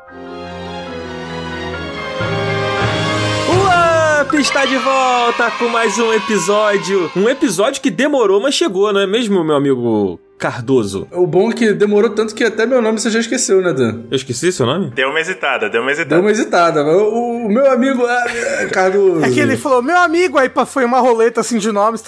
Está de volta com mais um episódio. Um episódio que demorou, mas chegou, não é mesmo, meu amigo Cardoso? O bom é que demorou tanto que até meu nome você já esqueceu, né, Dan? Eu esqueci seu nome? Deu uma hesitada. Deu uma hesitada. O meu amigo Cardoso. É que ele falou, meu amigo, aí foi uma roleta assim de nomes.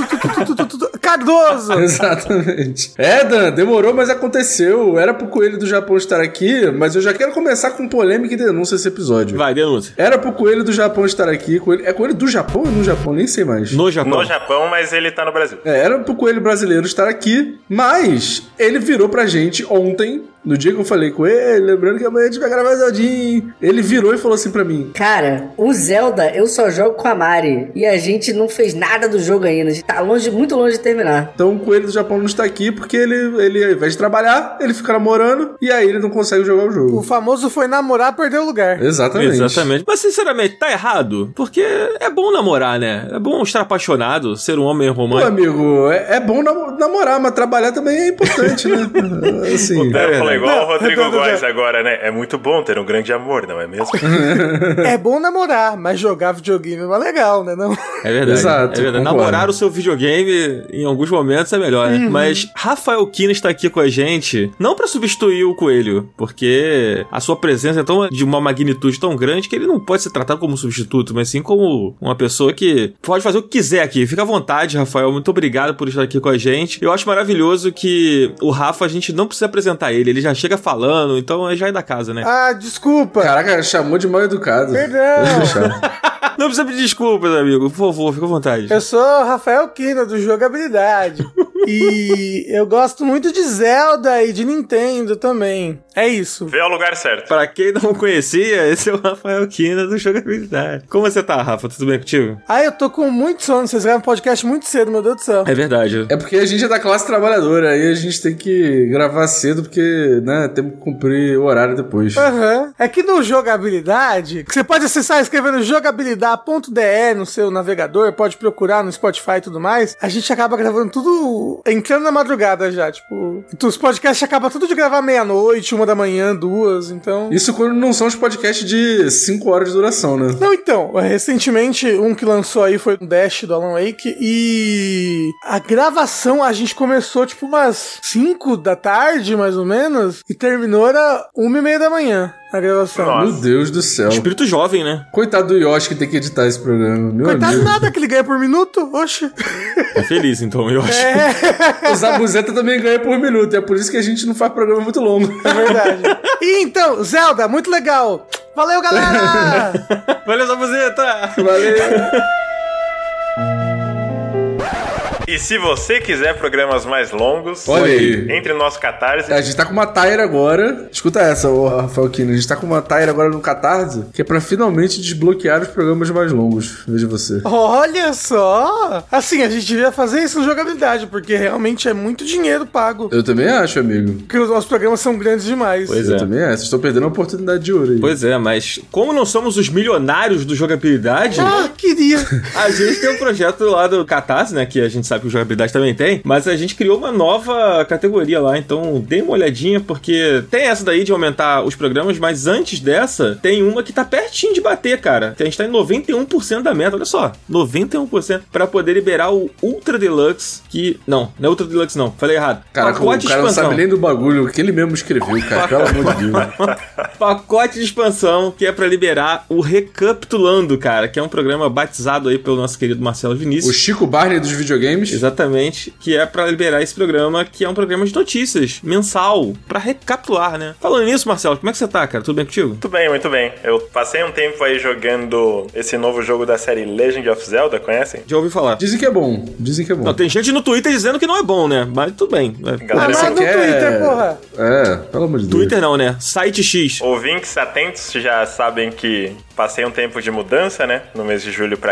Cardoso! Exatamente. Dan, demorou, mas aconteceu. Era pro Coelho do Japão estar aqui, mas eu já quero começar com polêmica e denúncia esse episódio. Vai, denúncia. Era pro Coelho do Japão estar aqui. É Coelho do Japão ou no Japão? Nem sei mais. No Japão. No Japão, mas ele tá no Brasil. Era pro Coelho brasileiro estar aqui, mas ele virou pra gente ontem, no dia que eu falei com ele, lembrando que amanhã a gente vai gravar Zeldinho, ele virou e falou assim pra mim: cara, o Zelda eu só jogo com a Mari e a gente não fez nada do jogo ainda, a gente tá muito longe de terminar. Então o Coelho do Japão não está aqui porque ele ao invés de trabalhar, ele fica namorando e aí ele não consegue jogar o jogo. O famoso foi namorar, perdeu o lugar. Exatamente. Mas sinceramente, tá errado? Porque é bom namorar, né? É bom estar apaixonado, ser um homem romântico. Pô, amigo, é bom namorar, mas trabalhar também é importante, né? Assim. Falou igual o Rodrigo Góes agora, né? É muito bom ter um grande amor, não é mesmo? É bom namorar, mas jogar videogame não é legal, né? Não? É verdade. Exato. É verdade. Namorar o seu videogame em alguns momentos é melhor, né? Mas Rafael Kina está aqui com a gente, não pra substituir o Coelho, porque a sua presença é de uma magnitude tão grande que ele não pode ser tratado como substituto, mas sim como uma pessoa que pode fazer o que quiser aqui. Fica à vontade, Rafael. Muito obrigado por estar aqui com a gente. Eu acho maravilhoso que o Rafa, a gente não precisa apresentar ele já chega falando, então já é da casa, né? Ah, desculpa. Caraca, chamou de mal educado. Perdão. Não precisa pedir desculpas, amigo. Por favor, fica à vontade. Eu sou Rafael Kina, do Jogabilidade. E eu gosto muito de Zelda e de Nintendo também. É isso. Vê ao lugar certo. Pra quem não conhecia, esse é o Rafael Kina do Jogabilidade. Como você tá, Rafa? Tudo bem contigo? Eu tô com muito sono. Vocês gravam um podcast muito cedo, meu Deus do céu. É verdade. É porque a gente é da classe trabalhadora, aí a gente tem que gravar cedo porque, né, temos que cumprir o horário depois. É que no Jogabilidade, que você pode acessar escrevendo jogabilidade.de no seu navegador, pode procurar no Spotify e tudo mais, a gente acaba gravando tudo entrando na madrugada já, tipo, os podcasts acabam tudo de gravar meia-noite, 1h, 2h, então... Isso quando não são os podcasts de 5 horas de duração, né? Não, então, recentemente um que lançou aí foi o Dash do Alan Wake e a gravação a gente começou tipo umas 5 da tarde, mais ou menos, e terminou era 1h30 a gravação. Nossa. Meu Deus do céu. Espírito jovem, né? Coitado do Yoshi que tem que editar esse programa. Meu Coitado amigo. nada que ele ganha por minuto, oxe. É feliz, então, eu acho. O Zabuzeta também ganha por minuto, é por isso que a gente não faz programa muito longo. É verdade. E então, Zelda, muito legal. Valeu, galera! Valeu, Zabuzeta! Valeu! E se você quiser programas mais longos, Olha aí. entre no nosso Catarse. A gente tá com uma Tire agora. Escuta essa, ô Rafael Kina. A gente tá com uma Tire agora no Catarse, que é pra finalmente desbloquear os programas mais longos. Veja você. Olha só! Assim, a gente devia fazer isso no Jogabilidade, porque realmente é muito dinheiro pago. Eu também acho, amigo. Porque os nossos programas são grandes demais. Pois Eu é. também acho. Vocês estão perdendo a oportunidade de ouro aí. Pois é, mas como não somos os milionários do Jogabilidade, Queria. a gente tem um projeto lá do Catarse, né, que a gente sabe que o Jogabilidade também tem, mas a gente criou uma nova categoria lá, então dê uma olhadinha, porque tem essa daí de aumentar os programas, mas antes dessa, tem uma que tá pertinho de bater, cara. A gente tá em 91% da meta, olha só, 91% pra poder liberar o Ultra Deluxe, que... Não é Ultra Deluxe não, falei errado. Caraca, pacote o cara não sabe nem do bagulho que ele mesmo escreveu, cara. Pelo amor de Deus. Pacote de expansão, que é pra liberar o Recapitulando, cara, que é um programa batizado aí pelo nosso querido Marcelo Vinícius. O Chico Barney dos videogames. Exatamente, que é pra liberar esse programa, que é um programa de notícias, mensal, pra recapitular, né? Falando nisso, Marcelo, como é que você tá, cara? Tudo bem contigo? Muito bem, muito bem. Eu passei um tempo aí jogando esse novo jogo da série Legend of Zelda, conhecem? Já ouvi falar. Dizem que é bom. Dizem que é bom. Não, tem gente no Twitter dizendo que não é bom, né? Mas tudo bem. Galera, Mas no Twitter, porra. É, pelo amor de Deus. Twitter não, né? Site X. ouvintes atentos já sabem que passei um tempo de mudança, né? No mês de julho pra cá.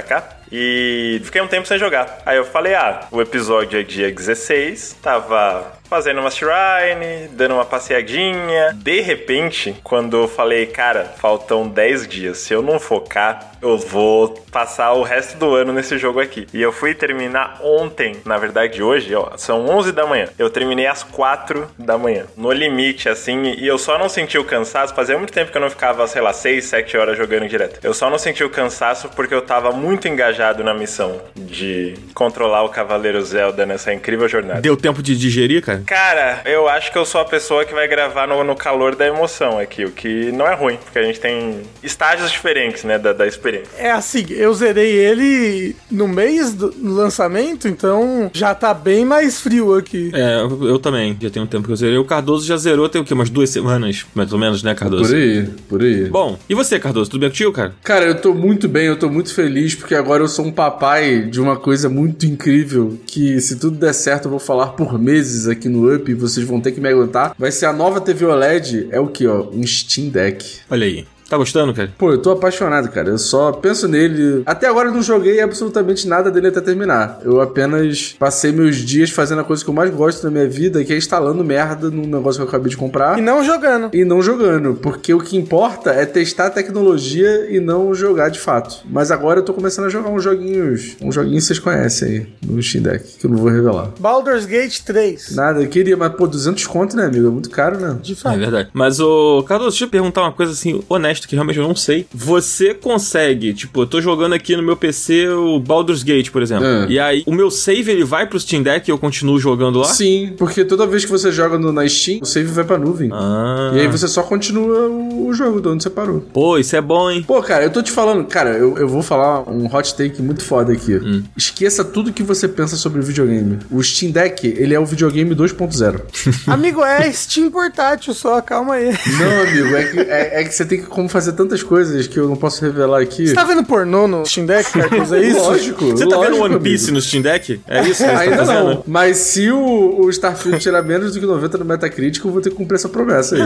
e fiquei um tempo sem jogar. Aí eu falei, o episódio é dia 16, tava fazendo uma shrine, dando uma passeadinha. De repente, quando eu falei, cara, faltam 10 dias, se eu não focar, eu vou passar o resto do ano nesse jogo aqui. E eu fui terminar ontem, na verdade hoje, são 11 da manhã. Eu terminei às 4 da manhã, no limite, assim, e eu só não senti o cansaço, fazia muito tempo que eu não ficava, sei lá, 6, 7 horas jogando direto. Eu só não senti o cansaço porque eu tava muito engajado na missão de controlar o Cavaleiro Zelda nessa incrível jornada. Deu tempo de digerir, cara? Cara, eu acho que eu sou a pessoa que vai gravar no calor da emoção aqui, o que não é ruim, porque a gente tem estágios diferentes, né, da experiência. É assim, eu zerei ele no mês do lançamento, então já tá bem mais frio aqui. Eu também, já tem um tempo que eu zerei. O Cardoso já zerou, tem o quê? Umas 2 semanas, mais ou menos, né, Cardoso? Por aí. Bom, e você, Cardoso, tudo bem contigo, cara? Cara, eu tô muito bem, eu tô muito feliz, porque agora eu sou um papai de uma coisa muito incrível, que se tudo der certo eu vou falar por meses aqui no Up, e vocês vão ter que me aguentar. Vai ser a nova TV OLED, é o que, ó? Um Steam Deck. Olha aí. Tá gostando, cara? Pô, eu tô apaixonado, cara. Eu só penso nele. Até agora eu não joguei absolutamente nada dele até terminar. Eu apenas passei meus dias fazendo a coisa que eu mais gosto na minha vida, que é instalando merda num negócio que eu acabei de comprar. E não jogando. Porque o que importa é testar a tecnologia e não jogar de fato. Mas agora eu tô começando a jogar uns joguinhos que vocês conhecem aí no Steam Deck, que eu não vou revelar. Baldur's Gate 3. Nada, eu queria, mas pô, 200 conto, né, amigo? É muito caro, né? De fato. É verdade. Mas, Cardoso, deixa eu perguntar uma coisa assim, honesta, que realmente eu não sei. Você consegue, tipo, eu tô jogando aqui no meu PC o Baldur's Gate, por exemplo. E aí, o meu save, ele vai pro Steam Deck e eu continuo jogando lá? Sim, porque toda vez que você joga na Steam, o save vai pra nuvem. E aí você só continua o jogo de onde você parou. Pô, isso é bom, hein? Pô, cara, eu tô te falando, cara, eu vou falar um hot take muito foda aqui. Esqueça tudo que você pensa sobre videogame. O Steam Deck, ele é o videogame 2.0. Amigo, é Steam portátil só, calma aí. Não, amigo, é que você tem que como fazer tantas coisas que eu não posso revelar aqui. Você tá vendo pornô no Steam Deck, Cardoso? É isso? Lógico. Você tá vendo One amigo. Piece no Steam Deck? É isso que você Ainda tá fazendo? não. Mas se o Starfield tirar menos do que 90 no Metacritic, eu vou ter que cumprir essa promessa aí.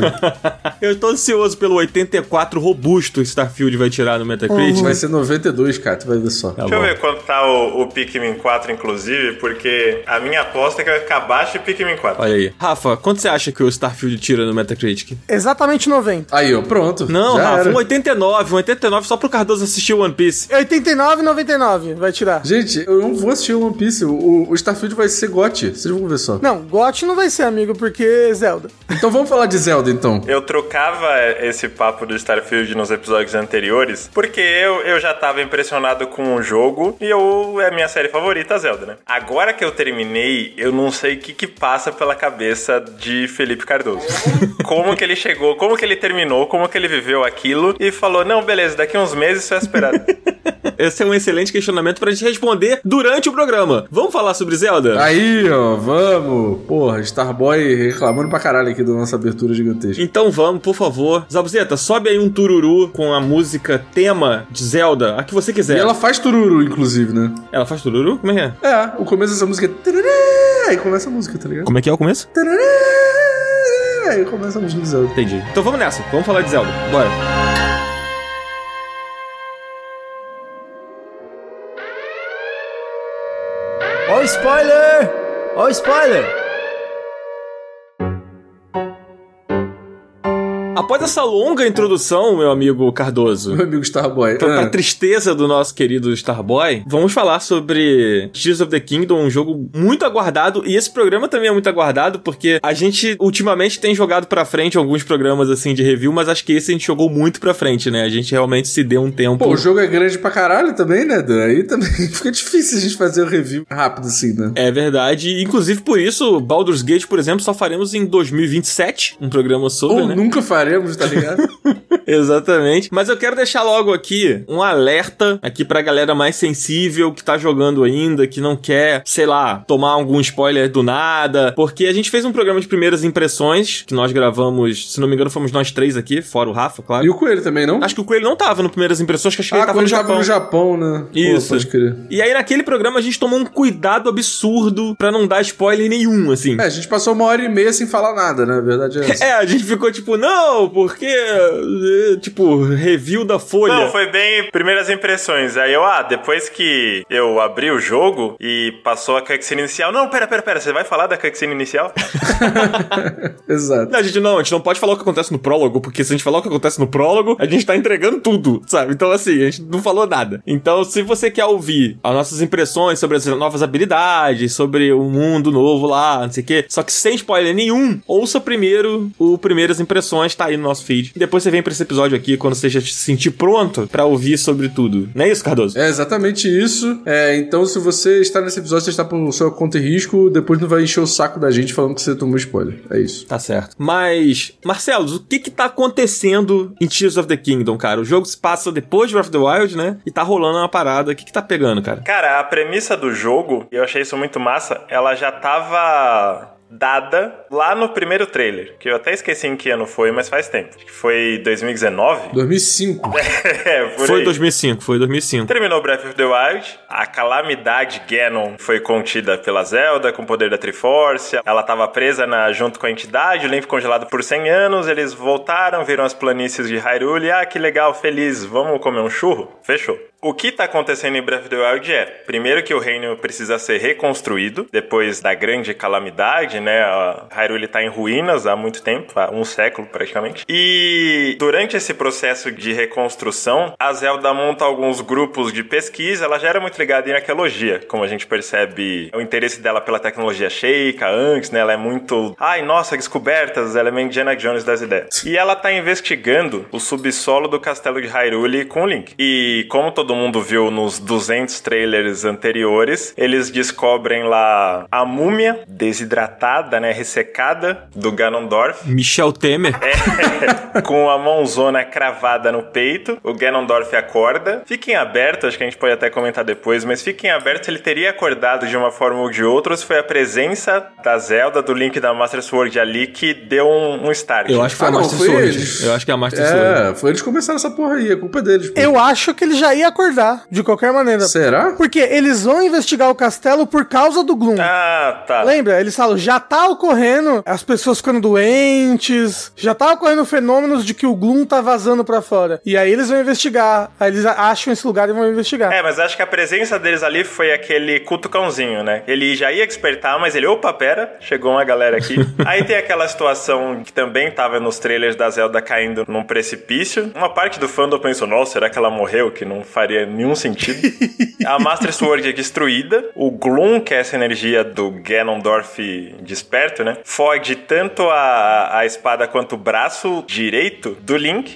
Eu tô ansioso pelo 84 robusto que Starfield vai tirar no Metacritic. Vai ser 92, cara, tu vai ver só. Tá Deixa eu bom. ver quanto tá o Pikmin 4, inclusive, porque a minha aposta é que vai ficar abaixo de Pikmin 4. Olha aí. Rafa, quanto você acha que o Starfield tira no Metacritic? Exatamente 90. Aí, ó, pronto. Não, já Rafa, era. um 89 só pro Cardoso assistir One Piece. 89,99 vai tirar. Gente, eu não vou assistir o One Piece. O Starfield vai ser GOT. Vocês vão ver só. Não, GOT não vai ser, amigo, porque Zelda. Então vamos falar de Zelda, então. Eu trocava esse papo do Starfield nos episódios anteriores, porque eu já tava impressionado com o jogo e é a minha série favorita, Zelda, né? Agora que eu terminei, eu não sei o que passa pela cabeça de Felipe Cardoso. Como que ele chegou, como que ele terminou, como que ele viveu aquilo e falou, não, beleza, daqui uns meses isso é esperado. Esse é um excelente questionamento pra gente responder durante o programa. Vamos falar sobre Zelda? Aí, ó, vamos. Porra, Starboy reclamando pra caralho aqui da nossa abertura gigantesca. Então vamos, por favor. Zabuzeta, sobe aí um tururu com a música tema de Zelda, a que você quiser. E ela faz tururu, inclusive, né? Ela faz tururu? Como é que é? É, o começo dessa música é... tarará, aí começa a música, tá ligado? Como é que é o começo? Tarará, aí começa a música do Zelda. Entendi. Então vamos nessa, vamos falar de Zelda. Bora. Ó o spoiler! Ó o spoiler! Após essa longa introdução, meu amigo Cardoso, Meu amigo Starboy. pra tristeza do nosso querido Starboy, vamos falar sobre Tears of the Kingdom, um jogo muito aguardado, e esse programa também é muito aguardado, porque a gente ultimamente tem jogado pra frente alguns programas assim de review, mas acho que esse a gente jogou muito pra frente, né? A gente realmente se deu um tempo. Pô, o jogo é grande pra caralho também, né, Dan? Aí também fica difícil a gente fazer o review rápido assim, né? É verdade, inclusive por isso, Baldur's Gate, por exemplo, só faremos em 2027 um programa sobre, Ou né? nunca faremos, tá ligado? Exatamente. Mas eu quero deixar logo aqui um alerta aqui pra galera mais sensível que tá jogando ainda, que não quer, sei lá, tomar algum spoiler do nada, porque a gente fez um programa de primeiras impressões, que nós gravamos, se não me engano, fomos nós 3 aqui, fora o Rafa, claro. E o Coelho também, não? Acho que o Coelho não tava no Primeiras Impressões, que acho que ele tava quando no Japão. tava no Japão, né? Isso. Pô, pode crer. E aí naquele programa a gente tomou um cuidado absurdo pra não dar spoiler nenhum, assim. É, a gente passou 1h30 sem falar nada, né? A verdade é essa. É, a gente ficou tipo, não, porque tipo, review da Folha. Não, foi bem primeiras impressões. Aí depois que eu abri o jogo e passou a cutscene inicial... Não, pera, você vai falar da cutscene inicial? Exato. Não, a gente não pode falar o que acontece no prólogo, porque se a gente falar o que acontece no prólogo, a gente tá entregando tudo, sabe? Então, assim, a gente não falou nada. Então, se você quer ouvir as nossas impressões sobre as novas habilidades, sobre o mundo novo lá, não sei o quê, só que sem spoiler nenhum, ouça primeiro o Primeiras Impressões, tá aí no nosso feed. Depois você vem pra esse episódio aqui, quando você já se sentir pronto pra ouvir sobre tudo. Não é isso, Cardoso? É exatamente isso. Então, se você está nesse episódio, você está por sua conta e risco, depois não vai encher o saco da gente falando que você tomou spoiler. É isso. Tá certo. Mas, Marcelo, o que tá acontecendo em Tears of the Kingdom, cara? O jogo se passa depois de Breath of the Wild, né? E tá rolando uma parada. O que tá pegando, cara? Cara, a premissa do jogo, eu achei isso muito massa, ela já tava dada lá no primeiro trailer, que eu até esqueci em que ano foi, mas faz tempo. Acho que foi 2019? 2005. Foi 2005. Terminou Breath of the Wild, a calamidade Ganon foi contida pela Zelda com o poder da Triforce, ela tava presa junto com a entidade, o Link congelado por 100 anos, eles voltaram, viram as planícies de Hyrule, que legal, feliz, vamos comer um churro? Fechou. O que tá acontecendo em Breath of the Wild primeiro que o reino precisa ser reconstruído, depois da grande calamidade, né? A Hyrule tá em ruínas há muito tempo, há um século praticamente. E durante esse processo de reconstrução, a Zelda monta alguns grupos de pesquisa, ela já era muito ligada em arqueologia, como a gente percebe o interesse dela pela tecnologia Sheikah antes, né? Ela é muito, nossa, descobertas, ela é meio Indiana Jones das ideias. E ela tá investigando o subsolo do castelo de Hyrule com o Link. E como todo mundo viu nos 200 trailers anteriores, eles descobrem lá a múmia desidratada, né, ressecada do Ganondorf. Michel Temer. Com a mãozona cravada no peito. O Ganondorf acorda. Fiquem abertos, acho que a gente pode até comentar depois, mas fiquem abertos, ele teria acordado de uma forma ou de outra, ou se foi a presença da Zelda, do Link da Master Sword ali que deu um start. Eu acho que foi a Master Sword. Eles. Eu acho que é a Master Sword. Foi eles que começaram essa porra aí, a culpa é deles. Pô. Eu acho que ele já ia acordar, de qualquer maneira. Será? Porque eles vão investigar o castelo por causa do Gloom. Tá. Lembra? Eles falam, já tá ocorrendo as pessoas ficando doentes, já tá ocorrendo fenômenos de que o Gloom tá vazando pra fora. E aí eles vão investigar. Aí eles acham esse lugar e vão investigar. Mas acho que a presença deles ali foi aquele cutucãozinho, né? Ele já ia despertar, mas ele, pera, chegou uma galera aqui. Aí tem aquela situação que também tava nos trailers da Zelda caindo num precipício. Uma parte do fandom pensou, nossa, será que ela morreu? Que não faria nenhum sentido. A Master Sword é destruída. O Gloom, que é essa energia do Ganondorf desperto, né? Fode tanto a espada quanto o braço direito do Link.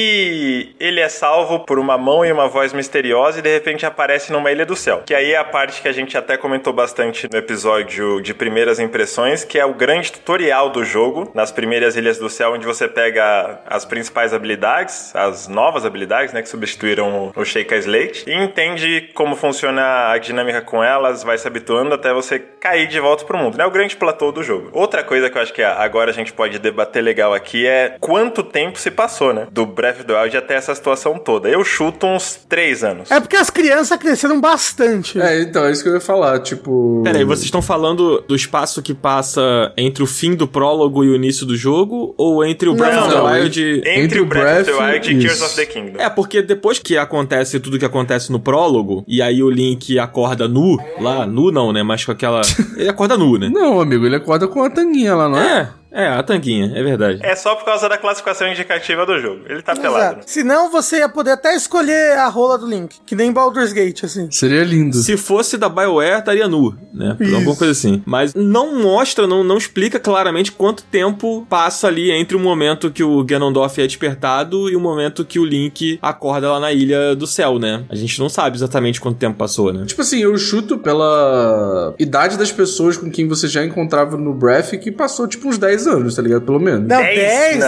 E ele é salvo por uma mão e uma voz misteriosa e de repente aparece numa Ilha do Céu. Que aí é a parte que a gente até comentou bastante no episódio de Primeiras Impressões, que é o grande tutorial do jogo, nas primeiras Ilhas do Céu, onde você pega as principais habilidades, as novas habilidades, né? Que substituíram o Sheikah Slate, e entende como funciona a dinâmica com elas, vai se habituando até você cair de volta pro mundo, né? O grande platô do jogo. Outra coisa que eu acho que agora a gente pode debater legal aqui é quanto tempo se passou, né? Do Breath of the Wild até essa situação toda. Eu chuto uns 3 anos. É porque as crianças cresceram bastante. Então, é isso que eu ia falar, tipo... Peraí, vocês estão falando do espaço que passa entre o fim do prólogo e o início do jogo? Ou entre o Breath of the Wild... Entre o Breath of the Wild e Tears of the Kingdom. Porque depois que acontece tudo que acontece no prólogo, e aí o Link acorda nu, lá, nu não, né, mas com aquela... Ele acorda nu, né? Não, amigo, ele acorda com a tanguinha lá, não é? A tanguinha, é verdade. É só por causa da classificação indicativa do jogo. Ele tá pelado. Né? Senão você ia poder até escolher a rola do Link, que nem Baldur's Gate, assim. Seria lindo. Se fosse da BioWare, estaria nu, né? Alguma coisa assim. Mas não mostra, não explica claramente quanto tempo passa ali entre o momento que o Ganondorf é despertado e o momento que o Link acorda lá na Ilha do Céu, né? A gente não sabe exatamente quanto tempo passou, né? Tipo assim, eu chuto pela idade das pessoas com quem você já encontrava no Breath, que passou tipo uns 10 anos, tá ligado? Pelo menos. Não,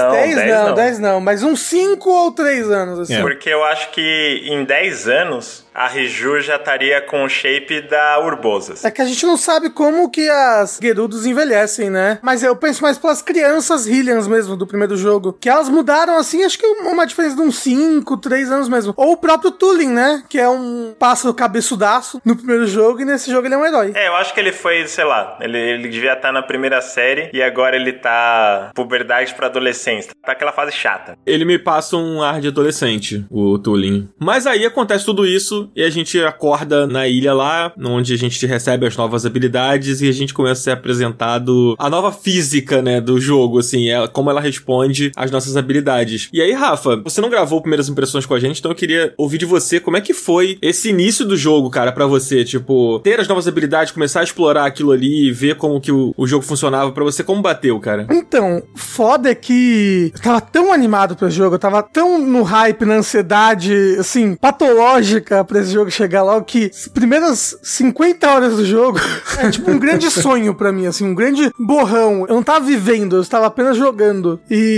10 não, mas uns 5 ou 3 anos, assim. Porque eu acho que em 10 anos a Riju já estaria com o shape da Urbosas. É que a gente não sabe como que as Gerudos envelhecem, né? Mas eu penso mais pelas crianças Hylians mesmo, do primeiro jogo. Que elas mudaram, assim, acho que uma diferença de uns 5, 3 anos mesmo. Ou o próprio Tulin, né? Que é um pássaro cabeçudaço no primeiro jogo, e nesse jogo ele é um herói. Eu acho que ele foi, sei lá, ele devia estar na primeira série, e agora ele tá puberdade pra adolescência. Tá aquela fase chata. Ele me passa um ar de adolescente, o Tulin. Mas aí acontece tudo isso, e a gente acorda na ilha lá, onde a gente recebe as novas habilidades, e a gente começa a ser apresentado a nova física, né, do jogo, assim, como ela responde às nossas habilidades. E aí, Rafa, você não gravou primeiras impressões com a gente, então eu queria ouvir de você como é que foi esse início do jogo, cara, pra você, tipo, ter as novas habilidades, começar a explorar aquilo ali, ver como que o jogo funcionava pra você, como bateu, cara? Então, foda é que eu tava tão animado pra esse jogo, eu tava tão no hype, na ansiedade, assim, patológica pra esse jogo chegar logo, que as primeiras 50 horas do jogo é tipo um grande sonho pra mim, assim, um grande borrão. Eu não tava vivendo, eu estava apenas jogando.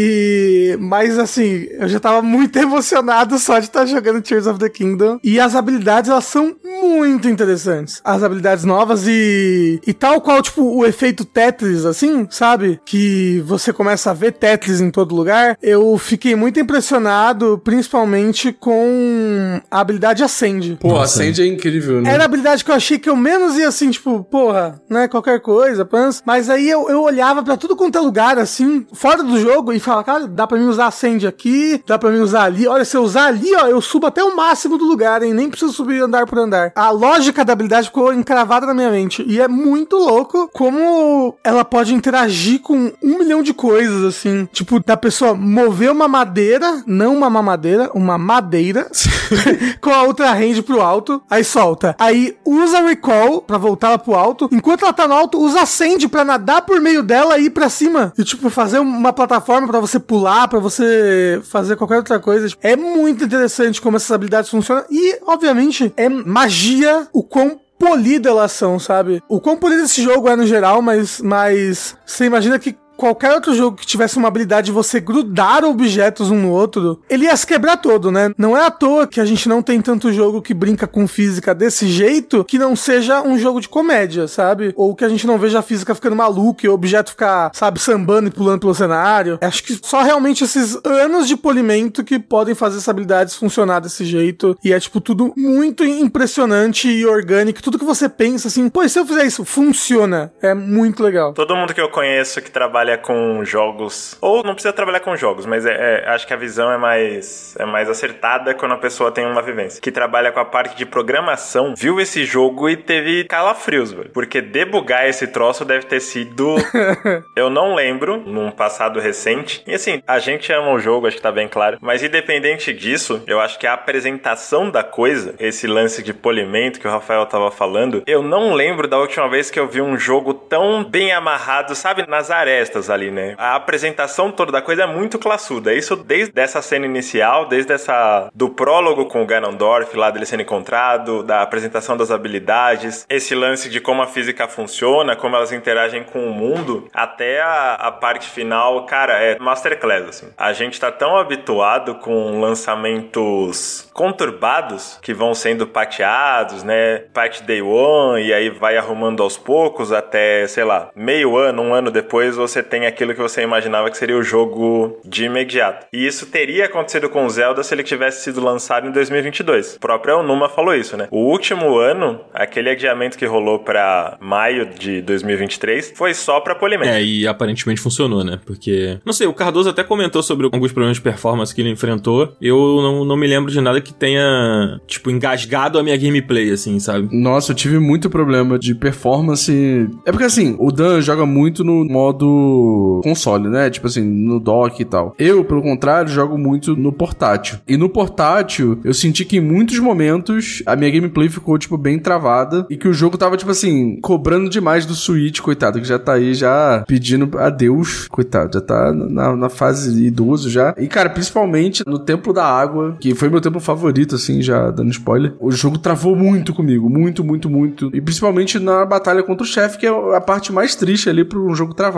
Mas, assim, eu já tava muito emocionado só de estar jogando Tears of the Kingdom. E as habilidades, elas são muito interessantes. As habilidades novas e tal qual, tipo, o efeito Tetris, assim, sabe? Que você começa a ver Tetris em todo lugar. Eu fiquei muito impressionado, principalmente com a habilidade Ascend. Pô, Ascend é incrível, né? Era a habilidade que eu achei que eu menos ia, assim, tipo, porra, né, qualquer coisa, mas aí eu olhava pra tudo quanto é lugar, assim, fora do jogo, e falava, cara, dá pra mim usar Ascend aqui, dá pra mim usar ali, olha, se eu usar ali, ó, eu subo até o máximo do lugar, hein, nem preciso subir andar por andar. A lógica da habilidade ficou encravada na minha mente, e é muito louco como ela pode interagir com 1 milhão de coisas, assim, tipo, da pessoa mover uma madeira, não uma mamadeira, uma madeira, com a outra range pro alto, aí solta, aí usa Recall pra voltar ela pro alto, enquanto ela tá no alto, usa Ascend pra nadar por meio dela e ir pra cima, e tipo, fazer uma plataforma pra você pular, pra você fazer qualquer outra coisa. É muito interessante como essas habilidades funcionam, e, obviamente, é magia o quão polida elas são, sabe? O quão polido esse jogo é no geral, mas você imagina que qualquer outro jogo que tivesse uma habilidade de você grudar objetos um no outro, ele ia se quebrar todo, né? Não é à toa que a gente não tem tanto jogo que brinca com física desse jeito que não seja um jogo de comédia, sabe? Ou que a gente não veja a física ficando maluca e o objeto ficar, sabe, sambando e pulando pelo cenário. Acho que só realmente esses anos de polimento que podem fazer essas habilidades funcionar desse jeito. E é, tipo, tudo muito impressionante e orgânico. Tudo que você pensa, assim, pô, e se eu fizer isso? Funciona. É muito legal. Todo mundo que eu conheço que trabalha com jogos, ou não precisa trabalhar com jogos, mas acho que a visão é mais acertada quando a pessoa tem uma vivência. Que trabalha com a parte de programação, viu esse jogo e teve calafrios, velho. Porque debugar esse troço deve ter sido... eu não lembro, num passado recente. E assim, a gente ama o jogo, acho que tá bem claro. Mas independente disso, eu acho que a apresentação da coisa, esse lance de polimento que o Rafael tava falando, eu não lembro da última vez que eu vi um jogo tão bem amarrado, sabe, nas arestas ali, né? A apresentação toda da coisa é muito classuda. Isso desde essa cena inicial, do prólogo com o Ganondorf, lá dele sendo encontrado, da apresentação das habilidades, esse lance de como a física funciona, como elas interagem com o mundo, até a parte final, cara, é masterclass, assim. A gente tá tão habituado com lançamentos conturbados, que vão sendo pateados, né? Patch Day One, e aí vai arrumando aos poucos até, sei lá, meio ano, um ano depois, você tem aquilo que você imaginava que seria o jogo de imediato. E isso teria acontecido com o Zelda se ele tivesse sido lançado em 2022. O próprio Aonuma falou isso, né? O último ano, aquele adiamento que rolou pra maio de 2023, foi só pra polimento. E aparentemente funcionou, né? Porque, não sei, o Cardoso até comentou sobre alguns problemas de performance que ele enfrentou. Eu não me lembro de nada que tenha, tipo, engasgado a minha gameplay, assim, sabe? Nossa, eu tive muito problema de performance. É porque, assim, o Dan joga muito no modo console, né? Tipo assim, no dock e tal. Eu, pelo contrário, jogo muito no portátil. E no portátil, eu senti que em muitos momentos a minha gameplay ficou, tipo, bem travada e que o jogo tava, tipo assim, cobrando demais do Switch, coitado, que já tá aí já pedindo adeus, coitado, já tá na fase idoso já. E, cara, principalmente no Templo da Água, que foi meu templo favorito, assim, já dando spoiler, o jogo travou muito comigo, muito. E principalmente na batalha contra o chefe, que é a parte mais triste ali pro jogo travar, né? Mas ele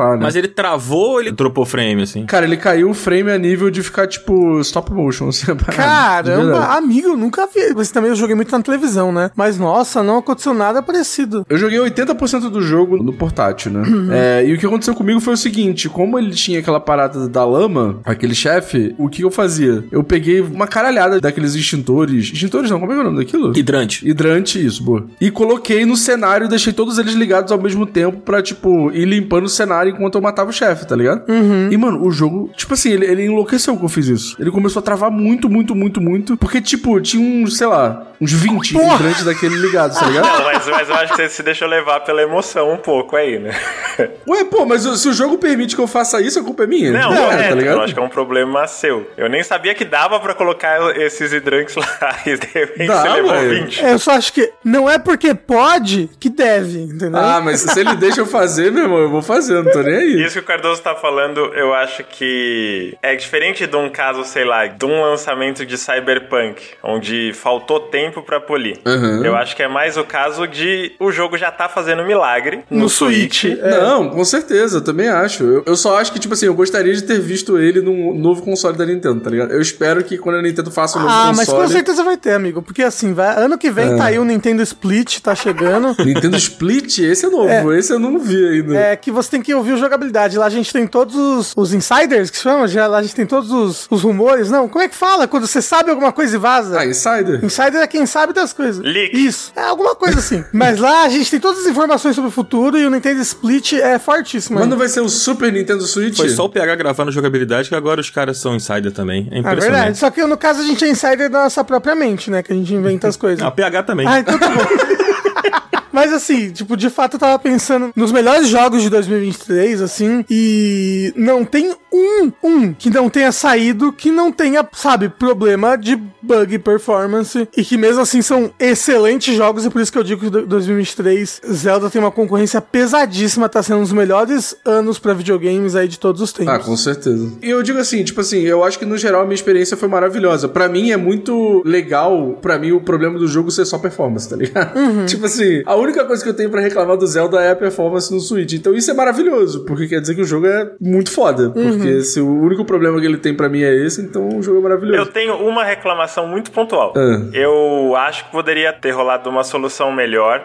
ele travou ou ele dropou frame, assim? Cara, ele caiu o frame a nível de ficar, tipo, stop motion, assim. Caramba, amigo, eu nunca vi. Mas também eu joguei muito na televisão, né? Mas, nossa, não aconteceu nada parecido. Eu joguei 80% do jogo no portátil, né? E o que aconteceu comigo foi o seguinte, como ele tinha aquela parada da lama, aquele chefe, o que eu fazia? Eu peguei uma caralhada daqueles extintores não, como é que é o nome daquilo? Hidrante, isso, boa. E coloquei no cenário, deixei todos eles ligados ao mesmo tempo pra, tipo, ir limpando o cenário enquanto eu matava o chefe, tá ligado? E, mano, o jogo, tipo assim, ele enlouqueceu quando eu fiz isso. Ele começou a travar muito, porque, tipo, tinha uns, sei lá, uns 20 hidrantes daquele ligados, tá ligado? Não, mas eu acho que você se deixou levar pela emoção um pouco aí, né? Ué, pô, mas se o jogo permite que eu faça isso, a culpa é minha? Não, tá ligado? Eu acho que é um problema seu. Eu nem sabia que dava pra colocar esses hidrantes lá e de repente você levou 20. Eu só acho que não é porque pode que deve, entendeu? Ah, mas se ele deixa eu fazer, meu irmão, eu vou fazer, eu não tô nem aí. Isso que o Cardoso tá falando, eu acho que é diferente de um caso, sei lá, de um lançamento de Cyberpunk, onde faltou tempo pra polir. Eu acho que é mais o caso de o jogo já tá fazendo milagre no Switch. Não, com certeza, eu também acho. Eu só acho que, tipo assim, eu gostaria de ter visto ele num novo console da Nintendo, tá ligado? Eu espero que quando a Nintendo faça um novo console... mas com certeza vai ter, amigo. Porque assim, ano que vem tá aí o Nintendo Split, tá chegando. Nintendo Split? Esse é novo, esse eu não vi ainda. É que você tem que ouvir o jogabilidade. Lá a gente tem todos os insiders, que chama? Lá a gente tem todos os rumores. Não, como é que fala quando você sabe alguma coisa e vaza? Insider? Insider é quem sabe das coisas. Leak. Isso, é alguma coisa assim. Mas lá a gente tem todas as informações sobre o futuro e o Nintendo Split é fortíssimo. Mas não vai ser o Super Nintendo Switch? Foi só o PH gravando jogabilidade que agora os caras são insider também. É impressionante. É verdade, só que no caso a gente é insider da nossa própria mente, né? Que a gente inventa as coisas. O PH também. Então tá bom. Mas assim, tipo, de fato eu tava pensando nos melhores jogos de 2023, assim, e não tem um que não tenha saído, que não tenha, sabe, problema de bug performance, e que mesmo assim são excelentes jogos, e por isso que eu digo que 2023 Zelda tem uma concorrência pesadíssima, tá sendo um dos melhores anos pra videogames aí de todos os tempos. Ah, com certeza. E eu digo assim, tipo assim, eu acho que no geral a minha experiência foi maravilhosa. Pra mim é muito legal, pra mim o problema do jogo ser só performance, tá ligado? Tipo assim, a única coisa que eu tenho pra reclamar do Zelda é a performance no Switch. Então isso é maravilhoso, porque quer dizer que o jogo é muito foda. Porque se o único problema que ele tem pra mim é esse, então o jogo é maravilhoso. Eu tenho uma reclamação muito pontual. Eu acho que poderia ter rolado uma solução melhor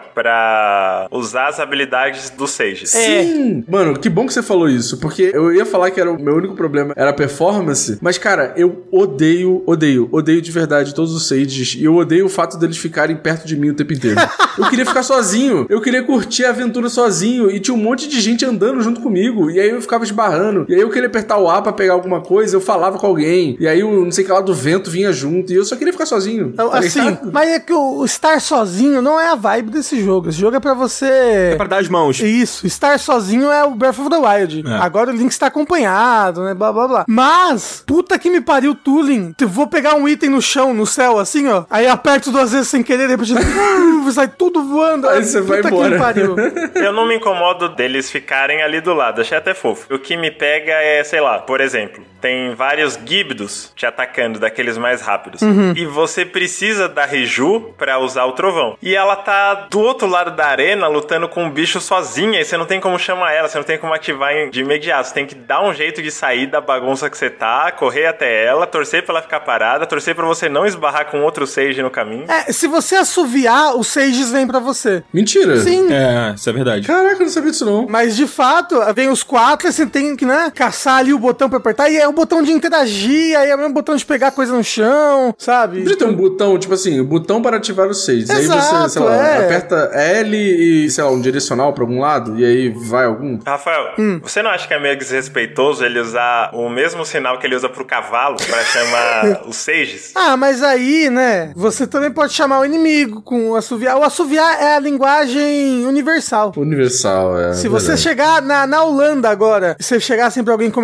pra usar as habilidades do Sage. Sim! Mano, que bom que você falou isso, porque eu ia falar que era o meu único problema era a performance, mas cara, eu odeio de verdade todos os Sages, e eu odeio o fato deles ficarem perto de mim o tempo inteiro. Eu queria ficar sozinho, eu queria curtir a aventura sozinho, e tinha um monte de gente andando junto comigo, e aí eu ficava esbarrando, e aí eu queria apertar o A pra pegar alguma coisa, eu falava com alguém, e aí o não sei que lá do vento vinha junto, e eu só queria ficar sozinho. Então, assim, mas é que o estar sozinho não é a vibe desse jogo. Esse jogo é pra você... É pra dar as mãos. Isso, estar sozinho é o Breath of the Wild. Agora o Link está acompanhado, né, blá blá blá. Mas, puta que me pariu, Tulin. Eu vou pegar um item no chão, no céu, assim, ó, aí aperto 2 vezes sem querer, depois sai tudo voando. Aí você vai embora. Que me pariu. Eu não me incomodo deles ficarem ali do lado, achei até fofo. O que me pega é, sei lá, por exemplo, tem vários Gibdos te atacando, daqueles mais rápidos. E você precisa da Riju pra usar o trovão. E ela tá do outro lado da arena lutando com um bicho sozinha, e você não tem como chamar ela, você não tem como ativar de imediato. Você tem que dar um jeito de sair da bagunça que você tá, correr até ela, torcer pra ela ficar parada, torcer pra você não esbarrar com outro Sage no caminho. Se você assoviar, os Sages vêm pra você. Mentira. Sim. Isso é verdade. Caraca, eu não sabia disso não. Mas de fato, vem os 4 e você tem que, né, caçar ali o botão pra apertar, e é o botão de interagir, aí é o mesmo botão de pegar coisa no chão, sabe? Podia ter um botão, tipo assim, o botão para ativar os Sages. Aí Exato, você, sei lá, aperta L e, sei lá, um direcional pra algum lado, e aí vai algum. Rafael, você não acha que é meio desrespeitoso ele usar o mesmo sinal que ele usa pro cavalo pra chamar os Sages? Mas aí, né, você também pode chamar o inimigo com o assoviar. O assoviar é a linguagem universal. Universal, Se você chegar na Holanda agora, e você chegar assim pra alguém e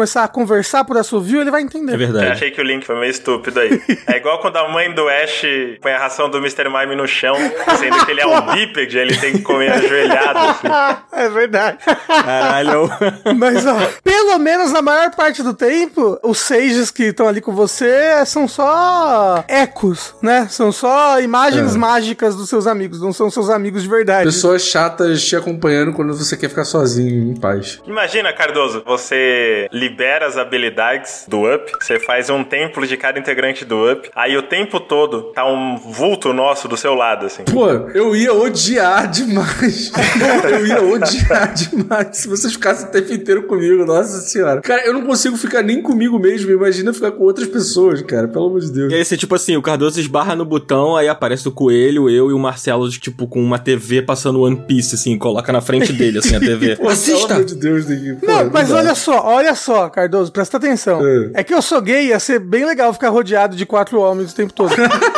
começar a conversar por assovio, ele vai entender. É verdade. Eu achei que o Link foi meio estúpido aí. É igual quando a mãe do Ash põe a ração do Mr. Mime no chão, sendo que ele é um bípede, ele tem que comer ajoelhado. Assim. É verdade. Caralho. Mas, ó, pelo menos na maior parte do tempo, os sages que estão ali com você são só ecos, né? São só imagens mágicas dos seus amigos, não são seus amigos de verdade. Pessoas chatas te acompanhando quando você quer ficar sozinho, em paz. Imagina, Cardoso, você libera as habilidades do Up, você faz um templo de cada integrante do Up, aí o tempo todo tá um vulto nosso do seu lado, assim. Pô, eu ia odiar demais. Eu ia odiar demais se vocês ficassem o tempo inteiro comigo, nossa senhora. Cara, eu não consigo ficar nem comigo mesmo, imagina ficar com outras pessoas, cara, pelo amor de Deus. E aí você, tipo assim, o Cardoso esbarra no botão, aí aparece o Coelho, eu e o Marcelo, tipo, com uma TV passando One Piece, assim, coloca na frente dele, assim, a TV. Pô, assista! pelo amor de Deus, Daqui. Não, mas olha só, Cardoso, presta atenção. É que eu sou gay, ia ser bem legal ficar rodeado de 4 homens o tempo todo.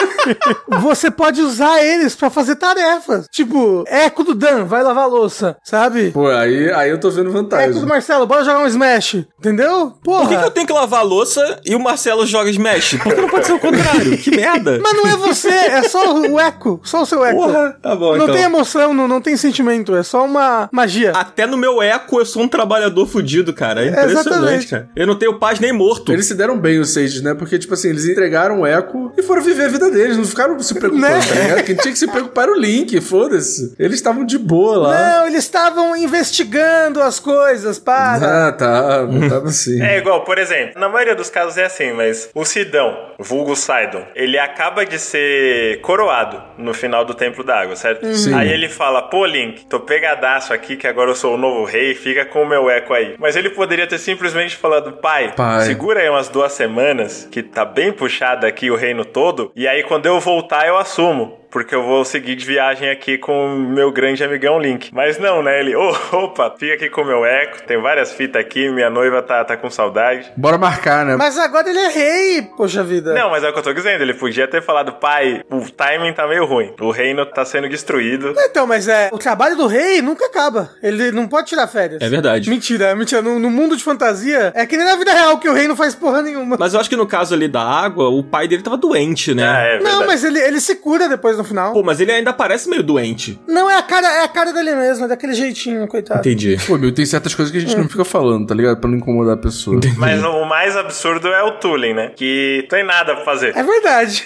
Você pode usar eles pra fazer tarefas. Tipo, eco do Dan, vai lavar a louça, sabe? Pô, aí eu tô vendo vantagem. Eco do Marcelo, bora jogar um Smash. Entendeu? Porra. Por que eu tenho que lavar a louça e o Marcelo joga Smash? Por que não pode ser o contrário? Que merda! Mas não é você, é só o eco. Só o seu eco. Porra, tá bom, não então. tem emoção, não tem sentimento. É só uma magia. Até no meu eco eu sou um trabalhador fudido, cara. É impressionante, Exatamente. cara. Eu não tenho paz nem morto. Eles se deram bem, os Sages, né? Porque, tipo assim, eles entregaram o eco e foram viver a vida deles. Não ficaram se preocupando, Né? tá ligado? Quem tinha que se preocupar era o Link, foda-se. Eles estavam de boa lá. Não, eles estavam investigando as coisas, para. Ah, tá. Tava assim. É igual, por exemplo, na maioria dos casos é assim, mas o Sidão, vulgo Sidon, ele acaba de ser coroado no final do Templo da Água, certo? Sim. Aí ele fala, pô, Link, tô pegadaço aqui que agora eu sou o novo rei, fica com o meu eco aí. Mas ele poderia ter simplesmente falado, pai, segura aí umas 2 semanas, que tá bem puxado aqui o reino todo, e aí quando eu voltar eu assumo. Porque eu vou seguir de viagem aqui com o meu grande amigão Link. Mas não, né? Ele, opa, fica aqui com o meu eco. Tem várias fitas aqui, minha noiva tá com saudade. Bora marcar, né? Mas agora ele é rei, poxa vida. Não, mas é o que eu tô dizendo. Ele podia ter falado, pai, o timing tá meio ruim. O reino tá sendo destruído. Então, mas o trabalho do rei nunca acaba. Ele não pode tirar férias. É verdade. Mentira. No mundo de fantasia, é que nem na vida real, que o rei não faz porra nenhuma. Mas eu acho que no caso ali da água, o pai dele tava doente, né? É verdade. Não, mas ele se cura depois no final. Pô, mas ele ainda parece meio doente. Não, é a cara dele mesmo, é daquele jeitinho, coitado. Entendi. Pô, meu, tem certas coisas que a gente não fica falando, tá ligado? Pra não incomodar a pessoa. Mas o mais absurdo é o Tulin, né? Que não tem nada pra fazer. É verdade.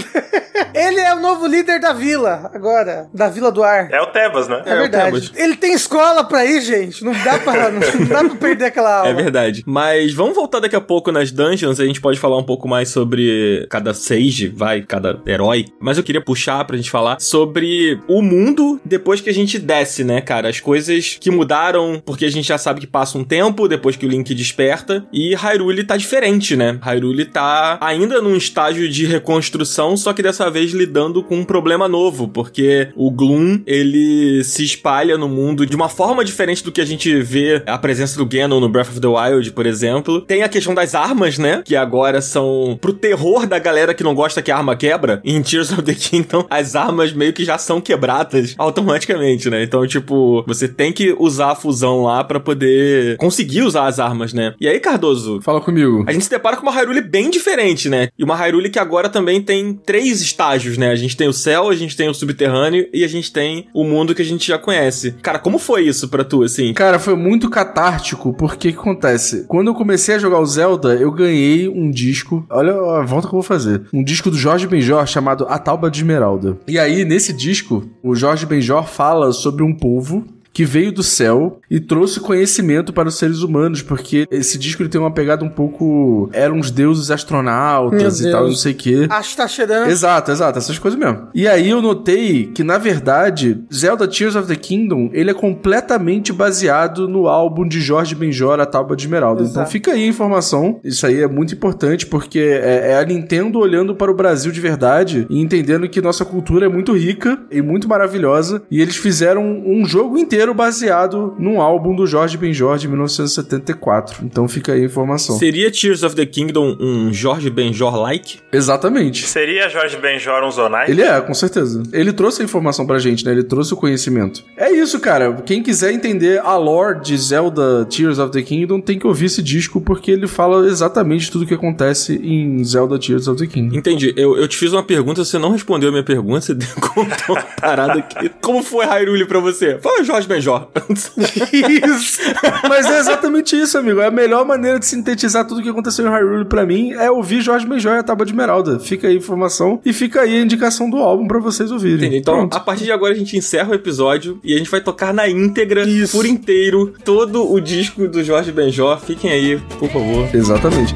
Ele é o novo líder da vila, agora. Da Vila do Ar. É o Tebas, né? É verdade. Ele tem escola pra ir, gente. Não dá pra perder aquela aula. É verdade. Mas vamos voltar daqui a pouco nas dungeons. A gente pode falar um pouco mais sobre cada sage, cada herói. Mas eu queria puxar pra gente falar sobre o mundo depois que a gente desce, né, cara? As coisas que mudaram, porque a gente já sabe que passa um tempo depois que o Link desperta. E Hyrule tá diferente, né? Hyrule tá ainda num estágio de reconstrução, só que dessa vez lidando com um problema novo, porque o Gloom, ele se espalha no mundo de uma forma diferente do que a gente vê a presença do Ganon no Breath of the Wild, por exemplo. Tem a questão das armas, né? Que agora são pro terror da galera que não gosta que a arma quebra. Em Tears of the Kingdom, as armas meio que já são quebradas automaticamente, né? Então, tipo, você tem que usar a fusão lá pra poder conseguir usar as armas, né? E aí, Cardoso, fala comigo. A gente se depara com uma Hyrule bem diferente, né? E uma Hyrule que agora também tem 3 estágios, né? A gente tem o céu, a gente tem o subterrâneo e a gente tem o mundo que a gente já conhece. Cara, como foi isso pra tu, assim? Cara, foi muito catártico, porque o que acontece? Quando eu comecei a jogar o Zelda, eu ganhei um disco, olha a volta que eu vou fazer, um disco do Jorge Benjor chamado A Tauba de Esmeralda. E aí, nesse disco, o Jorge Benjor fala sobre um povo que veio do céu e trouxe conhecimento para os seres humanos, porque esse disco ele tem uma pegada um pouco... Eram uns deuses astronautas e tal, não sei o quê. Acho que tá cheirando. Exato, essas coisas mesmo. E aí eu notei que, na verdade, Zelda Tears of the Kingdom, ele é completamente baseado no álbum de Jorge Benjor, A Tauba de Esmeralda. Exato. Então fica aí a informação. Isso aí é muito importante, porque é a Nintendo olhando para o Brasil de verdade e entendendo que nossa cultura é muito rica e muito maravilhosa, e eles fizeram um jogo inteiro inteiro baseado num álbum do Jorge Benjor de 1974. Então fica aí a informação. Seria Tears of the Kingdom um Jorge Benjor-like? Exatamente. Seria Jorge Benjor um Zonai? Ele é, com certeza. Ele trouxe a informação pra gente, né? Ele trouxe o conhecimento. É isso, cara. Quem quiser entender a lore de Zelda Tears of the Kingdom tem que ouvir esse disco, porque ele fala exatamente tudo o que acontece em Zelda Tears of the Kingdom. Entendi. Eu te fiz uma pergunta, você não respondeu a minha pergunta, você contou uma parada aqui. Como foi Hyrule pra você? Foi Jorge Benjor. Isso. Mas é exatamente isso, amigo. É a melhor maneira de sintetizar tudo o que aconteceu em Hyrule pra mim é ouvir Jorge Benjor e a Tábua de Esmeralda. Fica aí a informação e fica aí a indicação do álbum pra vocês ouvirem. Entendi. Então, pronto. A partir de agora a gente encerra o episódio e a gente vai tocar na íntegra, por inteiro, todo o disco do Jorge Benjor. Fiquem aí, por favor. Exatamente.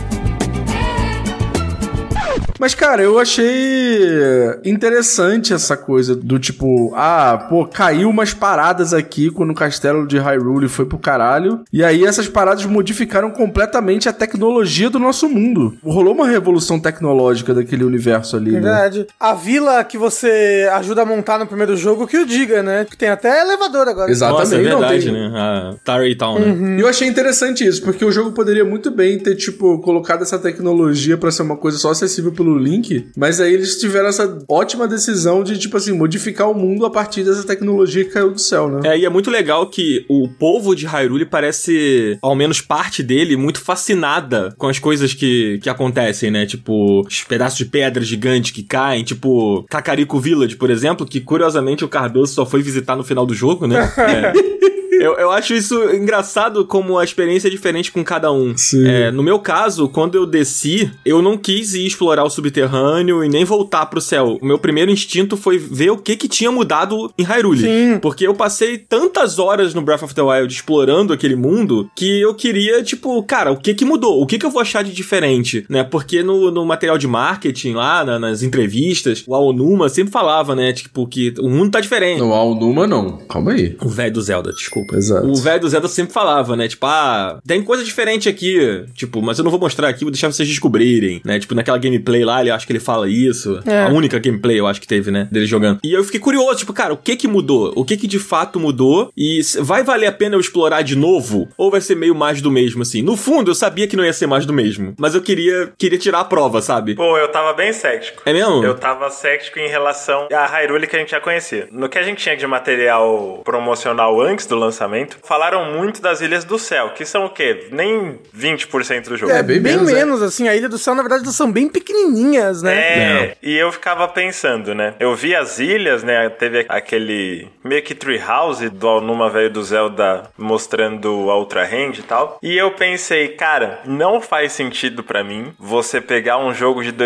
Mas, cara, eu achei interessante essa coisa do tipo, caiu umas paradas aqui quando o castelo de Hyrule foi pro caralho, e aí essas paradas modificaram completamente a tecnologia do nosso mundo. Rolou uma revolução tecnológica daquele universo ali, Verdade. Né? A vila que você ajuda a montar no primeiro jogo, que o diga, né? Que tem até elevador agora. Exatamente. Nossa, é verdade, né? A Tarrey Town, né? E eu achei interessante isso, porque o jogo poderia muito bem ter, tipo, colocado essa tecnologia pra ser uma coisa só acessível pelo Link, mas aí eles tiveram essa ótima decisão de, tipo assim, modificar o mundo a partir dessa tecnologia que caiu do céu, né? E é muito legal que o povo de Hyrule parece, ao menos parte dele, muito fascinada com as coisas que acontecem, né? Tipo, os pedaços de pedra gigantes que caem, tipo Kakariko Village, por exemplo, que curiosamente o Cardoso só foi visitar no final do jogo, né? Eu acho isso engraçado como a experiência é diferente com cada um. No meu caso, quando eu desci, eu não quis ir explorar o subterrâneo e nem voltar pro céu. O meu primeiro instinto foi ver o que tinha mudado em Hyrule. Sim. Porque eu passei tantas horas no Breath of the Wild explorando aquele mundo que eu queria, tipo, cara, o que mudou? O que eu vou achar de diferente, né? Porque no material de marketing lá, nas entrevistas, o Aonuma sempre falava, né? Tipo, que o mundo tá diferente. Não, o Aonuma não. Calma aí. O velho do Zelda, desculpa. Exato. O velho do Zelda sempre falava, né? Tipo, tem coisa diferente aqui. Tipo, mas eu não vou mostrar aqui, vou deixar vocês descobrirem, né? Tipo, naquela gameplay lá, eu acho que ele fala isso. A única gameplay, eu acho que teve, né? Dele jogando. E eu fiquei curioso, tipo, cara, o que mudou? O que de fato mudou? E vai valer a pena eu explorar de novo? Ou vai ser meio mais do mesmo, assim? No fundo, eu sabia que não ia ser mais do mesmo. Mas eu queria tirar a prova, sabe? Pô, eu tava bem cético. É mesmo? Eu tava cético em relação a Hyrule que a gente já conhecia. No que a gente tinha de material promocional antes do lançamento, falaram muito das Ilhas do Céu, que são o quê? Nem 20% do jogo. Bem menos, assim. A Ilha do Céu, na verdade, elas são bem pequenininhas, né? E eu ficava pensando, né? Eu vi as ilhas, né? Teve aquele meio que treehouse do Aonuma velho do Zelda mostrando a Ultra Hand e tal. E eu pensei, cara, não faz sentido pra mim você pegar um jogo de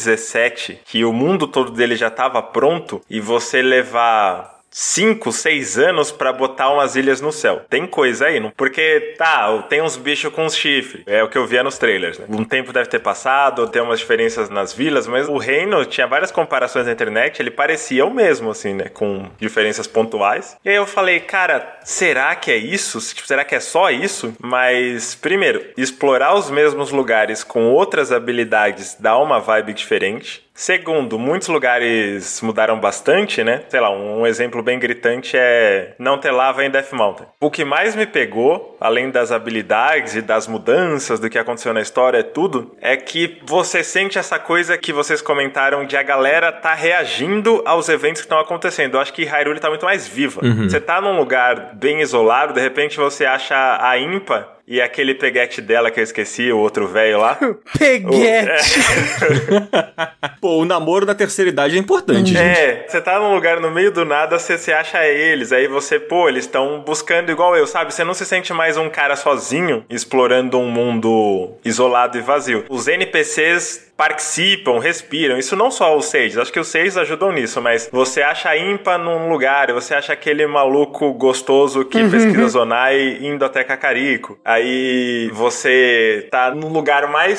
2017, que o mundo todo dele já tava pronto, e você levar 5, 6 anos pra botar umas ilhas no céu. Tem coisa aí, não? Porque, tem uns bichos com uns chifres. É o que eu via nos trailers, né? Um tempo deve ter passado, tem umas diferenças nas vilas, mas o reino tinha várias comparações na internet, ele parecia o mesmo, assim, né? Com diferenças pontuais. E aí eu falei, cara, será que é isso? Tipo, será que é só isso? Mas, primeiro, explorar os mesmos lugares com outras habilidades dá uma vibe diferente. Segundo, muitos lugares mudaram bastante, né? Sei lá, um exemplo bem gritante é não ter lava em Death Mountain. O que mais me pegou, além das habilidades e das mudanças do que aconteceu na história, tudo, é que você sente essa coisa que vocês comentaram de a galera tá reagindo aos eventos que estão acontecendo. Eu acho que Hyrule tá muito mais viva. Você tá num lugar bem isolado, de repente você acha a Impa e aquele peguete dela que eu esqueci, o outro velho lá. Peguete! Pô, o namoro da terceira idade é importante, gente. Você tá num lugar no meio do nada, você acha eles, aí você, eles estão buscando igual eu, sabe? Você não se sente mais um cara sozinho explorando um mundo isolado e vazio. Os NPCs participam, respiram. Isso não só os Sages, acho que os Sages ajudam nisso, mas você acha a Impa num lugar, você acha aquele maluco gostoso que pesquisa Zonai indo até Kakariko. Aí você tá num lugar mais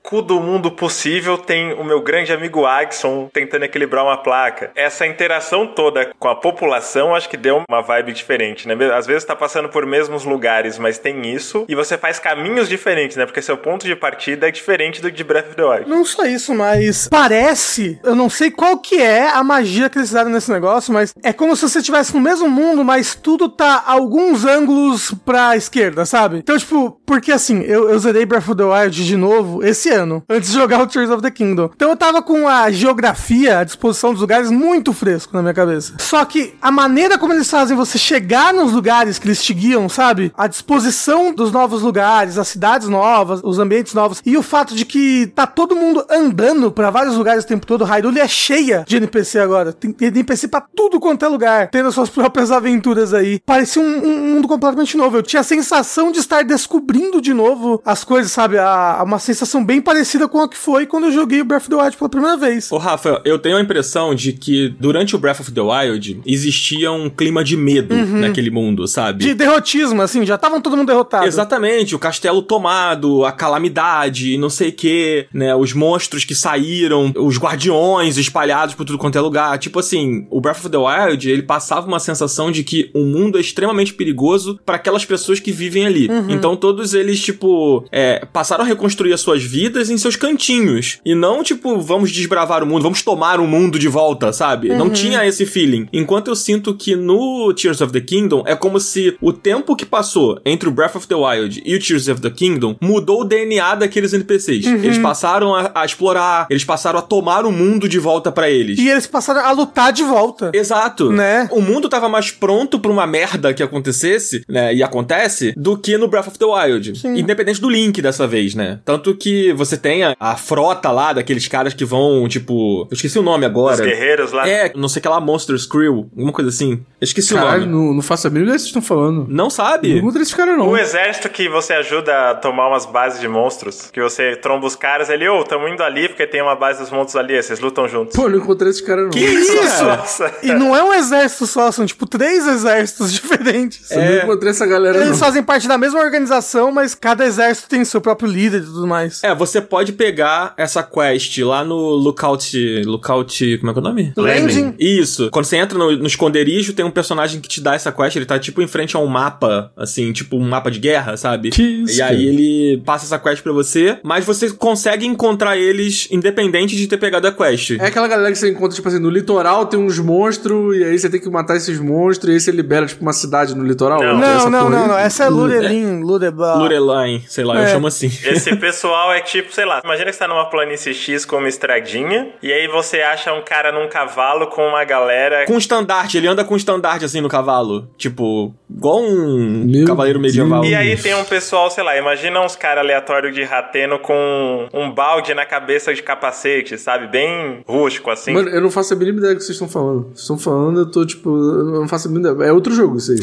cu do mundo possível tem o meu grande amigo Agson tentando equilibrar uma placa. Essa interação toda com a população, acho que deu uma vibe diferente, né? Às vezes tá passando por mesmos lugares, mas tem isso, e você faz caminhos diferentes, né? Porque seu ponto de partida é diferente do de Breath of the Wild. Não só isso, mas parece, eu não sei qual que é a magia que eles fizeram nesse negócio, mas é como se você estivesse no mesmo mundo, mas tudo tá a alguns ângulos pra esquerda, sabe? Então, tipo, porque assim, eu zerei Breath of the Wild de novo esse ano, antes de jogar o Tears of the Kingdom. Então eu tava com a geografia, a disposição dos lugares muito fresco na minha cabeça. Só que a maneira como eles fazem você chegar nos lugares que eles te guiam, sabe? A disposição dos novos lugares, as cidades novas, os ambientes novos, e o fato de que tá todo mundo andando pra vários lugares o tempo todo. Hyrule é cheia de NPC agora. Tem NPC pra tudo quanto é lugar, tendo as suas próprias aventuras aí. Parecia um mundo completamente novo. Eu tinha a sensação de estar descobrindo de novo as coisas, sabe? Uma sensação bem parecida com a que foi quando eu joguei o Breath of the Wild pela primeira vez. Ô, Rafa, eu tenho a impressão de que durante o Breath of the Wild existia um clima de medo naquele mundo, sabe? De derrotismo, assim, já estavam todo mundo derrotado. Exatamente, o castelo tomado, a calamidade, não sei o que, né? Os monstros que saíram, os guardiões espalhados por tudo quanto é lugar. Tipo assim, o Breath of the Wild, ele passava uma sensação de que o mundo é extremamente perigoso para aquelas pessoas que vivem ali. Então todos eles, tipo, passaram a reconstruir as suas vidas em seus cantinhos. E não, tipo, vamos desbravar o mundo, vamos tomar o mundo de volta, sabe? Não tinha esse feeling. Enquanto eu sinto que no Tears of the Kingdom é como se o tempo que passou entre o Breath of the Wild e o Tears of the Kingdom mudou o DNA daqueles NPCs. Eles passaram a explorar, eles passaram a tomar o mundo de volta pra eles. E eles passaram a lutar de volta. Exato. Né? O mundo tava mais pronto pra uma merda que acontecesse, né, e acontece, do que no Breath of the Wild. Sim. Independente do Link dessa vez, né? Tanto que você tem a frota lá daqueles caras que vão, tipo... Eu esqueci o nome agora. Os guerreiros lá. Não sei o que lá, Monsters Crew, alguma coisa assim. Eu esqueci o Caralho, nome. não faço a mínima ideia que vocês estão falando. Não sabe? Não contra esse cara, não. O exército que você ajuda a tomar umas bases de monstros, que você tromba os caras ali, tamo indo ali porque tem uma base dos monstros ali, vocês lutam juntos. Pô, não encontrei esse cara, não. Que isso? Nossa. E não é um exército só, são tipo 3 exércitos diferentes. Eu não encontrei essa galera, Eles não. fazem parte da mesma organização, mas cada exército tem seu próprio líder e tudo mais. Você pode pegar essa quest lá no Lookout, como é que é o nome? Landing. Isso. Quando você entra no esconderijo, tem um personagem que te dá essa quest, ele tá tipo em frente a um mapa, assim, tipo um mapa de guerra, sabe? Que isso, E aí ele passa essa quest pra você, mas você consegue encontrar eles independente de ter pegado a quest. É aquela galera que você encontra, tipo assim, no litoral tem uns monstros, e aí você tem que matar esses monstros, e aí você libera, tipo, uma cidade no litoral. Não. Essa é Lurelin, Lurelin, sei lá, eu chamo assim. Esse pessoal é tipo, sei lá, imagina que você tá numa planície X com uma estradinha, e aí você acha um cara num cavalo com uma galera... Com um estandarte, ele anda com um estandarte assim no cavalo. Tipo, igual um Meu cavaleiro medieval. Deus. E aí tem um pessoal, sei lá, imagina uns caras aleatórios de rateno com um balde na cabeça de capacete, sabe? Bem rústico, assim. Mano, eu não faço a mínima ideia do que vocês estão falando. Vocês estão falando, eu tô, tipo... Eu não faço a mínima ideia. É outro jogo, isso aí.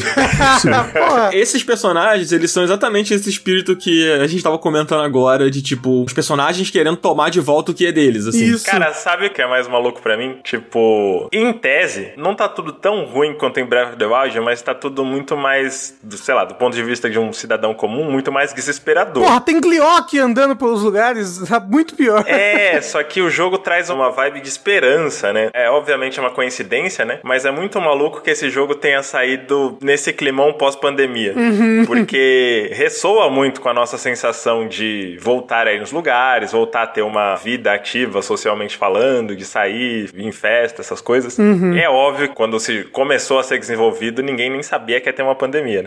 Porra. Esses personagens, eles são exatamente esse espírito que a gente tava comentando agora, de tipo, os personagens querendo tomar de volta o que é deles, assim. Isso. Cara, sabe o que é mais maluco pra mim? Tipo, em tese, não tá tudo tão ruim quanto em Breath of the Wild, mas tá tudo muito mais, sei lá, do ponto de vista de um cidadão comum, muito mais desesperador. Porra, tem Gleok andando pelos lugares, tá muito pior. Só que o jogo traz uma vibe de esperança, né? Obviamente uma coincidência, né? Mas é muito maluco que esse jogo tenha saído nesse climão pós-pandemia. Porque ressoa muito com a nossa sensação de voltar aí nos lugares, voltar a ter uma vida ativa socialmente falando, de sair em festa, essas coisas. É óbvio que quando se começou a ser desenvolvido, ninguém nem sabia que ia ter uma pandemia, né?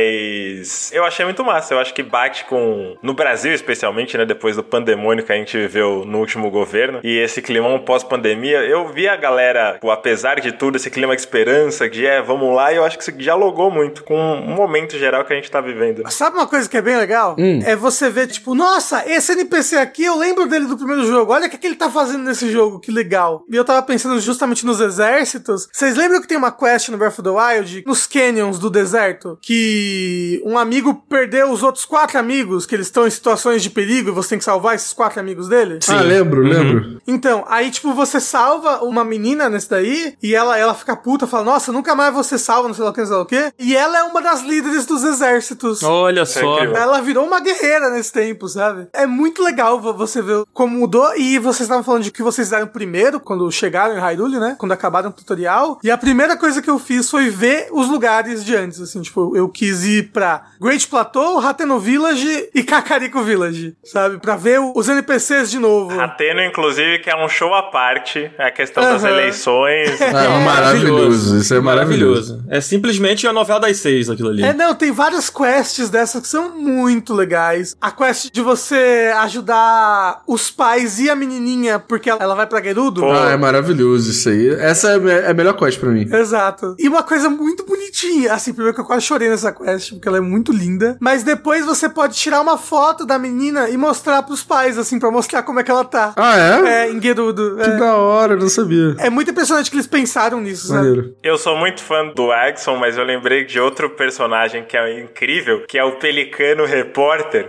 Mas eu achei muito massa. Eu acho que bate com... No Brasil, especialmente, né? Depois do pandemônio que a gente viveu no último governo. E esse climão pós-pandemia, eu vi a galera, apesar de tudo, esse clima de esperança, de vamos lá, e eu acho que isso dialogou muito com um momento geral que a gente tá vivendo. Sabe uma coisa que é bem legal? É você ver, tipo, nossa, esse NPC aqui, eu lembro dele do primeiro jogo. Olha o que ele tá fazendo nesse jogo, que legal. E eu tava pensando justamente nos exércitos. Vocês lembram que tem uma quest no Breath of the Wild, nos canyons do deserto? deserto, que um amigo perdeu os outros 4 amigos, que eles estão em situações de perigo e você tem que salvar esses 4 amigos dele? Ah, lembro. Então, aí, tipo, você salva uma menina nesse daí, e ela fica puta, fala, nossa, nunca mais você salva, não sei lá o que, não sei lá o que. E ela é uma das líderes dos exércitos. Olha só. Ela virou uma guerreira nesse tempo, sabe? É muito legal você ver como mudou. E vocês estavam falando de que vocês fizeram primeiro, quando chegaram em Hyrule, né? Quando acabaram o tutorial. E a primeira coisa que eu fiz foi ver os lugares de antes, assim. Tipo, eu quis ir pra Great Plateau, Hateno Village e Kakariko Village, sabe? Pra ver os NPCs de novo. Hateno, inclusive, que é um show à parte. É a questão das eleições. Maravilhoso. Isso é maravilhoso. É simplesmente a novela das 6, aquilo ali. Não, tem várias quests dessas que são muito legais. A quest de você ajudar os pais e a menininha porque ela vai pra Gerudo. Pô. É maravilhoso isso aí. Essa é a melhor quest pra mim. Exato. E uma coisa muito bonitinha. Assim, primeiro que eu quase chorei nessa quest, porque ela é muito linda. Mas depois você pode tirar uma foto da menina e mostrar pros pais, assim, pra mostrar como é que ela tá. Ah, é? Em Gerudo. Que da hora, eu não sabia. É muito impressionante que eles pensaram nisso, Maneiro. sabe? Eu sou muito fã do Axon, mas eu lembrei de outro personagem que é incrível, que é o Pelicano Repórter.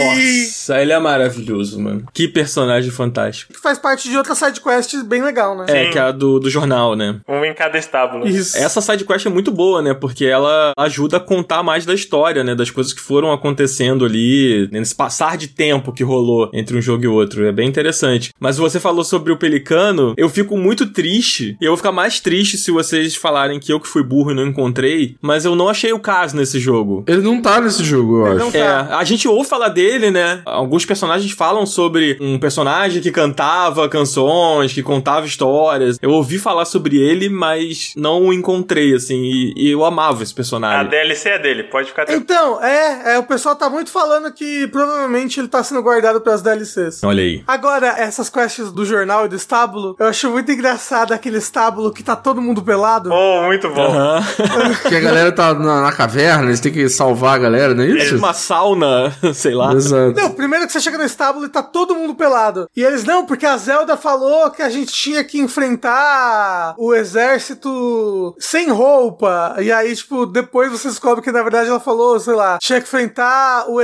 Nossa, ele é maravilhoso, mano. Que personagem fantástico. Que faz parte de outra sidequest bem legal, né? É, que é a do jornal, né? Um em cada estábulo. Isso. Essa sidequest é muito boa, né? Porque ela ajuda a contar mais da história, né? Das coisas que foram acontecendo ali, nesse passar de tempo que rolou entre um jogo e outro. É bem interessante. Mas você falou sobre o Pelicano, eu fico muito triste, e eu vou ficar mais triste se vocês falarem que eu que fui burro e não encontrei, mas eu não achei o caso nesse jogo. Ele não tá nesse jogo, eu acho. A gente ouve falar dele, né? Alguns personagens falam sobre um personagem que cantava canções, que contava histórias. Eu ouvi falar sobre ele, mas não o encontrei, assim, e eu amava esse personagem. A DLC é dele, pode ficar tranquilo. Então, o pessoal tá muito falando que provavelmente ele tá sendo guardado pras DLCs. Olha aí. Agora, essas quests do jornal e do estábulo, eu acho muito engraçado aquele estábulo que tá todo mundo pelado. Oh, muito bom. Que a galera tá na caverna, eles têm que salvar a galera, não é isso? É uma sauna, sei lá. Exato. Não, primeiro que você chega no estábulo e tá todo mundo pelado. E eles, não, porque a Zelda falou que a gente tinha que enfrentar o exército sem roupa. E aí, tipo, depois você descobre que na verdade ela falou, sei lá, tinha que enfrentar o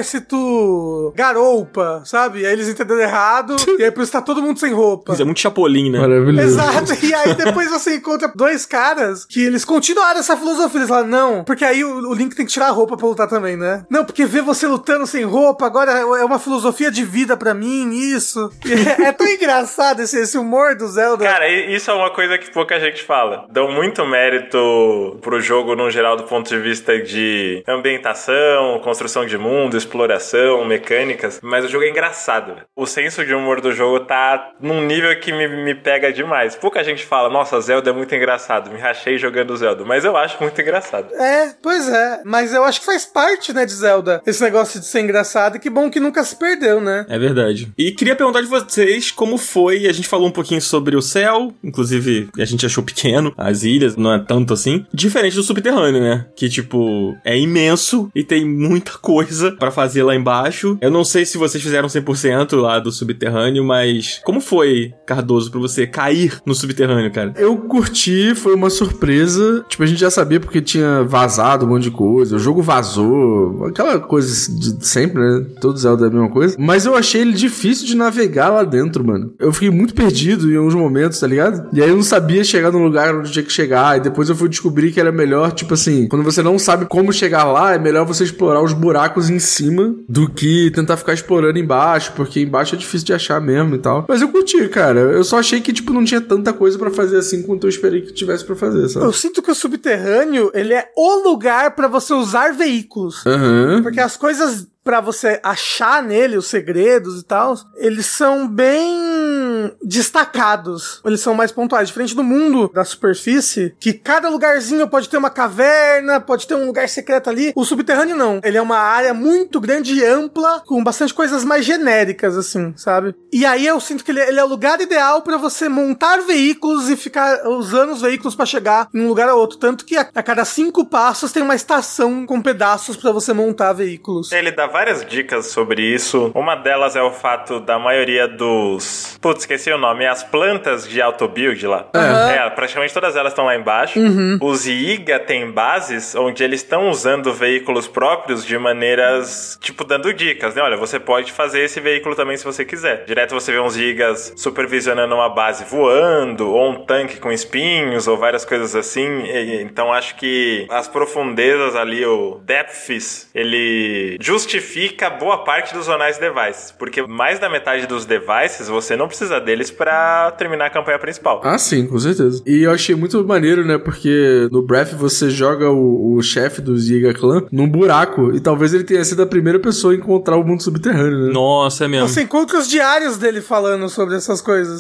exército garoupa, sabe? E aí eles entenderam errado. E aí por isso tá todo mundo sem roupa. Isso é muito Chapolin, né? Maravilhoso. Exato, e aí depois você encontra 2 caras que eles continuaram essa filosofia. Eles falam, não, porque aí o Link tem que tirar a roupa pra lutar também, né? Não, porque ver você lutando sem roupa agora é uma filosofia de vida pra mim, isso. É tão engraçado esse humor do Zelda. Cara, isso é uma coisa que pouca gente fala. Dão muito mérito pro jogo no geral do ponto de vista de ambientação, construção de mundo, exploração, mecânicas, mas o jogo é engraçado. O senso de humor do jogo tá num nível que me pega demais. Pouca gente fala, nossa, Zelda é muito engraçado, me rachei jogando Zelda, mas eu acho muito engraçado. Pois é, mas eu acho que faz parte, né, de Zelda, esse negócio de ser engraçado, e que bom que nunca se perdeu, né? É verdade. E queria perguntar de vocês como foi, a gente falou um pouquinho sobre o céu, inclusive a gente achou pequeno, as ilhas, não é tanto assim, diferente do subterrâneo, né? Que, tipo, é imenso e tem muita coisa pra fazer lá embaixo. Eu não sei se vocês fizeram 100% lá do subterrâneo, mas como foi, Cardoso, pra você cair no subterrâneo, cara? Eu curti, foi uma surpresa. Tipo, a gente já sabia porque tinha vazado um monte de coisa, o jogo vazou, aquela coisa de sempre, né? Todo Zelda é a mesma coisa. Mas eu achei ele difícil de navegar lá dentro, mano. Eu fiquei muito perdido em alguns momentos, tá ligado? E aí eu não sabia chegar no lugar onde tinha que chegar. E depois eu fui descobrir que era melhor, tipo assim, quando você não sabe como chegar lá, é melhor você explorar os buracos em cima do que tentar ficar explorando embaixo, porque embaixo é difícil de achar mesmo e tal. Mas eu curti, cara. Eu só achei que, tipo, não tinha tanta coisa pra fazer assim quanto eu esperei que tivesse pra fazer, sabe? Eu sinto que o subterrâneo, ele é o lugar pra você usar veículos. Porque as coisas pra você achar nele os segredos e tal, eles são bem destacados. Eles são mais pontuais. Diferente do mundo da superfície, que cada lugarzinho pode ter uma caverna, pode ter um lugar secreto ali. O subterrâneo não. Ele é uma área muito grande e ampla, com bastante coisas mais genéricas, assim, sabe? E aí eu sinto que ele é o lugar ideal pra você montar veículos e ficar usando os veículos pra chegar em um lugar ou outro. Tanto que a cada 5 passos tem uma estação com pedaços pra você montar veículos. Ele dá várias dicas sobre isso. Uma delas é o fato da maioria dos Putz, esqueci o nome. As plantas de auto-build lá. Praticamente todas elas estão lá embaixo. Os Yiga têm bases onde eles estão usando veículos próprios de maneiras, tipo, dando dicas, né? Olha, você pode fazer esse veículo também se você quiser. Direto você vê uns Yigas supervisionando uma base voando, ou um tanque com espinhos, ou várias coisas assim. Então acho que as profundezas ali, o Depths, ele justifica boa parte dos zonais devices. Porque mais da metade dos devices, você não precisa deles pra terminar a campanha principal. Ah, sim, com certeza. E eu achei muito maneiro, né? Porque no Breath você joga o chefe do Yiga Clan num buraco, e talvez ele tenha sido a primeira pessoa a encontrar o mundo subterrâneo, né? Nossa, é mesmo. Você encontra os diários dele falando sobre essas coisas.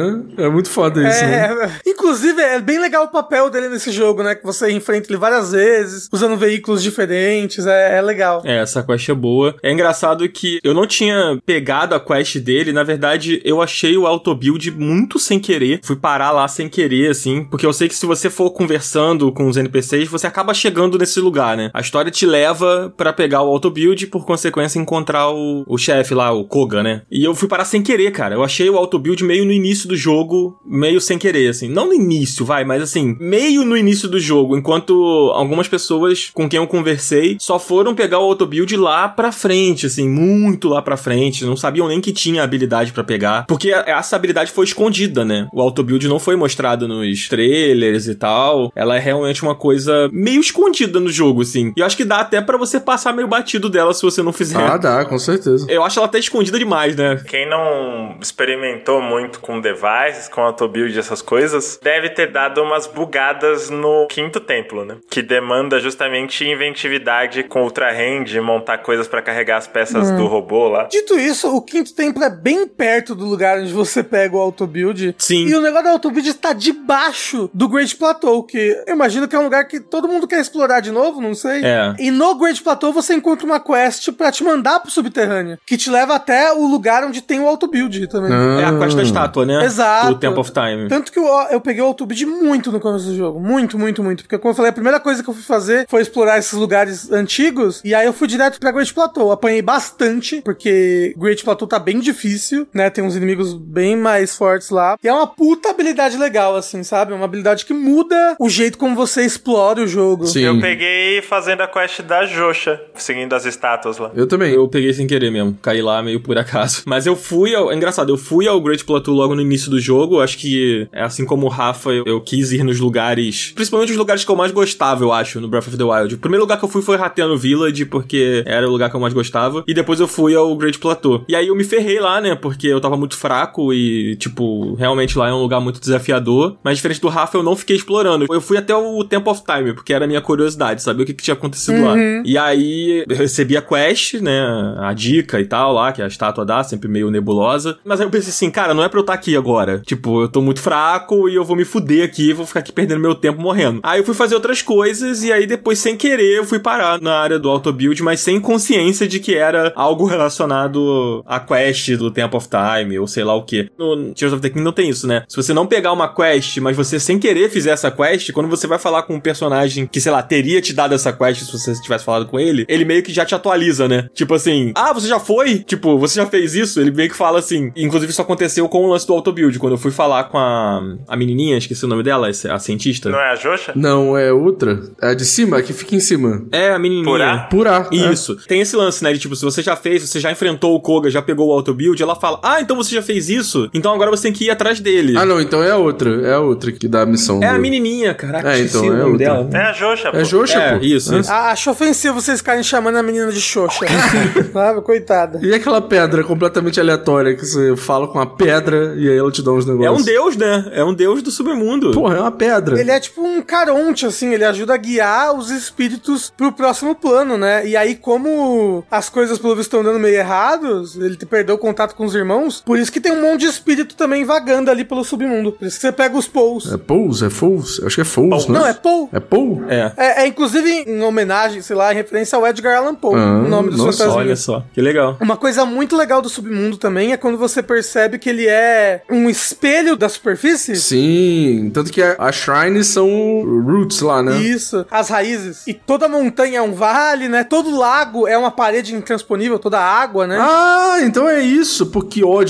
É muito foda isso, né? Inclusive, é bem legal o papel dele nesse jogo, né? Que você enfrenta ele várias vezes, usando veículos diferentes, é legal. Essa quest é boa. É engraçado que eu não tinha pegado a quest dele, na verdade, eu achei o auto-build muito sem querer. Fui parar lá sem querer, assim, porque eu sei que se você for conversando com os NPCs, você acaba chegando nesse lugar, né? A história te leva pra pegar o auto-build e, por consequência, encontrar o chefe lá, o Koga, né? E eu fui parar sem querer, cara. Eu achei o auto-build meio no início do jogo, meio sem querer, assim. Não no início, mas assim, meio no início do jogo, enquanto algumas pessoas com quem eu conversei só foram pegar o auto-build lá pra frente, assim, muito lá pra frente. Não sabiam nem que tinha habilidade pra pegar, porque essa habilidade foi escondida, né? O auto-build não foi mostrado nos trailers e tal. Ela é realmente uma coisa meio escondida no jogo, assim. E eu acho que dá até pra você passar meio batido dela se você não fizer. Ah, dá, com certeza. Eu acho ela até escondida demais, né? Quem não experimentou muito com devices, com auto-build e essas coisas, deve ter dado umas bugadas no quinto templo, né? Que demanda justamente inventividade com Ultra Hand, montar coisas pra carregar as peças do robô lá. Dito isso, o quinto templo é bem perto do lugar onde você pega o auto-build. Sim. E o negócio do auto-build tá debaixo do Great Plateau, que eu imagino que é um lugar que todo mundo quer explorar de novo, não sei. E no Great Plateau você encontra uma quest pra te mandar pro subterrâneo, que te leva até o lugar onde tem o auto-build também. É a quest da estátua, né? Exato. Do Temple of Time. Tanto que eu peguei o auto-build muito no começo do jogo. Muito. Porque, como eu falei, a primeira coisa que eu fui fazer foi explorar esses lugares antigos, e aí eu fui direto pra Great Plateau. Apanhei bastante, porque Great Plateau tá bem difícil, né? Tem uns inimigos bem mais fortes lá. E é uma puta habilidade legal, assim, sabe? É uma habilidade que muda o jeito como você explora o jogo. Sim. Eu peguei fazendo a quest da Josha, seguindo as estátuas lá. Eu também. Eu peguei sem querer mesmo. Caí lá meio por acaso. Mas eu fui ao... É engraçado, eu fui ao Great Plateau logo no início do jogo. Acho que, assim como o Rafa, eu quis ir nos lugares... Principalmente os lugares que eu mais gostava, eu acho, no Breath of the Wild. O primeiro lugar que eu fui foi Hateno Village, porque era o lugar que eu mais gostava. E depois eu fui ao Great Plateau. E aí eu me ferrei lá, né? Porque eu tava muito fraco e, tipo, realmente lá é um lugar muito desafiador. Mas diferente do Rafa, eu não fiquei explorando. Eu fui até o Temple of Time, porque era a minha curiosidade, saber o que tinha acontecido lá. E aí eu recebi a quest, né? A dica e tal lá, que a estátua dá, sempre meio nebulosa. Mas aí eu pensei assim, cara, não é pra eu estar aqui agora. Tipo, eu tô muito fraco e eu vou me fuder aqui, vou ficar aqui perdendo meu tempo morrendo. Aí eu fui fazer outras coisas e aí depois, sem querer, eu fui parar na área do auto-build, mas sem consciência de que era algo relacionado à quest do Temple of Time, ou sei lá o que. No Tears of the Kingdom tem isso, né? Se você não pegar uma quest, mas você sem querer fizer essa quest, quando você vai falar com um personagem que, sei lá, teria te dado essa quest se você tivesse falado com ele meio que já te atualiza, né? Tipo assim, você já foi? Tipo, você já fez isso? Ele meio que fala assim. Inclusive isso aconteceu com o lance do auto-build, quando eu fui falar com a menininha, esqueci o nome dela, a cientista. Não é a Josha? Não, é outra. É a de cima, a que fica em cima. É, a menininha. Purá. Isso. Tem esse lance, né? De tipo, se você já fez, você já enfrentou o Koga, já pegou o auto-build, ela fala, então você já fez isso? Então agora você tem que ir atrás dele. Não, então é a outra. É a outra que dá a missão. É a menininha, caraca. Então é o nome dela. É a Josha, pô. É Josha, pô. Isso. Acho ofensivo vocês ficarem chamando a menina de Xoxa. Sabe? Coitada. E aquela pedra completamente aleatória que você fala com a pedra e aí ela te dá uns negócios. É um deus, né? É um deus do submundo. Porra, é uma pedra. Ele é tipo um caronte, assim, ele ajuda a guiar os espíritos pro próximo plano, né? E aí, como as coisas pelo visto estão dando meio errados, ele perdeu o contato com os irmãos, por isso que tem um monte de espírito também vagando ali pelo submundo. Por isso que você pega os Pouls. É Pouls? É Fouls? Acho que é Fouls, né? Não, é Poe. É Poe? É. Inclusive em homenagem, sei lá, em referência ao Edgar Allan Poe, o nome do fantasma. Olha só, que legal. Uma coisa muito legal do submundo também é quando você percebe que ele é um espelho da superfície. Sim, tanto que as shrines são roots lá, né? Isso, as raízes. E toda montanha é um vale, né? Todo lago é uma parede intransponível, toda a água, né? Então é isso. Pô, que ódio dessas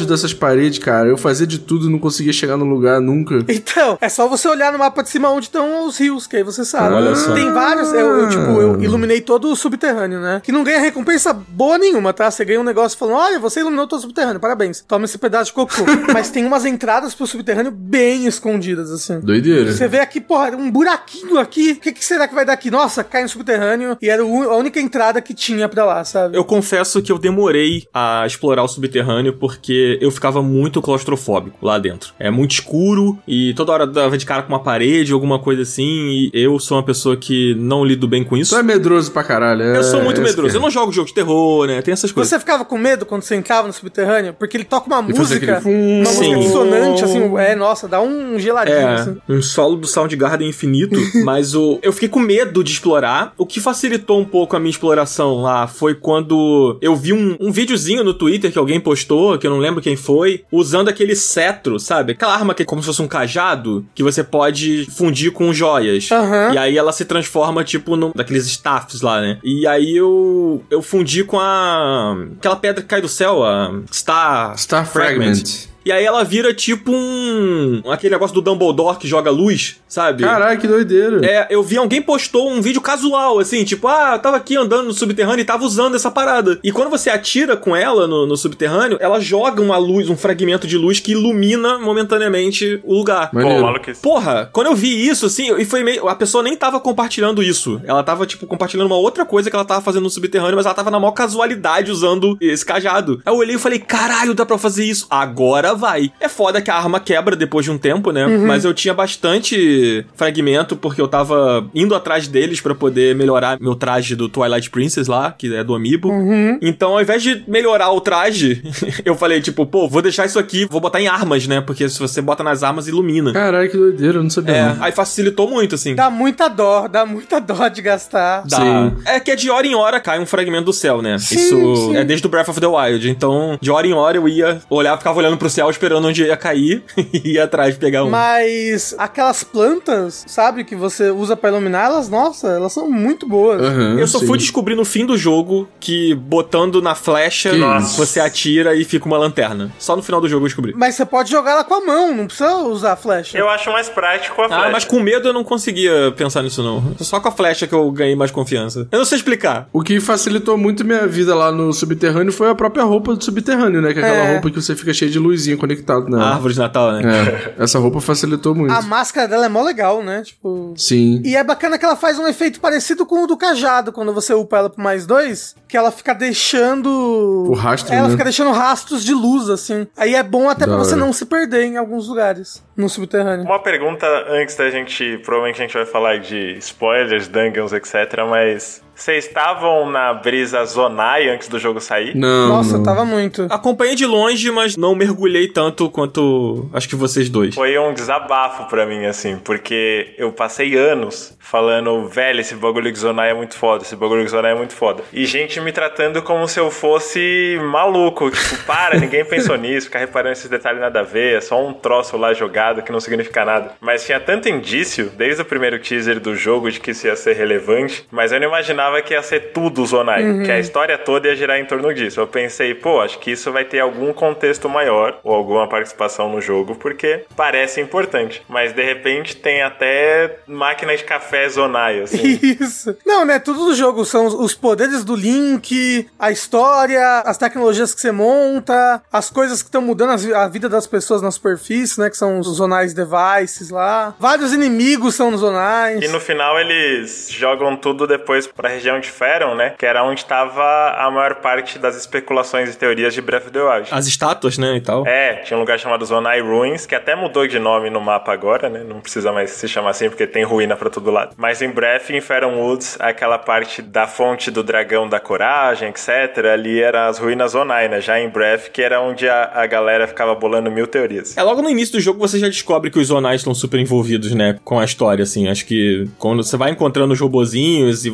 parede, cara. Eu fazia de tudo e não conseguia chegar no lugar nunca. Então, é só você olhar no mapa de cima onde estão os rios, que aí você sabe. Olha só. Tem vários, eu iluminei todo o subterrâneo, né? Que não ganha recompensa boa nenhuma, tá? Você ganha um negócio falando, olha, você iluminou todo o subterrâneo, parabéns. Toma esse pedaço de cocô. Mas tem umas entradas pro subterrâneo bem escondidas, assim. Doideira. Você vê aqui, porra, um buraquinho aqui. O que será que vai dar aqui? Nossa, cai no subterrâneo. E era a única entrada que tinha pra lá, sabe? Eu confesso que eu demorei a explorar o subterrâneo porque eu ficava muito claustrofóbico lá dentro. É muito escuro e toda hora dava de cara com uma parede, alguma coisa assim, e eu sou uma pessoa que não lido bem com isso. Tu é medroso pra caralho. Eu sou muito medroso. Eu não jogo jogo de terror, né? Tem essas coisas. Você ficava com medo quando você entrava no subterrâneo? Porque ele toca uma Ele fazia música, aquele uma música Sim. dissonante, assim, nossa, dá um geladinho, assim. Um solo do Soundgarden infinito, mas eu fiquei com medo de explorar. O que facilitou um pouco a minha exploração lá foi quando eu vi um videozinho no Twitter que alguém postou, que eu não lembro quem foi, usando aquele cetro, sabe? Aquela arma que é como se fosse um cajado, que você pode fundir com joias. Aham. E aí ela se transforma, tipo, daqueles staffs lá, né? E aí eu fundi com aquela pedra que cai do céu, a Star Fragment. E aí ela vira tipo aquele negócio do Dumbledore que joga luz, sabe? Caralho, que doideira. Eu vi alguém postou um vídeo casual, assim, tipo, eu tava aqui andando no subterrâneo e tava usando essa parada. E quando você atira com ela no subterrâneo, ela joga uma luz, um fragmento de luz que ilumina momentaneamente o lugar. Maneiro. Pô, maluquice. Porra, quando eu vi isso, assim, e foi meio... A pessoa nem tava compartilhando isso. Ela tava, tipo, compartilhando uma outra coisa que ela tava fazendo no subterrâneo, mas ela tava na maior casualidade usando esse cajado. Aí eu olhei e falei, caralho, dá pra fazer isso. Agora vai. É foda que a arma quebra depois de um tempo, né? Mas eu tinha bastante fragmento, porque eu tava indo atrás deles pra poder melhorar meu traje do Twilight Princess lá, que é do Amiibo. Então, ao invés de melhorar o traje, eu falei, tipo, pô, vou deixar isso aqui, vou botar em armas, né? Porque se você bota nas armas, ilumina. Caralho, que doideira, eu não sabia não. Aí facilitou muito, assim. Dá muita dó de gastar. Dá. Sim. É que de hora em hora cai um fragmento do céu, né? Sim, Isso sim. é desde o Breath of the Wild. Então, de hora em hora eu ia olhar, ficava olhando pro céu, esperando onde ia cair e ia atrás pegar um. Mas aquelas plantas, sabe, que você usa pra iluminar, nossa, elas são muito boas. Eu só sim. fui descobrir no fim do jogo que botando na flecha, Que isso? você atira e fica uma lanterna. Só no final do jogo eu descobri. Mas você pode jogar ela com a mão, não precisa usar a flecha. Eu acho mais prático a flecha. Mas com medo eu não conseguia pensar nisso, não. Só com a flecha que eu ganhei mais confiança. Eu não sei explicar. O que facilitou muito minha vida lá no subterrâneo foi a própria roupa do subterrâneo, né? Que é aquela roupa que você fica cheio de luzinha conectado nela. Árvore de Natal, né? Essa roupa facilitou muito. A máscara dela é mó legal, né? Tipo... Sim. E é bacana que ela faz um efeito parecido com o do cajado, quando você upa ela pro +2, que ela fica deixando... O rastro, Ela né? fica deixando rastros de luz, assim. Aí é bom até pra Da você hora. não se perder em alguns lugares, no subterrâneo. Uma pergunta antes da gente... Provavelmente a gente vai falar de spoilers, dungeons, etc. Mas... Vocês estavam na brisa Zonai antes do jogo sair? Não, Nossa, não. tava muito. Acompanhei de longe, mas não mergulhei tanto quanto acho que vocês dois. Foi um desabafo pra mim, assim, porque eu passei anos falando, velho, esse bagulho de Zonai é muito foda, esse bagulho de Zonai é muito foda. E gente me tratando como se eu fosse maluco, tipo, para, ninguém pensou nisso, ficar reparando esses detalhes nada a ver, é só um troço lá jogado que não significa nada. Mas tinha tanto indício, desde o primeiro teaser do jogo, de que isso ia ser relevante, mas eu não imaginava que ia ser tudo Zonai, que a história toda ia girar em torno disso. Eu pensei, pô, acho que isso vai ter algum contexto maior, ou alguma participação no jogo, porque parece importante. Mas, de repente, tem até máquina de café Zonai, assim. Isso. Não, né? Tudo do jogo são os poderes do Link, a história, as tecnologias que você monta, as coisas que estão mudando a vida das pessoas na superfície, né? Que são os Zonais Devices lá. Vários inimigos são nos Zonais. E no final eles jogam tudo depois pra região de Faron, né? Que era onde tava a maior parte das especulações e teorias de Breath of the Wild. As estátuas, né, e tal. Tinha um lugar chamado Zonai Ruins, que até mudou de nome no mapa agora, né? Não precisa mais se chamar assim, porque tem ruína pra todo lado. Mas em Breath, em Faron Woods, aquela parte da fonte do dragão da coragem, etc., ali eram as ruínas Zonai, né? Já em Breath, que era onde a galera ficava bolando 1000 teorias. Logo no início do jogo você já descobre que os Zonais estão super envolvidos, né, com a história, assim. Acho que quando você vai encontrando os robozinhos e você vai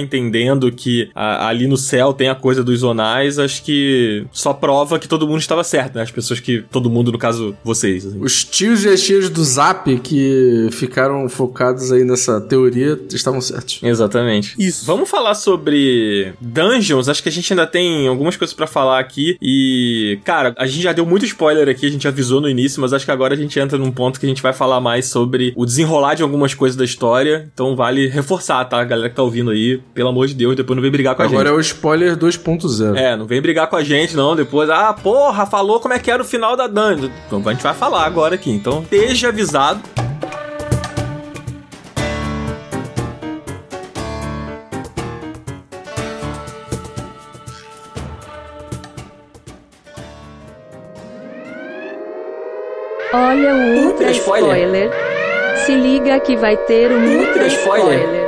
entendendo que ali no céu tem a coisa dos zonais, acho que só prova que todo mundo estava certo, né? As pessoas que... Todo mundo, no caso, vocês. Assim. Os tios e as tias do Zap que ficaram focados aí nessa teoria estavam certos. Exatamente. Isso. Vamos falar sobre Dungeons. Acho que a gente ainda tem algumas coisas pra falar aqui. E, cara, a gente já deu muito spoiler aqui, a gente avisou no início, mas acho que agora a gente entra num ponto que a gente vai falar mais sobre o desenrolar de algumas coisas da história. Então vale reforçar, tá? A galera que tá ouvindo aí, pelo amor de Deus, depois não vem brigar com a gente. Agora é o spoiler 2.0. Não vem brigar com a gente, não. Depois, porra, falou como é que era o final da Dungeon. Então a gente vai falar agora aqui. Então esteja avisado. Olha o ultra spoiler. Se liga que vai ter um ultra spoiler.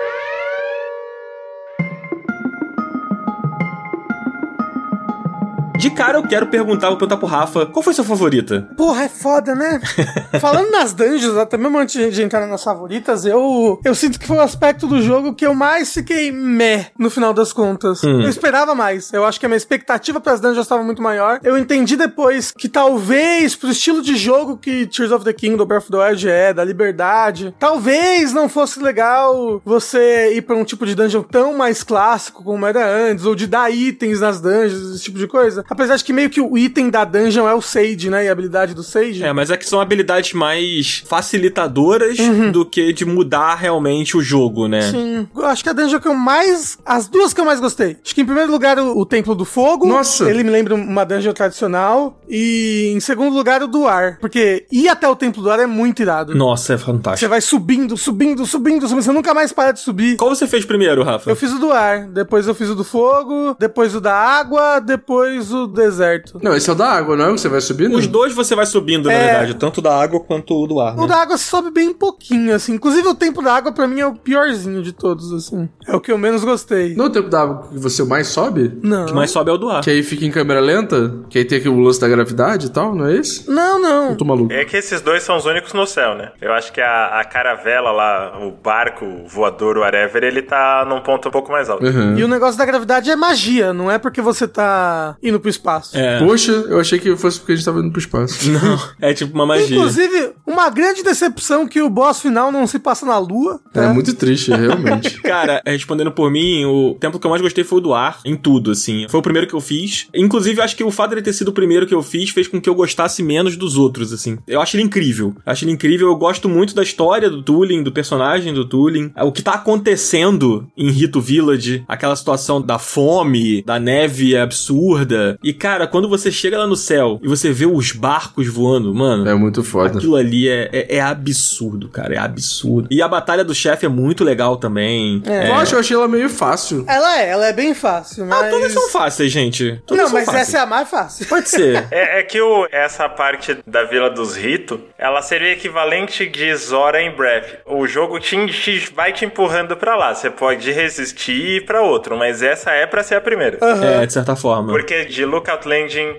De cara, eu quero perguntar pro Rafa, qual foi sua favorita? Porra, é foda, né? Falando nas dungeons, até mesmo antes de entrar nas favoritas, eu sinto que foi o aspecto do jogo que eu mais fiquei meh no final das contas. Eu esperava mais. Eu acho que a minha expectativa pras dungeons estava muito maior. Eu entendi depois que talvez, pro estilo de jogo que Tears of the Kingdom, Breath of the Wild da liberdade, talvez não fosse legal você ir pra um tipo de dungeon tão mais clássico como era antes, ou de dar itens nas dungeons, esse tipo de coisa. Apesar de que meio que o item da dungeon é o Sage, né? E a habilidade do Sage. Mas é que são habilidades mais facilitadoras do que de mudar realmente o jogo, né? Sim. Eu acho que a dungeon que eu mais... As duas que eu mais gostei. Acho que em primeiro lugar o Templo do Fogo. Nossa! Ele me lembra uma dungeon tradicional. E em segundo lugar o do Ar. Porque ir até o Templo do Ar é muito irado. Nossa, é fantástico. Você vai subindo. Você nunca mais para de subir. Qual você fez primeiro, Rafa? Eu fiz o do Ar. Depois eu fiz o do Fogo. Depois o da Água. Depois o deserto. Não, esse é o da água, não é o que você vai subindo? Os dois você vai subindo, na verdade. Tanto da água quanto o do ar, né? O da água sobe bem pouquinho, assim. Inclusive o tempo da água pra mim é o piorzinho de todos, assim. É o que eu menos gostei. Não é o tempo da água que você mais sobe? Não. O que mais sobe é o do ar. Que aí fica em câmera lenta? Que aí tem aquele lance da gravidade e tal, não é esse? Não. Eu tô maluco. É que esses dois são os únicos no céu, né? Eu acho que a caravela lá, o barco, o voador, whatever, ele tá num ponto um pouco mais alto. E o negócio da gravidade é magia, não é porque você tá indo pro espaço. Poxa, eu achei que fosse porque a gente tava indo pro espaço. Não, é tipo uma magia. Inclusive, uma grande decepção que o boss final não se passa na lua. É muito triste, realmente. Cara, respondendo por mim, o templo que eu mais gostei foi o do ar, em tudo, assim. Foi o primeiro que eu fiz. Inclusive, eu acho que o fato de ele ter sido o primeiro que eu fiz fez com que eu gostasse menos dos outros, assim. Eu acho ele incrível. Eu gosto muito da história do Tulin, do personagem do Tulin. O que tá acontecendo em Rito Village, aquela situação da fome, da neve absurda. E, cara, quando você chega lá no céu e você vê os barcos voando, mano... É muito foda. Aquilo ali é absurdo, cara. É absurdo. E a batalha do chefe é muito legal também. Eu achei ela meio fácil. Ela é bem fácil, mas... Todas são fáceis, gente. Todas são fáceis. Essa é a mais fácil. Pode ser. É que essa parte da Vila dos Ritos, ela seria equivalente de Zora em Breath. O jogo vai te empurrando pra lá. Você pode resistir e ir pra outro, mas essa é pra ser a primeira. De certa forma. Porque de Lookout Landing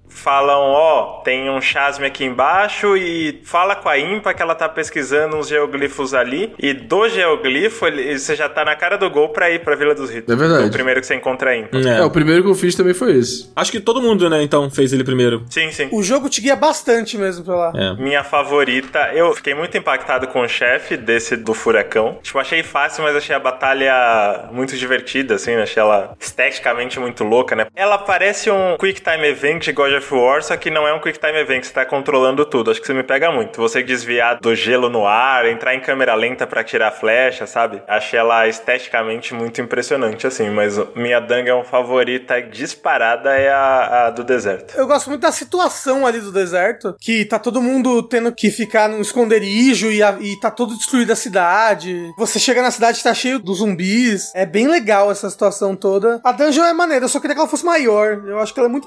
falam, tem um chasme aqui embaixo e fala com a Impa que ela tá pesquisando uns geoglifos ali, e do geoglifo você já tá na cara do gol pra ir pra Vila dos Ritos. É verdade. O primeiro que você encontra a Impa. O primeiro que eu fiz também foi esse. Acho que todo mundo, né, então, fez ele primeiro. Sim. O jogo te guia bastante mesmo pra lá. Minha favorita, eu fiquei muito impactado com o chefe desse do furacão. Tipo, achei fácil, mas achei a batalha muito divertida, assim, achei ela esteticamente muito louca, né? Ela parece um Quick Time Event de God of War, só que não é um Quick Time Event, você tá controlando tudo. Acho que você me pega muito. Você desviar do gelo no ar, entrar em câmera lenta pra tirar flecha, sabe? Achei ela esteticamente muito impressionante, assim, mas minha dungeon favorita disparada é a do deserto. Eu gosto muito da situação ali do deserto, que tá todo mundo tendo que ficar num esconderijo e tá todo destruído a cidade. Você chega na cidade e tá cheio dos zumbis. É bem legal essa situação toda. A dungeon é maneira, eu só queria que ela fosse maior. Eu acho que ela é muito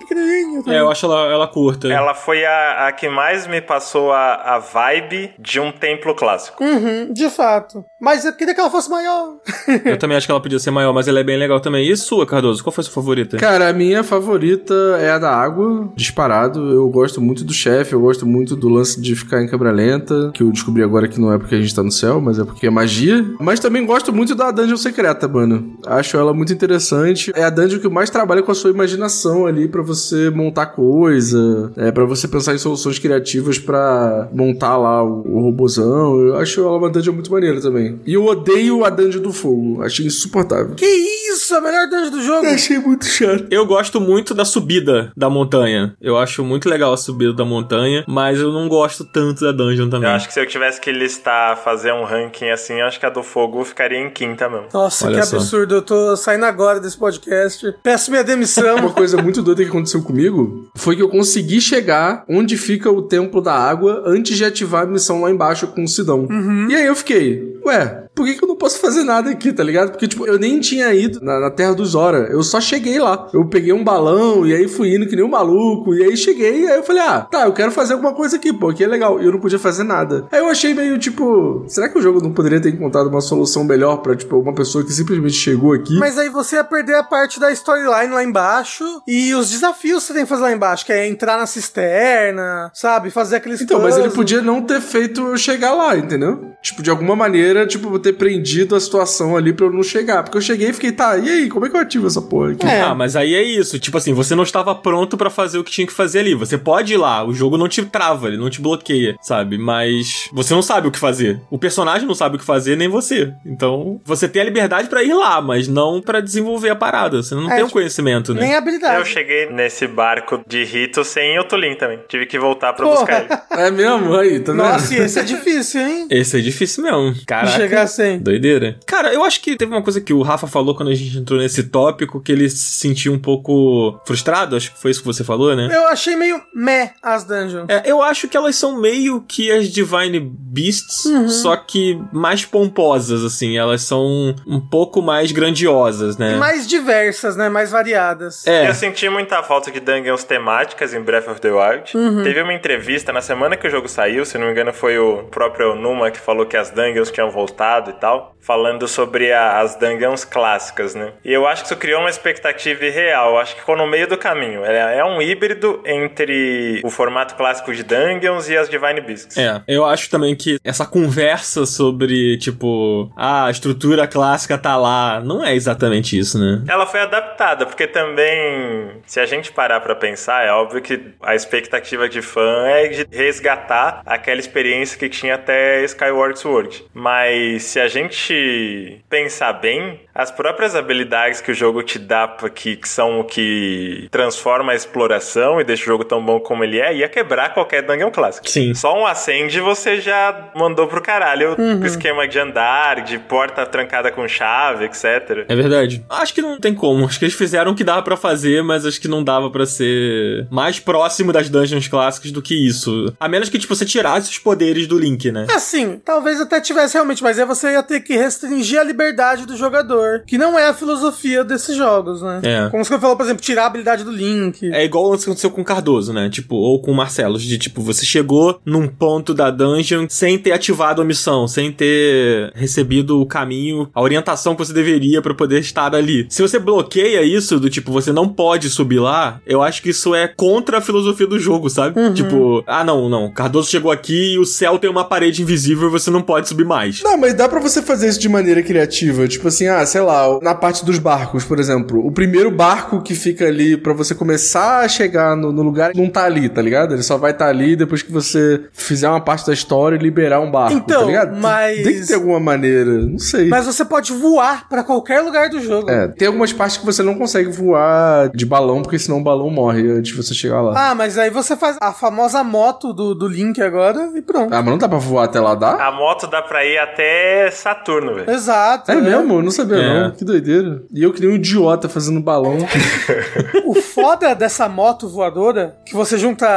pequenininho. Eu acho ela curta. Ela foi a que mais me passou a vibe de um templo clássico. De fato. Mas eu queria que ela fosse maior. Eu também acho que ela podia ser maior, mas ela é bem legal também. E sua, Cardoso? Qual foi a sua favorita? Cara, a minha favorita é a da água, disparado. Eu gosto muito do chefe, eu gosto muito do lance de ficar em câmera lenta, que eu descobri agora que não é porque a gente tá no céu, mas é porque é magia. Mas também gosto muito da dungeon secreta, mano. Acho ela muito interessante. É a dungeon que mais trabalha com a sua imaginação ali pra você montar coisa, pra você pensar em soluções criativas pra montar lá o robozão. Eu acho ela uma dungeon muito maneira também. E eu odeio a dungeon do fogo. Achei insuportável. Que isso? A melhor dungeon do jogo? Eu achei muito chato. Eu gosto muito da subida da montanha. Eu acho muito legal a subida da montanha, mas eu não gosto tanto da dungeon também. Eu acho que se eu tivesse que listar, fazer um ranking assim, eu acho que a do fogo ficaria em quinta mesmo. Nossa, Olha que só. absurdo. Eu tô saindo agora desse podcast. Peço minha demissão. Uma coisa muito doida que aconteceu comigo foi que eu consegui chegar onde fica o templo da água antes de ativar a missão lá embaixo com o Sidão. E aí eu fiquei, ué, por que eu não posso fazer nada aqui, tá ligado? Porque, tipo, eu nem tinha ido na Terra dos Zora. Eu só cheguei lá. Eu peguei um balão e aí fui indo que nem um maluco. E aí cheguei e aí eu falei, tá, eu quero fazer alguma coisa aqui, pô, aqui é legal. E eu não podia fazer nada. Aí eu achei meio, tipo, será que o jogo não poderia ter encontrado uma solução melhor pra, tipo, uma pessoa que simplesmente chegou aqui? Mas aí você ia perder a parte da storyline lá embaixo e os desafios que você tem que fazer lá embaixo, que é entrar na cisterna, sabe? Fazer aqueles Então, mas ele puzzles. podia não ter feito eu chegar lá, entendeu? Tipo, de alguma maneira, tipo, ter prendido a situação ali pra eu não chegar. Porque eu cheguei e fiquei, tá, e aí, como é que eu ativo essa porra aqui? Ah, mas aí é isso. Tipo assim, você não estava pronto pra fazer o que tinha que fazer ali. Você pode ir lá, o jogo não te trava, ele não te bloqueia, sabe? Mas você não sabe o que fazer. O personagem não sabe o que fazer, nem você. Então, você tem a liberdade pra ir lá, mas não pra desenvolver a parada. Você não tem o conhecimento, né? Nem habilidade. Eu cheguei nesse barco de rito sem o Tulin também. Tive que voltar pra buscar ele. É mesmo? Aí, tá vendo? Nossa, e esse é difícil, hein? Esse é difícil mesmo. Caraca. Chegar sem. Doideira. Cara, eu acho que teve uma coisa que o Rafa falou quando a gente entrou nesse tópico, que ele se sentiu um pouco frustrado. Acho que foi isso que você falou, né? Eu achei meio meh as dungeons. Eu acho que elas são meio que as Divine Beasts, só que mais pomposas, assim. Elas são um pouco mais grandiosas, né? E mais diversas, né? Mais variadas. Eu senti muita falta de dungeons temáticas em Breath of the Wild. Teve uma entrevista na semana que o jogo saiu, se não me engano foi o próprio Numa que falou que as dungeons tinham voltado e tal, falando sobre as dungeons clássicas, né? E eu acho que isso criou uma expectativa irreal. Eu acho que ficou no meio do caminho. É um híbrido entre o formato clássico de dungeons e as Divine Beasts. Eu acho também que essa conversa sobre, tipo, a estrutura clássica tá lá, não é exatamente isso, né? Ela foi adaptada, porque também, se a gente parar pra pensar, é óbvio que a expectativa de fã é de resgatar aquela experiência que tinha até Skyward Sword. Mas se a gente pensar bem, as próprias habilidades que o jogo te dá, que são o que transforma a exploração e deixa o jogo tão bom como ele ia quebrar qualquer dungeon clássico. Sim. Só um acende você já mandou pro caralho o esquema de andar, de porta trancada com chave, etc. É verdade. Acho que não tem como. Acho que eles fizeram o que dava pra fazer, mas acho que não dava pra ser mais próximo das dungeons clássicas do que isso. A menos que, tipo, você tirasse os poderes do Link, né? Assim, talvez até tivesse realmente, mas aí você ia ter que restringir a liberdade do jogador, que não é a filosofia desses jogos, né? Como você falou, por exemplo, tirar a habilidade do Link. É igual o que aconteceu com o Cardoso, né? Tipo, ou com o Marcelo, de tipo, você chegou num ponto da dungeon sem ter ativado a missão, sem ter recebido o caminho, a orientação que você deveria pra poder estar ali. Se você bloqueia isso, do tipo, você não pode subir lá, eu acho que isso é contra a filosofia do jogo, sabe? Tipo, não, Cardoso chegou aqui e o céu tem uma parede invisível e você não pode subir mais. Não, mas dá pra você fazer isso de maneira criativa. Tipo assim, sei lá, na parte dos barcos, por exemplo. O primeiro barco que fica ali pra você começar a chegar no lugar não tá ali, tá ligado? Ele só vai tá ali depois que você fizer uma parte da história e liberar um barco, então, tá ligado? Mas... Tem que ter alguma maneira, não sei. Mas você pode voar pra qualquer lugar do jogo. Tem algumas partes que você não consegue voar de balão, porque senão o balão morre antes de você chegar lá. Mas aí você faz a famosa moto do Link agora e pronto. Mas não dá pra voar até lá, dá? A moto dá pra ir até Saturno, velho. Exato. É mesmo? Eu não sabia não. Que doideira. E eu que nem um idiota fazendo balão. O foda dessa moto voadora, que você junta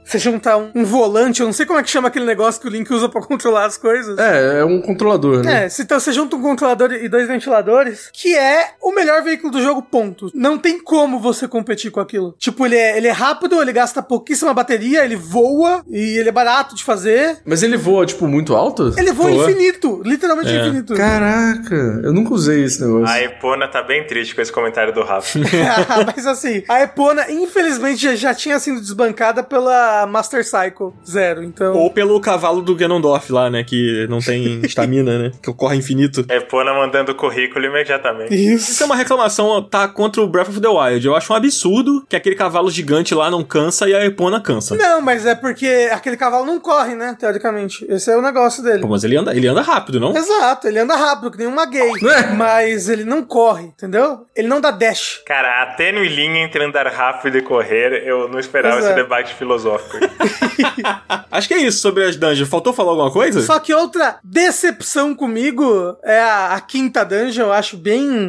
você junta um volante, eu não sei como é que chama aquele negócio que o Link usa pra controlar as coisas. É um controlador, né? Então você junta um controlador e 2 ventiladores, que é o melhor veículo do jogo, ponto. Não tem como você competir com aquilo. Tipo, ele é rápido, ele gasta pouquíssima bateria, ele voa e ele é barato de fazer. Mas ele voa, tipo, muito alto? Ele voa infinito, literalmente infinito. Caraca, eu nunca usei esse negócio. A Epona tá bem triste com esse comentário do Rafa. Mas assim, a Epona, infelizmente, já tinha sido desbancada pela Master Cycle Zero, então... Ou pelo cavalo do Ganondorf lá, né, que não tem estamina, né, que corre infinito. Epona mandando currículo imediatamente. Isso é uma reclamação, tá, contra o Breath of the Wild. Eu acho um absurdo que aquele cavalo gigante lá não cansa e a Epona cansa. Não, mas é porque aquele cavalo não corre, né, teoricamente. Esse é o negócio dele. Pô, mas ele anda rápido, não? Exato, ele anda rápido, que nem uma gay. Mas ele não corre, entendeu? Ele não dá dash. Cara, a tênue linha entre andar rápido e correr, eu não esperava esse debate filosófico. Acho que é isso sobre as dungeons. Faltou falar alguma coisa? Só que outra decepção comigo é a quinta dungeon, eu acho bem...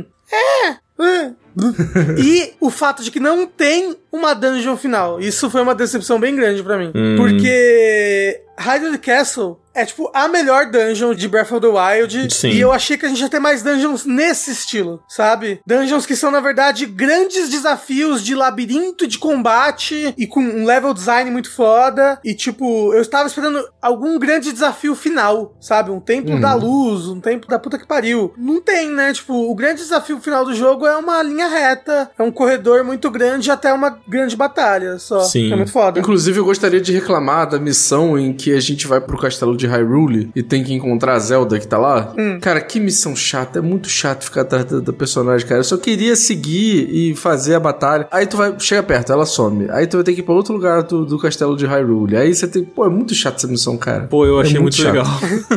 E o fato de que não tem uma dungeon final. Isso foi uma decepção bem grande pra mim. Porque Hyrule Castle é, tipo, a melhor dungeon de Breath of the Wild. Sim. E eu achei que a gente ia ter mais dungeons nesse estilo, sabe? Dungeons que são, na verdade, grandes desafios de labirinto de combate e com um level design muito foda. E, tipo, eu estava esperando algum grande desafio final, sabe? Um templo da luz, um templo da puta que pariu. Não tem, né? Tipo, o grande desafio final do jogo é uma linha reta, é um corredor muito grande até uma grande batalha só. Sim. É muito foda. Inclusive, eu gostaria de reclamar da missão em que a gente vai pro castelo de Hyrule e tem que encontrar a Zelda que tá lá. Cara, que missão chata. É muito chato ficar atrás da personagem, cara. Eu só queria seguir e fazer a batalha. Aí tu vai, chega perto, ela some. Aí tu vai ter que ir pra outro lugar do castelo de Hyrule. Aí você tem... Pô, é muito chato essa missão, cara. Pô, eu achei muito chato. legal.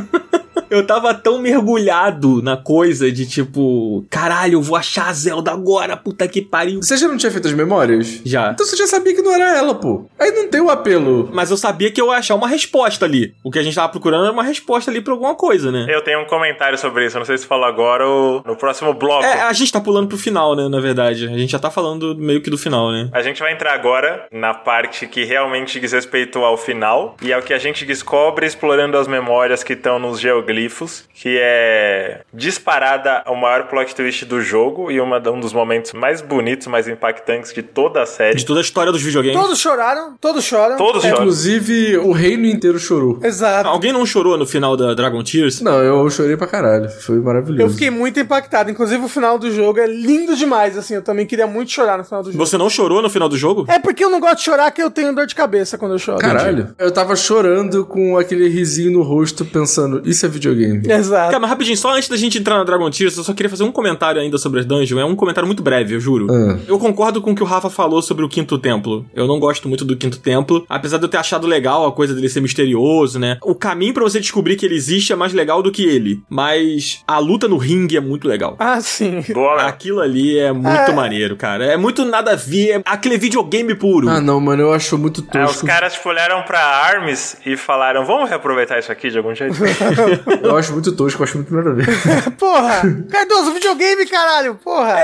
Eu tava tão mergulhado na coisa de tipo, caralho, eu vou achar a Zelda agora, puta que pariu. Você já não tinha feito as memórias? Já. Então você já sabia que não era ela, pô. Aí não tem o apelo. Mas eu sabia que eu ia achar uma resposta ali. O que a gente tava procurando era uma resposta ali pra alguma coisa, né? Eu tenho um comentário sobre isso, eu não sei se falou agora ou no próximo bloco. A gente tá pulando pro final, né, na verdade. A gente já tá falando meio que do final, né? A gente vai entrar agora na parte que realmente diz respeito ao final, e é o que a gente descobre explorando as memórias que estão nos geoglifos, que é disparada o maior plot twist do jogo e um dos momentos mais bonitos, mais impactantes de toda a série. De toda a história dos videogames. Todos choraram, todos choram. Todos choram. Inclusive, o reino inteiro chorou. Exato. Alguém não chorou no final da Dragon Tears? Não, eu chorei pra caralho. Foi maravilhoso. Eu fiquei muito impactado. Inclusive, o final do jogo é lindo demais, assim. Eu também queria muito chorar no final do jogo. Você não chorou no final do jogo? É porque eu não gosto de chorar, que eu tenho dor de cabeça quando eu choro. Caralho. Eu tava chorando com aquele risinho no rosto, pensando, isso é videogame. Exato. Cara, mas rapidinho, só antes da gente entrar na Dragon Tears, eu só queria fazer um comentário ainda sobre as dungeons. É um comentário muito breve, eu juro. Eu concordo com o que o Rafa falou sobre o Quinto Templo. Eu não gosto muito do Quinto Templo, apesar de eu ter achado legal a coisa dele ser misterioso, né? O caminho pra você descobrir que ele existe é mais legal do que ele. Mas a luta no ringue é muito legal. Ah, sim. Boa, né? Aquilo ali é muito maneiro, cara. É muito nada a ver. É aquele videogame puro. Ah, não, mano, eu acho muito tosco. Os caras tipo, olharam pra ARMS e falaram, vamos reaproveitar isso aqui de algum jeito? Eu acho muito tosco, eu acho muito nada a ver. Porra! Cardoso, videogame, caralho! Porra!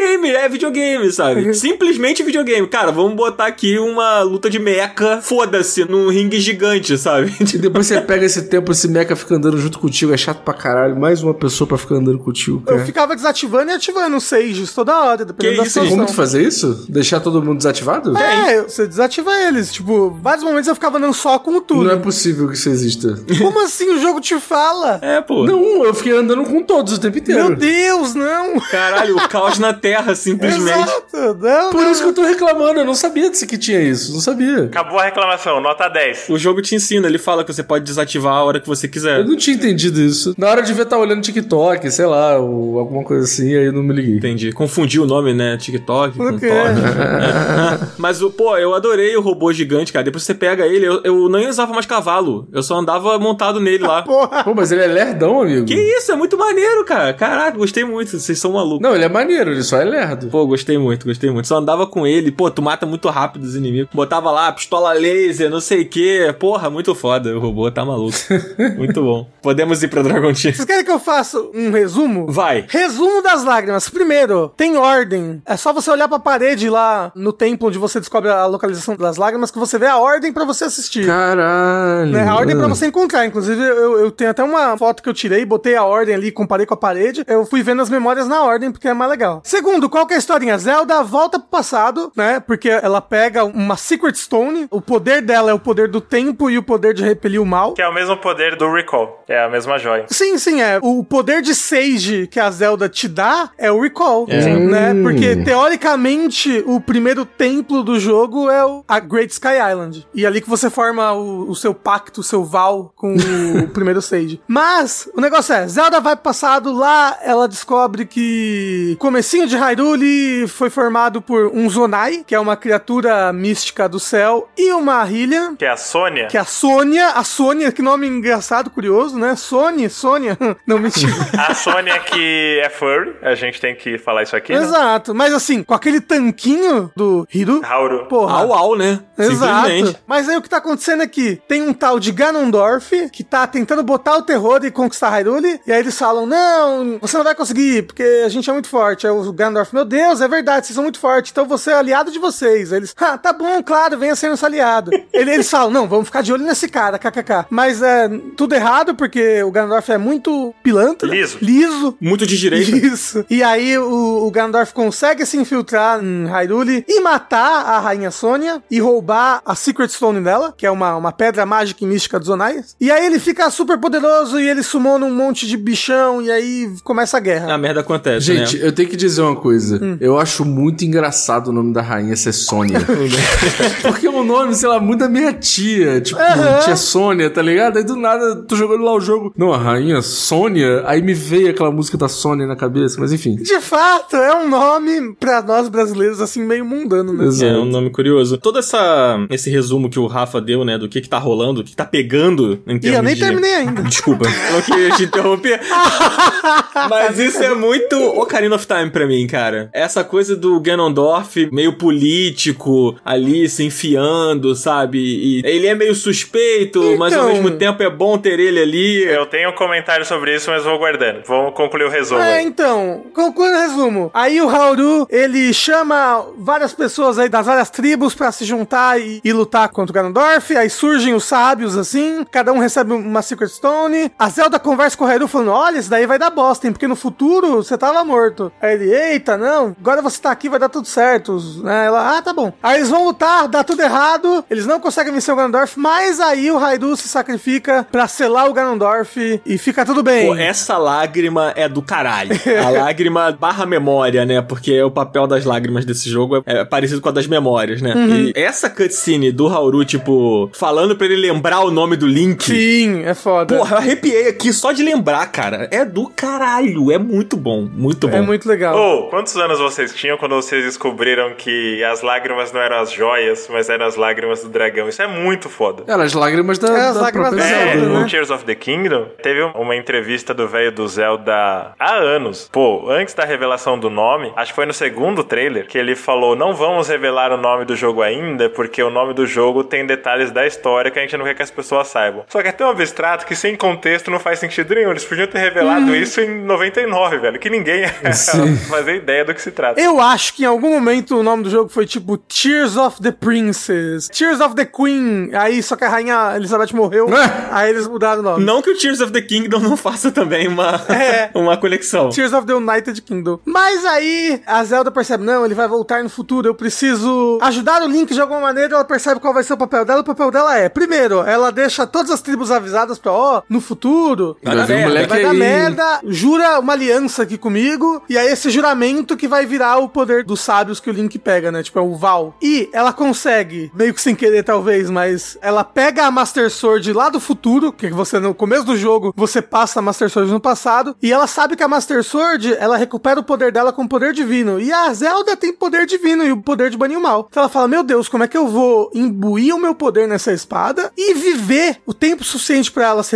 É videogame, sabe? Simplesmente videogame. Cara, vamos botar aqui uma luta de mecha, foda-se, num ringue gigante, sabe? E depois você pega esse tempo, esse mecha fica andando junto contigo, é chato pra caralho. Mais uma pessoa pra ficar andando contigo, cara. Eu ficava desativando e ativando os sages toda hora, dependendo da situação. Como tu fazer isso? Deixar todo mundo desativado? Você desativa eles. Tipo, vários momentos eu ficava andando só com o turno. Não é possível que isso exista. Como assim? O jogo te fala? Pô. Não, eu fiquei andando com todos o tempo inteiro. Meu Deus, não! Caralho, o caos na Terra, simplesmente. Exato, não, Por isso que eu tô reclamando, eu não sabia disso que tinha isso, não sabia. Acabou a reclamação, nota 10. O jogo te ensina, ele fala que você pode desativar a hora que você quiser. Eu não tinha entendido isso. Na hora eu devia estar olhando TikTok, sei lá, ou alguma coisa assim, aí eu não me liguei. Entendi. Confundi o nome, né? TikTok com quê? Tok. Mas, pô, eu adorei o robô gigante, cara. Depois você pega ele, eu nem usava mais cavalo. Eu só andava montado nele lá. Porra! Pô, mas ele é lerdão, amigo. Que isso, é muito maneiro, cara. Caraca, gostei muito, vocês são malucos. Não, ele é maneiro, ele só é lerdo. Pô, gostei muito. Só andava com ele, pô, tu mata muito rápido os inimigos. Botava lá, pistola laser, não sei o que. Porra, muito foda, o robô tá maluco. Muito bom. Podemos ir pra Dragon Team. Vocês querem que eu faça um resumo? Vai. Resumo das lágrimas. Primeiro, tem ordem. É só você olhar pra parede lá no templo onde você descobre a localização das lágrimas que você vê a ordem pra você assistir. Caralho. Né? A ordem pra você encontrar. Inclusive, eu tenho até uma foto que eu tirei, botei a ordem ali, comparei com a parede. Eu fui vendo as memórias na ordem, porque é mais legal. Segundo, qual que é a historinha? Zelda volta pro passado, né? Porque ela pega uma Secret Stone. O poder dela é o poder do tempo e o poder de repelir o mal. Que é o mesmo poder do Recall. É a mesma joia. Sim, é. O poder de Sage que a Zelda te dá é o Recall, né? Porque, teoricamente, o primeiro templo do jogo é a Great Sky Island. E é ali que você forma o seu pacto, o seu vow com o primeiro Sage. Mas, o negócio é, Zelda vai pro passado, lá ela descobre que o comecinho de Hyrule foi formado por um Zonai, que é uma criatura mística do céu, e uma Hylian. Que é a Sônia. Que é a Sônia, que nome engraçado, curioso, né? Sônia. Não, mentira. A Sônia que é furry, a gente tem que falar isso aqui, né? Exato, mas assim, com aquele tanquinho do Hauru. Porra. Au, né? Exato. Mas aí o que tá acontecendo aqui? Tem um tal de Ganondorf que tá tentando botar o terror e conquistar Hyrule, e aí eles falam, não, você não vai conseguir, porque a gente é muito forte. Aí o Ganondorf, meu Deus, é verdade, vocês são muito fortes, então você é aliado de vocês. Aí eles, tá bom, claro, venha ser nosso aliado. Eles falam, não, vamos ficar de olho nesse cara, kkk. Mas é tudo errado, porque o Ganondorf é muito pilantra. Liso. Muito de direita. Isso. E aí o Ganondorf consegue se infiltrar em Hyrule e matar a rainha Sônia e roubar a Secret Stone dela, que é uma pedra mágica e mística dos Zonais. E aí ele fica super poderoso e ele sumona um monte de bichão e aí começa a guerra. A merda acontece, gente, eu tenho que dizer uma coisa. Eu acho muito engraçado o nome da rainha ser Sônia. Porque é um nome, sei lá, muito da minha tia. Tipo, tia Sônia, tá ligado? Aí do nada, tô jogando lá o jogo. Não, a rainha Sônia. Aí me veio aquela música da Sônia na cabeça, mas enfim. De fato, é um nome pra nós brasileiros, assim, meio mundano, né? É um nome curioso. Todo esse resumo que o Rafa deu, né, do que tá rolando, o que tá pegando em termos eu nem terminei ainda. Desculpa, eu não queria te interromper. Mas isso é muito Ocarina of Time pra mim, cara. Essa coisa do Ganondorf meio político, ali se enfiando, sabe? E ele é meio suspeito, então, mas ao mesmo tempo é bom ter ele ali. Eu tenho um comentário sobre isso, mas vou guardando. Vamos concluir o resumo. Então, concluindo o resumo. Aí o Hauru, ele chama várias pessoas aí das várias tribos pra se juntar e lutar contra o Ganondorf. Aí surgem os sábios, assim, cada um recebe uma Secret Stone. A Zelda conversa com o Hauru falando, olha, isso daí vai dar bosta, hein, porque no futuro você tava morto. Aí ele, eita, não, agora você tá aqui, vai dar tudo certo. Ela, tá bom. Aí eles vão lutar, dá tudo errado, eles não conseguem vencer o Ganondorf, mas aí o Hauru se sacrifica pra selar o Ganondorf e fica tudo bem. Pô, essa lágrima é do caralho. A lágrima barra memória, né? Porque o papel das lágrimas desse jogo é parecido com a das memórias, né? E essa cutscene do Hauru, tipo, falando pra ele lembrar o nome do Link. Sim, é foda. Porra, eu arrepiei aqui só de lembrar, cara. É do caralho. É muito bom. Muito bom. É muito legal. Quantos anos vocês tinham quando vocês descobriram que as lágrimas não eram as joias, mas eram as lágrimas do dragão? Isso é muito foda. Eram as lágrimas da própria Zelda, né? No Tears of the Kingdom, teve uma entrevista do velho do Zelda há anos. Pô, antes da revelação do nome, acho que foi no segundo trailer, que ele falou, não vamos revelar o nome do jogo ainda, porque o nome do jogo tem detalhes da história que a gente não quer que as pessoas saibam. Só que é tão abstrato que sem contexto não faz sentido nenhum. Eles podiam ter revelado isso em 99, velho, que ninguém ia fazer ideia do que se trata. Eu acho que em algum momento o nome do jogo foi tipo Tears of the Princess, Tears of the Queen, aí só que a rainha Elizabeth morreu, aí eles mudaram o nome. Não que o Tears of the Kingdom não faça também uma conexão. Tears of the United Kingdom. Mas aí a Zelda percebe, não, ele vai voltar no futuro, eu preciso ajudar o Link de alguma maneira. Ela percebe qual vai ser o papel dela. O papel dela é, primeiro, ela deixa todas as tribos avisadas pra, no futuro vai dar merda, jura uma aliança aqui comigo, e aí esse juramento que vai virar o poder dos sábios que o Link pega, né, tipo, é o Val. E ela consegue, meio que sem querer talvez, mas ela pega a Master Sword lá do futuro, que você no começo do jogo, você passa a Master Sword no passado, e ela sabe que a Master Sword, ela recupera o poder dela com poder divino, e a Zelda tem poder divino e o poder de banir o mal. Então ela fala, meu Deus, como é que eu vou imbuir o meu poder nessa espada e viver o tempo suficiente pra ela se recuperar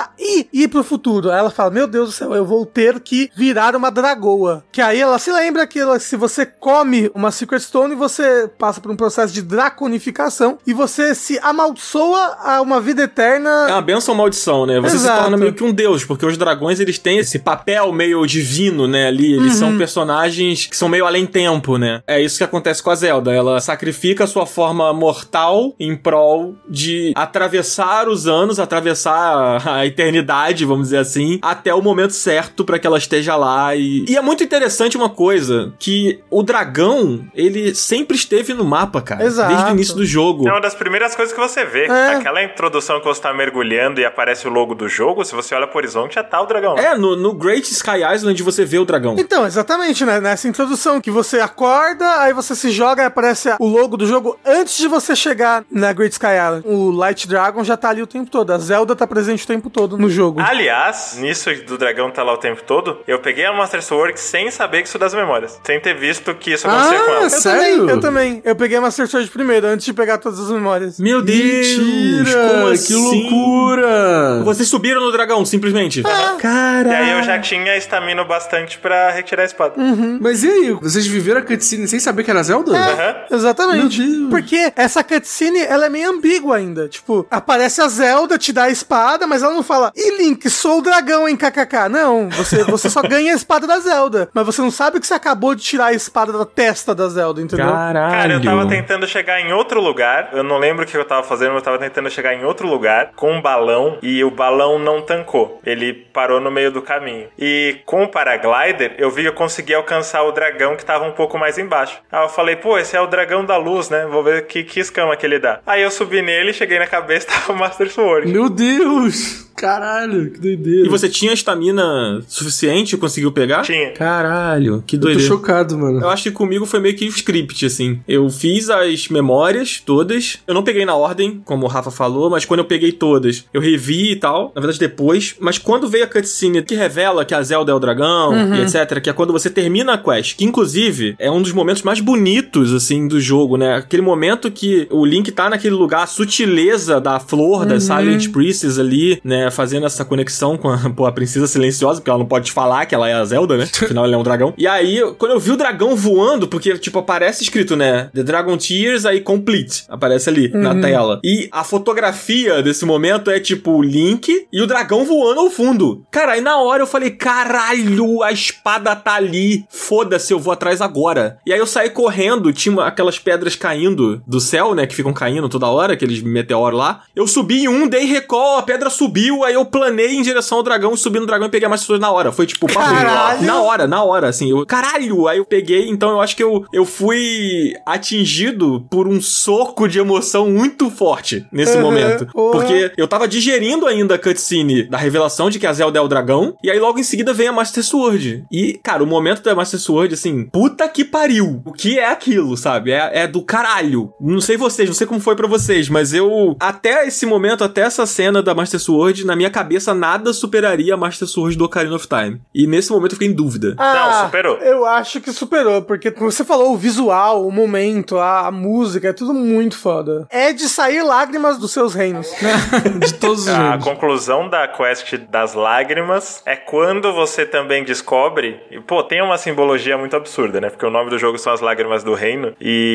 voltar e ir pro futuro. Aí ela fala, meu Deus do céu, eu vou ter que virar uma dragoa. Que aí ela se lembra que se você come uma Secret Stone, você passa por um processo de draconificação e você se amaldiçoa a uma vida eterna. É uma benção ou maldição, né? Você Exato. se torna meio que um deus, porque os dragões, eles têm esse papel meio divino, né, ali. Eles são personagens que são meio além tempo, né? É isso que acontece com a Zelda. Ela sacrifica a sua forma mortal em prol de atravessar os anos, atravessar a eternidade, vamos dizer assim, até o momento certo pra que ela esteja lá. E é muito interessante uma coisa, que o dragão, ele sempre esteve no mapa, cara. Exato. Desde o início do jogo. É uma das primeiras coisas que você vê. Aquela introdução que você tá mergulhando e aparece o logo do jogo, se você olha pro horizonte, já tá o dragão. É, no Great Sky Island você vê o dragão. Então, exatamente, né? Nessa introdução que você acorda, aí você se joga e aparece o logo do jogo antes de você chegar na Great Sky Island. O Light Dragon já tá ali o tempo todo. A Zelda tá presente o tempo todo no jogo. Aliás, nisso do dragão tá lá o tempo todo, eu peguei a Master Sword sem saber que isso das memórias. Sem ter visto que isso acontecia com ela. Sério? Eu também. Eu peguei a Master Sword primeiro, antes de pegar todas as memórias. Meu Deus! Mentira! Como Que assim? loucura! Vocês subiram no dragão, simplesmente. Cara. E aí eu já tinha estamina bastante pra retirar a espada. Mas e aí? Vocês viveram a cutscene sem saber que era Zelda? Aham. Exatamente. Meu Deus. Porque essa cutscene, ela é meio ambígua ainda. Tipo, aparece a Zelda, te dá a espada, mas ela não fala, e Link, sou o dragão, hein, kkk. Não, você só ganha a espada da Zelda. Mas você não sabe que você acabou de tirar a espada da testa da Zelda, entendeu? Caralho. Cara, eu tava tentando chegar em outro lugar. Eu não lembro o que eu tava fazendo, mas eu tava tentando chegar em outro lugar com um balão e o balão não tancou. Ele parou no meio do caminho. E com o paraglider, eu vi que eu consegui alcançar o dragão que tava um pouco mais embaixo. Aí eu falei, pô, esse é o dragão da luz, né? Vou ver que escama que ele dá. Aí eu subi nele, cheguei na cabeça, tava o Master Sword. Meu Deus! Caralho, que doideira. E você tinha estamina suficiente e conseguiu pegar? Tinha. Caralho, que Eu tô doideira. chocado, mano. Eu acho que comigo foi meio que um script, assim. Eu fiz as memórias todas. Eu não peguei na ordem, como o Rafa falou, mas quando eu peguei todas, eu revi e tal. Na verdade, depois. Mas quando veio a cutscene que revela que a Zelda é o dragão e etc., que é quando você termina a quest, que inclusive é um dos momentos mais bonitos, assim, do jogo, né? Aquele momento que o Link tá naquele lugar, a sutileza da flor, da Silent Priestess ali, né? Fazendo essa conexão com a princesa silenciosa, porque ela não pode te falar que ela é a Zelda, né? Afinal, ela é um dragão. E aí, quando eu vi o dragão voando, porque, tipo, aparece escrito, né? The Dragon Tears, aí complete. Aparece ali na tela. E a fotografia desse momento é, tipo, o Link e o dragão voando ao fundo. Cara, aí na hora eu falei, caralho, a espada tá ali. Foda-se, eu vou atrás agora. E aí eu saí correndo, tinha aquelas pedras caindo do céu, né? Que ficam caindo toda hora, aqueles meteoros lá. Eu subi em dei recall, a pedra subiu, aí eu planei em direção ao dragão, subi no dragão e peguei a Master Sword na hora. Foi tipo, Caralho! na hora, assim. Caralho! Aí eu peguei, então eu acho que eu fui atingido por um soco de emoção muito forte nesse momento. Porque eu tava digerindo ainda a cutscene da revelação de que a Zelda é o dragão, e aí logo em seguida vem a Master Sword. E, cara, o momento da Master Sword, assim, puta que pariu. O que é aquilo, sabe? É do caralho. Não sei vocês, não sei como foi pra vocês, mas eu, até esse momento, até essa cena da Master Sword, na minha cabeça, nada superaria a Master Sword do Ocarina of Time. E nesse momento eu fiquei em dúvida. Não, superou. Eu acho que superou, porque como você falou, o visual, o momento, a música, é tudo muito foda. É de sair lágrimas dos seus reinos. De todos os A jeitos. conclusão da quest das lágrimas é quando você também descobre... E, pô, tem uma simbologia muito absurda, né? Porque o nome do jogo são as Lágrimas do Reino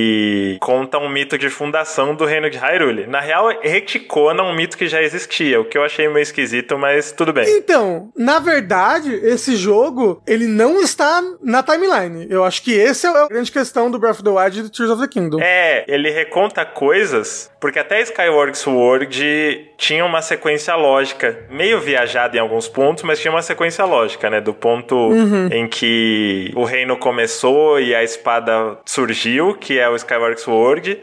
e conta um mito de fundação do Reino de Hyrule. Na real, reticona um mito que já existia, o que eu achei meio esquisito, mas tudo bem. Então, na verdade, esse jogo, ele não está na timeline. Eu acho que esse é a grande questão do Breath of the Wild e do Tears of the Kingdom. É, ele reconta coisas, porque até Skyward Sword tinha uma sequência lógica, meio viajada em alguns pontos, mas tinha uma sequência lógica, né? Do ponto em que o reino começou e a espada surgiu, que é o Skyward Sword,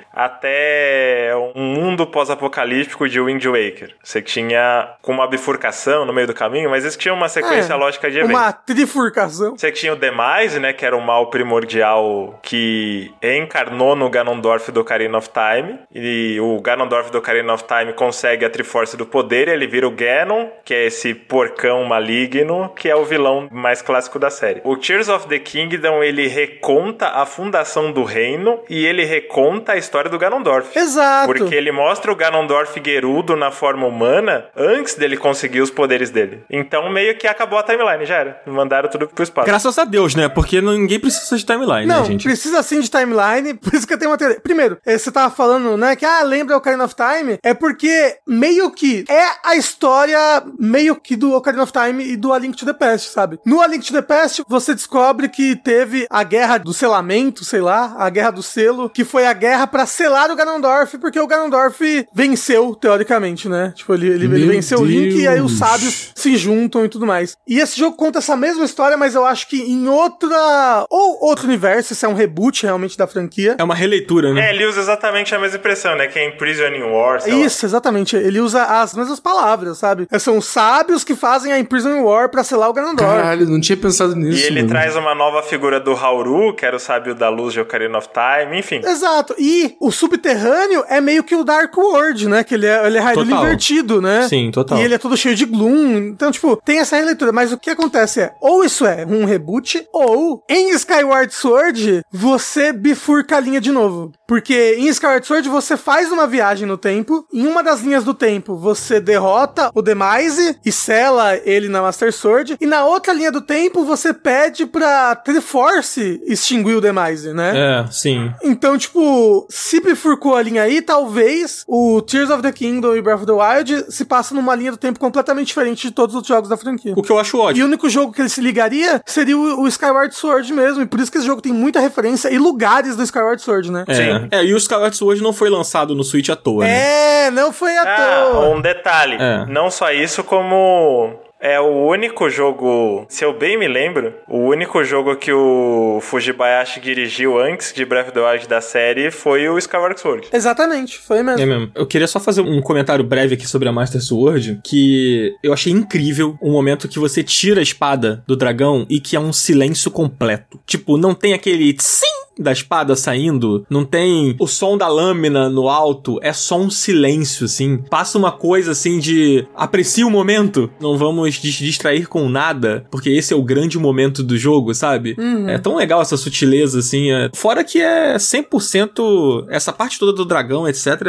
até um mundo pós-apocalíptico de Wind Waker. Você tinha com uma bifurcação no meio do caminho, mas isso tinha uma sequência lógica de eventos. Uma trifurcação. Você tinha o Demise, né, que era o mal primordial que encarnou no Ganondorf do Ocarina of Time, e o Ganondorf do Ocarina of Time consegue a Triforce do Poder, e ele vira o Ganon, que é esse porcão maligno, que é o vilão mais clássico da série. O Tears of the Kingdom, ele reconta a fundação do reino, e ele reconta a história do Ganondorf. Exato. Porque ele mostra o Ganondorf Gerudo na forma humana antes antes dele conseguir os poderes dele. Então meio que acabou a timeline, já era. Mandaram tudo pro espaço. Graças a Deus, né? Porque ninguém precisa de timeline, não, né, gente? Precisa sim de timeline, por isso que eu tenho uma teoria. Primeiro, você tava falando, né, que, lembra Ocarina of Time? É porque meio que é a história meio que do Ocarina of Time e do A Link to the Past, sabe? No A Link to the Past, você descobre que teve a guerra do selamento, sei lá, a guerra do selo, que foi a guerra pra selar o Ganondorf, porque o Ganondorf venceu, teoricamente, né? Tipo, ele venceu o Link e aí os sábios se juntam e tudo mais. E esse jogo conta essa mesma história, mas eu acho que em outro universo, isso é um reboot realmente da franquia. É uma releitura, né? Ele usa exatamente a mesma expressão, né? Que é Imprisoning War, isso, exatamente. Ele usa as mesmas palavras, sabe? São os sábios que fazem a Imprisoning War pra selar o Ganondorf. Caralho, não tinha pensado nisso. E ele traz uma nova figura do Hauru, que era o sábio da luz de Ocarina of Time, enfim. Exato. E o subterrâneo é meio que o Dark World, né? Que ele é Hyrule invertido, né? Sim, total. E ele é todo cheio de gloom. Então, tipo, tem essa releitura. Mas o que acontece ou isso é um reboot, ou em Skyward Sword, você bifurca a linha de novo. Porque em Skyward Sword, você faz uma viagem no tempo. Em uma das linhas do tempo, você derrota o Demise e sela ele na Master Sword. E na outra linha do tempo, você pede pra Triforce extinguir o Demise, né? É, sim. Então, tipo, se bifurcou a linha aí, talvez o Tears of the Kingdom e Breath of the Wild se passam numa linha do tempo completamente diferente de todos os outros jogos da franquia. O que eu acho ótimo. E o único jogo que ele se ligaria seria o Skyward Sword mesmo. E por isso que esse jogo tem muita referência e lugares do Skyward Sword, né? Sim. E o Skyward Sword não foi lançado no Switch à toa, né? Não foi à toa. Um detalhe. Não só isso, como... É o único jogo, se eu bem me lembro, o único jogo que o Fujibayashi dirigiu antes de Breath of the Wild da série foi o Skyward Sword. Exatamente, foi mesmo. É mesmo. Eu queria só fazer um comentário breve aqui sobre a Master Sword, que eu achei incrível o momento que você tira a espada do dragão e que é um silêncio completo. Tipo, não tem aquele tsim da espada saindo, não tem o som da lâmina no alto, é só um silêncio, assim. Passa uma coisa, assim, de aprecia o momento, não vamos distrair com nada, porque esse é o grande momento do jogo, sabe? É tão legal essa sutileza, assim. Fora que é 100%, essa parte toda do dragão, etc, é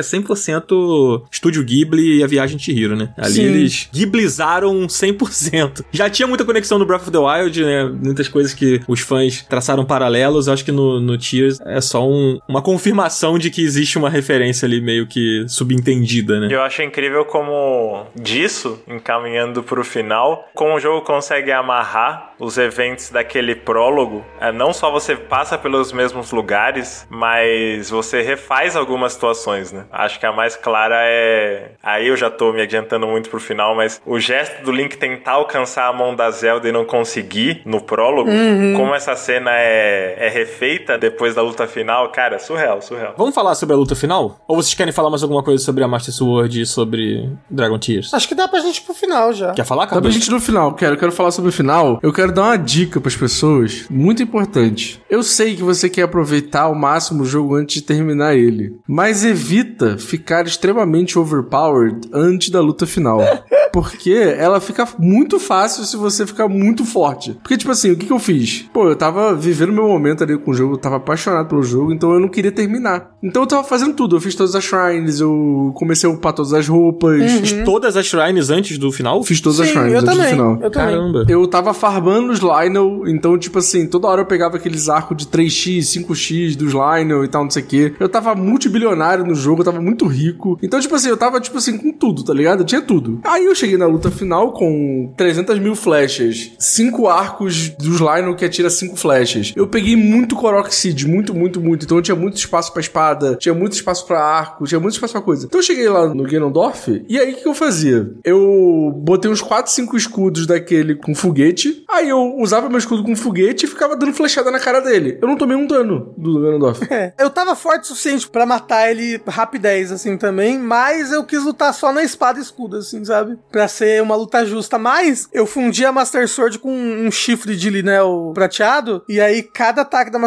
100% Estúdio Ghibli e a Viagem de Chihiro, né? Ali eles ghiblizaram 100%. Já tinha muita conexão no Breath of the Wild, né? Muitas coisas que os fãs traçaram paralelos, eu acho que no Tears é só uma confirmação de que existe uma referência ali meio que subentendida, né? Eu acho incrível como disso, encaminhando pro final, como o jogo consegue amarrar os eventos daquele prólogo. Não só você passa pelos mesmos lugares, mas você refaz algumas situações, né? Acho que a mais clara é... Aí eu já tô me adiantando muito pro final, mas o gesto do Link tentar alcançar a mão da Zelda e não conseguir no prólogo, como essa cena é refeita depois da luta final, cara, surreal. Vamos falar sobre a luta final? Ou vocês querem falar mais alguma coisa sobre a Master Sword e sobre Dragon Tears? Acho que dá pra gente ir pro final já. Quer falar, Carlos? Dá pra gente ir no final, quero falar sobre o final. Eu quero dar uma dica pras pessoas, muito importante. Eu sei que você quer aproveitar ao máximo o jogo antes de terminar ele, mas evita ficar extremamente overpowered antes da luta final. Porque ela fica muito fácil se você ficar muito forte. Porque, tipo assim, o que eu fiz? Pô, eu tava vivendo meu momento ali com o jogo, eu tava apaixonado pelo jogo, então eu não queria terminar. Então eu tava fazendo tudo, eu fiz todas as shrines, eu comecei a upar todas as roupas. Fiz todas as shrines antes do final? Fiz todas as shrines antes do final. Eu também. Caramba. Eu tava farmando os Lynel, então, tipo assim, toda hora eu pegava aqueles arcos de 3x, 5x dos Lynel e tal, não sei o quê. Eu tava multibilionário no jogo, eu tava muito rico. Então, tipo assim, eu tava, tipo assim, com tudo, tá ligado? Eu tinha tudo. Aí eu cheguei na luta final com 300 mil flechas, 5 arcos dos Lynel que atira 5 flechas. Eu peguei muito Korok Seed, muito. Então eu tinha muito espaço pra espada, tinha muito espaço pra arco, tinha muito espaço pra coisa. Então eu cheguei lá no Ganondorf, e aí o que eu fazia? Eu botei uns 4, 5 escudos daquele com foguete, aí eu usava meu escudo com foguete e ficava dando flechada na cara dele. Eu não tomei um dano do Ganondorf. Eu tava forte o suficiente pra matar ele rapidez, assim, também, mas eu quis lutar só na espada e escudo, assim, sabe? Pra ser uma luta justa, mas eu fundi a Master Sword com um chifre de Linel prateado, e aí cada ataque da Master Sword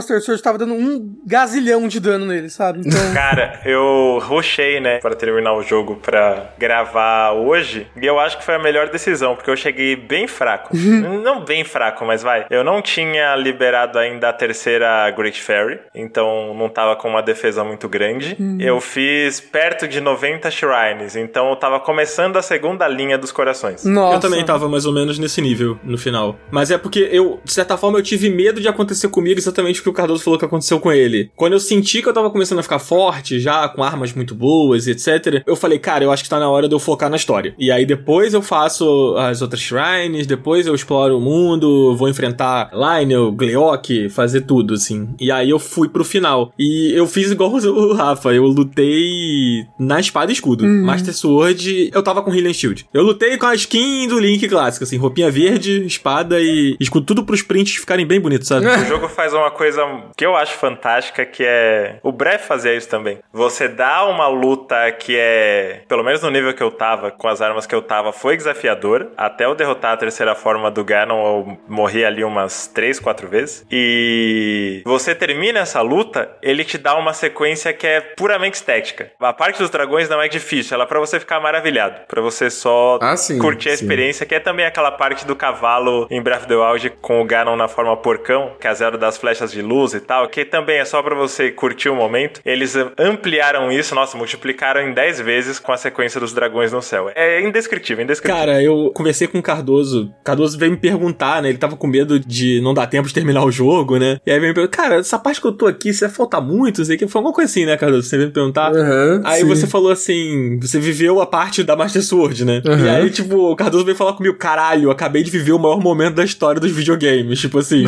tava dando 1 gazilhão de dano nele, sabe? Então... Cara, eu rushei, né, pra terminar o jogo pra gravar hoje, e eu acho que foi a melhor decisão, porque eu cheguei bem fraco. Não bem fraco, mas vai. Eu não tinha liberado ainda a terceira Great Fairy, então não tava com uma defesa muito grande. Eu fiz perto de 90 Shrines, então eu tava começando a segunda linha dos corações. Nossa. Eu também tava mais ou menos nesse nível no final. Mas é porque eu, de certa forma, eu tive medo de acontecer comigo exatamente o que o Cardoso falou que aconteceu com ele. Quando eu senti que eu tava começando a ficar forte já, com armas muito boas, etc., eu falei, cara, eu acho que tá na hora de eu focar na história. E aí depois eu faço as outras shrines, depois eu exploro o mundo, vou enfrentar Lynel, Gleok, fazer tudo, assim. E aí eu fui pro final. E eu fiz igual o Rafa, eu lutei na espada e escudo. Master Sword, eu tava com Healing Shield. Eu lutei com a skin do Link clássica, assim, roupinha verde, espada e escudo, tudo pros prints ficarem bem bonitos, sabe? O jogo faz uma coisa que eu acho fantástica, que é... O Breath fazia isso também. Você dá uma luta que é... Pelo menos no nível que eu tava, com as armas que eu tava, foi desafiadora. Até eu derrotar a terceira forma do Ganon, eu morri ali umas 3, 4 vezes. E você termina essa luta, ele te dá uma sequência que é puramente estética. A parte dos dragões não é difícil, ela é pra você ficar maravilhado. Pra você só curtir a experiência, que é também aquela parte do cavalo em Breath of the Wild com o Ganon na forma porcão, que é a zero das flechas de luz e tal, que também é só pra você curtir o momento. Eles ampliaram isso, nossa, multiplicaram em 10 vezes com a sequência dos dragões no céu. É indescritível, indescritível. Cara, eu conversei com o Cardoso veio me perguntar, né, ele tava com medo de não dar tempo de terminar o jogo, né, e aí veio me perguntar, cara, essa parte que eu tô aqui, se vai faltar muito, sei que foi alguma coisa assim, né, Cardoso, você veio me perguntar, aí você falou assim, você viveu a parte da Master Sword, né, e aí, tipo, o Cardoso veio falar comigo, caralho, eu acabei de viver o maior momento da história dos videogames, tipo assim,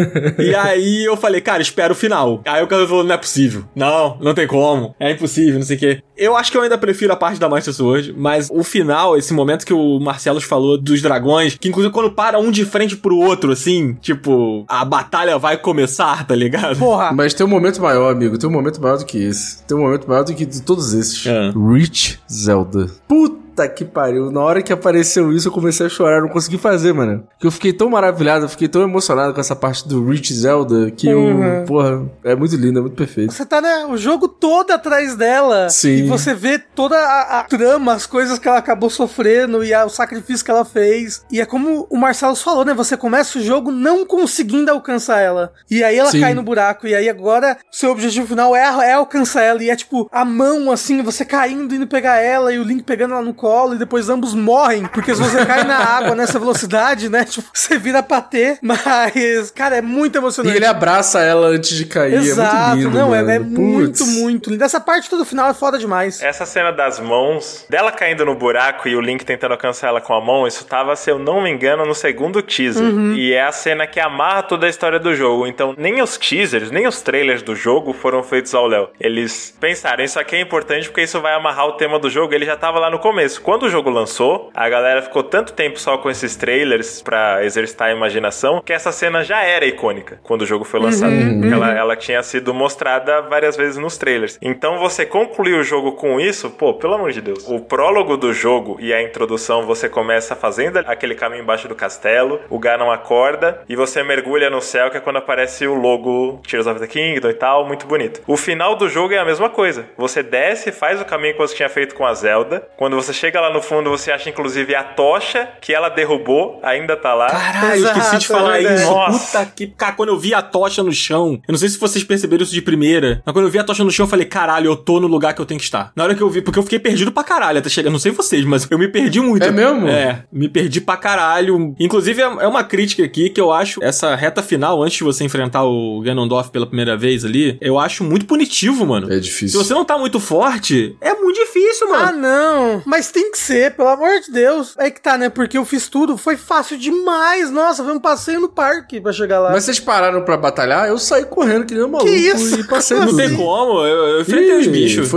e aí eu falei, cara, espera o final, aí o Cardoso falou, não é possível, não tem como, é impossível, não sei o que. Eu acho que eu ainda prefiro a parte da Master Sword, mas o final, esse momento que o Marcelos falou dos dragões, que inclusive quando para um de frente pro outro, assim, tipo, a batalha vai começar, tá ligado? Porra! Mas tem um momento maior, amigo, tem um momento maior do que esse. Tem um momento maior do que de todos esses. Rich Zelda. Puta que pariu. Na hora que apareceu isso, eu comecei a chorar. Eu não consegui fazer, mano. Porque eu fiquei tão maravilhado, eu fiquei tão emocionado com essa parte do Rich Zelda que porra, é muito lindo, é muito perfeito. Você tá, né, o jogo todo atrás dela. Sim. E você vê toda a trama, as coisas que ela acabou sofrendo e o sacrifício que ela fez. E é como o Marcelo falou, né? Você começa o jogo não conseguindo alcançar ela. E aí ela cai no buraco. E aí agora, seu objetivo final é alcançar ela. E é tipo, a mão, assim, você caindo, indo pegar ela e o Link pegando ela no colo. E depois ambos morrem. Porque se você cai na água nessa velocidade, né? Tipo, você vira patê. Mas, cara, é muito emocionante. E ele abraça ela antes de cair. Exato. É muito lindo, não, mano. é muito lindo. Essa parte toda final é foda demais. Essa cena das mãos, dela caindo no buraco e o Link tentando alcançar ela com a mão, isso tava, se eu não me engano, no segundo teaser. E é a cena que amarra toda a história do jogo. Então, nem os teasers, nem os trailers do jogo foram feitos ao Léo. Eles pensaram, isso aqui é importante porque isso vai amarrar o tema do jogo. Ele já tava lá no começo. Quando o jogo lançou, a galera ficou tanto tempo só com esses trailers pra exercitar a imaginação, que essa cena já era icônica quando o jogo foi lançado. Porque ela tinha sido mostrada várias vezes nos trailers. Então, você concluir o jogo com isso, pô, pelo amor de Deus. O prólogo do jogo e a introdução, você começa fazendo aquele caminho embaixo do castelo, o Ganon acorda e você mergulha no céu, que é quando aparece o logo Tears of the Kingdom e tal, muito bonito. O final do jogo é a mesma coisa. Você desce, faz o caminho que você tinha feito com a Zelda. Quando você chega lá no fundo, você acha inclusive a tocha que ela derrubou, ainda tá lá. Caralho, eu esqueci de falar isso. Nossa, que... Cara, quando eu vi a tocha no chão, eu não sei se vocês perceberam isso de primeira, mas quando eu vi a tocha no chão, eu falei, caralho, eu tô no lugar que eu tenho que estar. Na hora que eu vi, porque eu fiquei perdido pra caralho até chegar, não sei vocês, mas eu me perdi muito. É mesmo? É, me perdi pra caralho. Inclusive, é uma crítica aqui que eu acho, essa reta final, antes de você enfrentar o Ganondorf pela primeira vez ali, eu acho muito punitivo, mano. É difícil. Se você não tá muito forte, é muito difícil, mano. Ah, não. Mas tem que ser, pelo amor de Deus. É que tá, né? Porque eu fiz tudo, foi fácil demais. Nossa, foi um passeio no parque pra chegar lá. Mas vocês pararam pra batalhar? Eu saí correndo que nem um maluco. Que isso? E passei Não tem como, eu enfrentei os bichos. Foi de boa.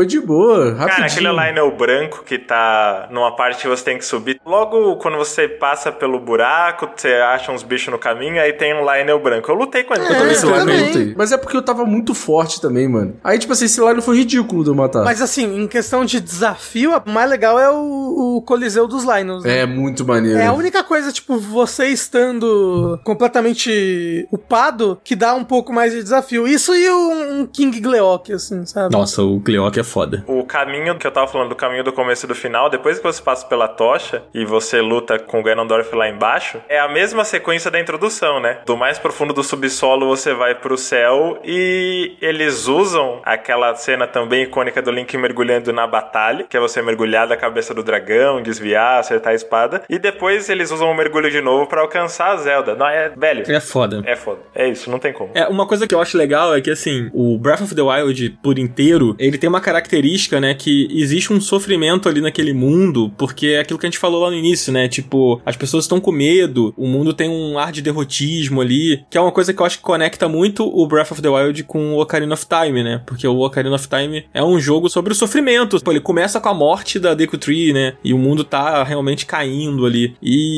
falou, rapidinho. Cara, aquele Lionel branco que tá numa parte que você tem que subir. Logo, quando você passa pelo buraco, você acha uns bichos no caminho, aí tem um Lionel branco. Eu lutei com ele. Eu também sei lá, eu lutei. Mas é porque eu tava muito forte também, mano. Aí, tipo assim, esse Lionel foi ridículo de eu matar. Mas assim, em questão de desafio, o mais legal é o Coliseu dos Lions. Né? É muito maneiro. É a única coisa, tipo, você estando completamente upado, que dá um pouco mais de desafio. Isso e um King Gleok, assim, sabe? Nossa, o Gleok é foda. O caminho que eu tava falando, do caminho do começo e do final, depois que você passa pela tocha e você luta com o Ganondorf lá embaixo, é a mesma sequência da introdução, né? Do mais profundo do subsolo você vai pro céu e eles usam aquela cena também icônica do Link mergulhando na batalha, que é você mergulhar da cabeça do dragão, desviar, acertar a espada, e depois eles usam o mergulho de novo pra alcançar a Zelda. Não, velho. É foda. É foda. É isso, não tem como. Uma coisa que eu acho legal é que, assim, o Breath of the Wild por inteiro, ele tem uma característica, né, que existe um sofrimento ali naquele mundo, porque é aquilo que a gente falou lá no início, né, tipo, as pessoas estão com medo, o mundo tem um ar de derrotismo ali, que é uma coisa que eu acho que conecta muito o Breath of the Wild com o Ocarina of Time, né, porque o Ocarina of Time é um jogo sobre o sofrimento. Pô, ele começa com a morte da Deku Tree, né, e o mundo tá realmente caindo ali.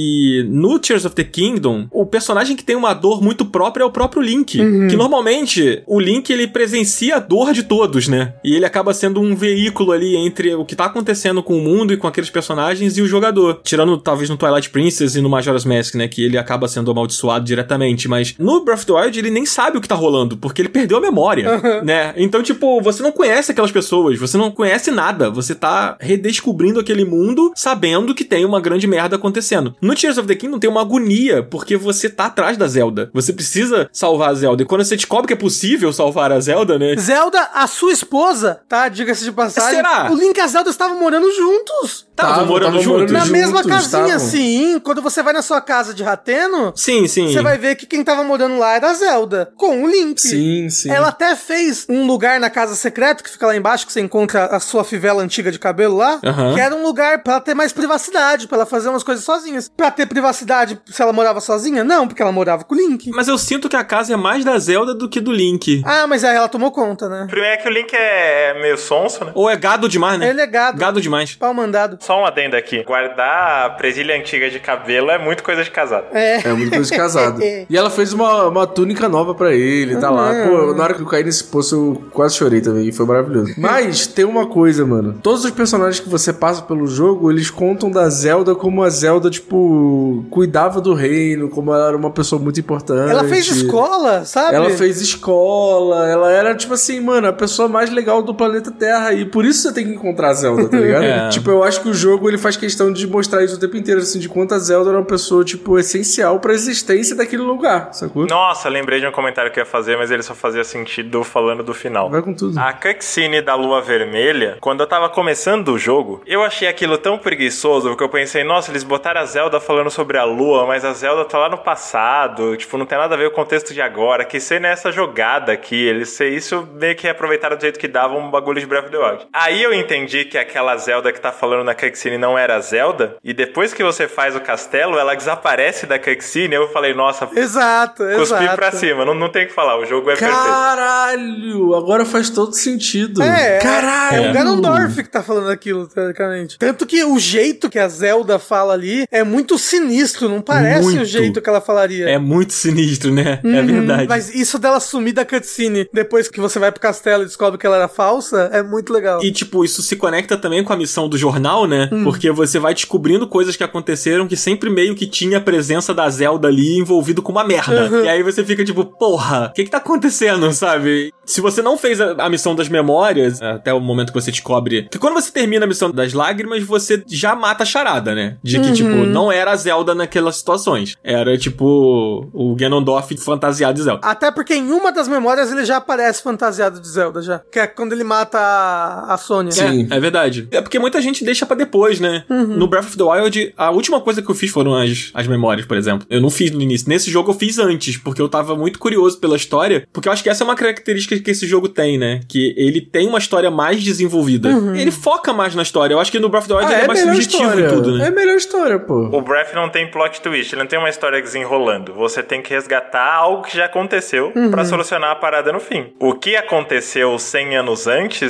E no Tears of the Kingdom, o personagem que tem uma dor muito própria é o próprio Link, que normalmente o Link, ele presencia a dor de todos, né, e ele acaba sendo um veículo ali entre o que tá acontecendo com o mundo e com aqueles personagens e o jogador. Tirando, talvez, no Twilight Princess e no Majora's Mask, né, que ele acaba sendo amaldiçoado diretamente, mas no Breath of the Wild ele nem sabe o que tá rolando, porque ele perdeu a memória, né? Então, tipo, você não conhece aquelas pessoas, você não conhece nada, você tá redescobrindo aquele mundo sabendo que tem uma grande merda acontecendo. No Tears of the Kingdom tem uma agonia, porque você tá atrás da Zelda. Você precisa salvar a Zelda. E quando você descobre que é possível salvar a Zelda, né? Zelda, a sua esposa, tá? Diga-se de passagem. Será? O Link e a Zelda estavam morando juntos. Estavam morando juntos? Na mesma casinha, tavam. sim. Quando você vai na sua casa de Rateno, Sim, sim. você vai ver que quem tava morando lá era a Zelda, com o Link. Sim, sim. Ela até fez um lugar na casa secreta, que fica lá embaixo, que você encontra a sua fivela antiga de cabelo lá, que era um lugar pra ela ter mais privacidade, pra ela fazer umas coisas sozinhas. Pra ter privacidade se ela morava sozinha? Não, porque ela morava com o Link. Mas eu sinto que a casa é mais da Zelda do que do Link. Ah, mas aí ela tomou conta, né? Primeiro é que o Link é meio sonso, né? Ou é gado demais, né? Ele é gado. Gado demais. Pau mandado. Só um adendo aqui. Guardar a presilha antiga de cabelo é muito coisa de casado. É. É muita coisa de casado. E ela fez uma túnica nova pra ele, tá lá. Pô, na hora que eu caí nesse poço, eu quase chorei também, e foi maravilhoso. Mas tem uma coisa, mano. Todos os personagens que você passa pelo jogo, eles contam da Zelda como a Zelda, tipo, cuidava do reino, como ela era uma pessoa muito importante. Ela fez escola, sabe? Ela fez escola, ela era, tipo assim, mano, a pessoa mais legal do planeta Terra, e por isso você tem que encontrar a Zelda, tá ligado? Tipo, eu acho que o jogo, ele faz questão de mostrar isso o tempo inteiro, assim, de quanto a Zelda era uma pessoa, tipo, essencial pra existência daquele lugar, sacou? Nossa, lembrei de um comentário que eu ia fazer, mas ele só fazia sentido falando do final. Vai com tudo. A cutscene da Lua Vermelha, quando eu tava começando o jogo, eu achei aquilo tão preguiçoso, porque eu pensei, nossa, eles botaram a Zelda falando sobre a Lua, mas a Zelda tá lá no passado, tipo, não tem nada a ver com o contexto de agora, que cena é essa jogada aqui, eles isso meio que aproveitaram do jeito que dava um bagulho de Breath of the Wild. Aí eu entendi que aquela Zelda que tá falando na cutscene não era a Zelda, e depois que você faz o castelo, ela desaparece da cutscene, eu falei, nossa, Exato. cuspi pra cima, não tem o que falar, o jogo é perfeito. Caralho! Agora faz todo sentido. Caralho! É o Ganondorf que tá falando aquilo, teoricamente. Tanto que o jeito que a Zelda fala ali é muito sinistro, não parece Muito. o jeito que ela falaria. É muito sinistro, né? É verdade. Mas isso dela sumir da cutscene depois que você vai pro castelo e descobre que ela era falsa, é muito legal. E, tipo, isso se conecta também com a missão do jornal, né? Porque você vai descobrindo coisas que aconteceram que sempre meio que tinha a presença da Zelda ali envolvido com uma merda. E aí você fica tipo, porra, o que tá acontecendo, sabe? Se você não fez a missão das memórias, até o momento que você descobre... Que quando você termina a missão das lágrimas, você já mata a charada, né? De que, tipo, não era a Zelda naquelas situações. Era, tipo, o Ganondorf fantasiado de Zelda. Até porque em uma das memórias ele já aparece fantasiado de Zelda, já. Que é quando ele mata a Sônia. Sim. É verdade. É porque muita gente deixa pra depois, né? No Breath of the Wild, a última coisa que eu fiz foram as memórias, por exemplo. Eu não fiz no início. Nesse jogo eu fiz antes, porque eu tava muito curioso pela história, porque eu acho que essa é uma característica que esse jogo tem, né? Que ele tem uma história mais desenvolvida. Ele foca mais na história. Eu acho que no Breath of the Wild ele é mais subjetivo em tudo, né? É a melhor história, pô. O Breath não tem plot twist, ele não tem uma história desenrolando. Você tem que resgatar algo que já aconteceu pra solucionar a parada no fim. O que aconteceu 100 anos antes, o rei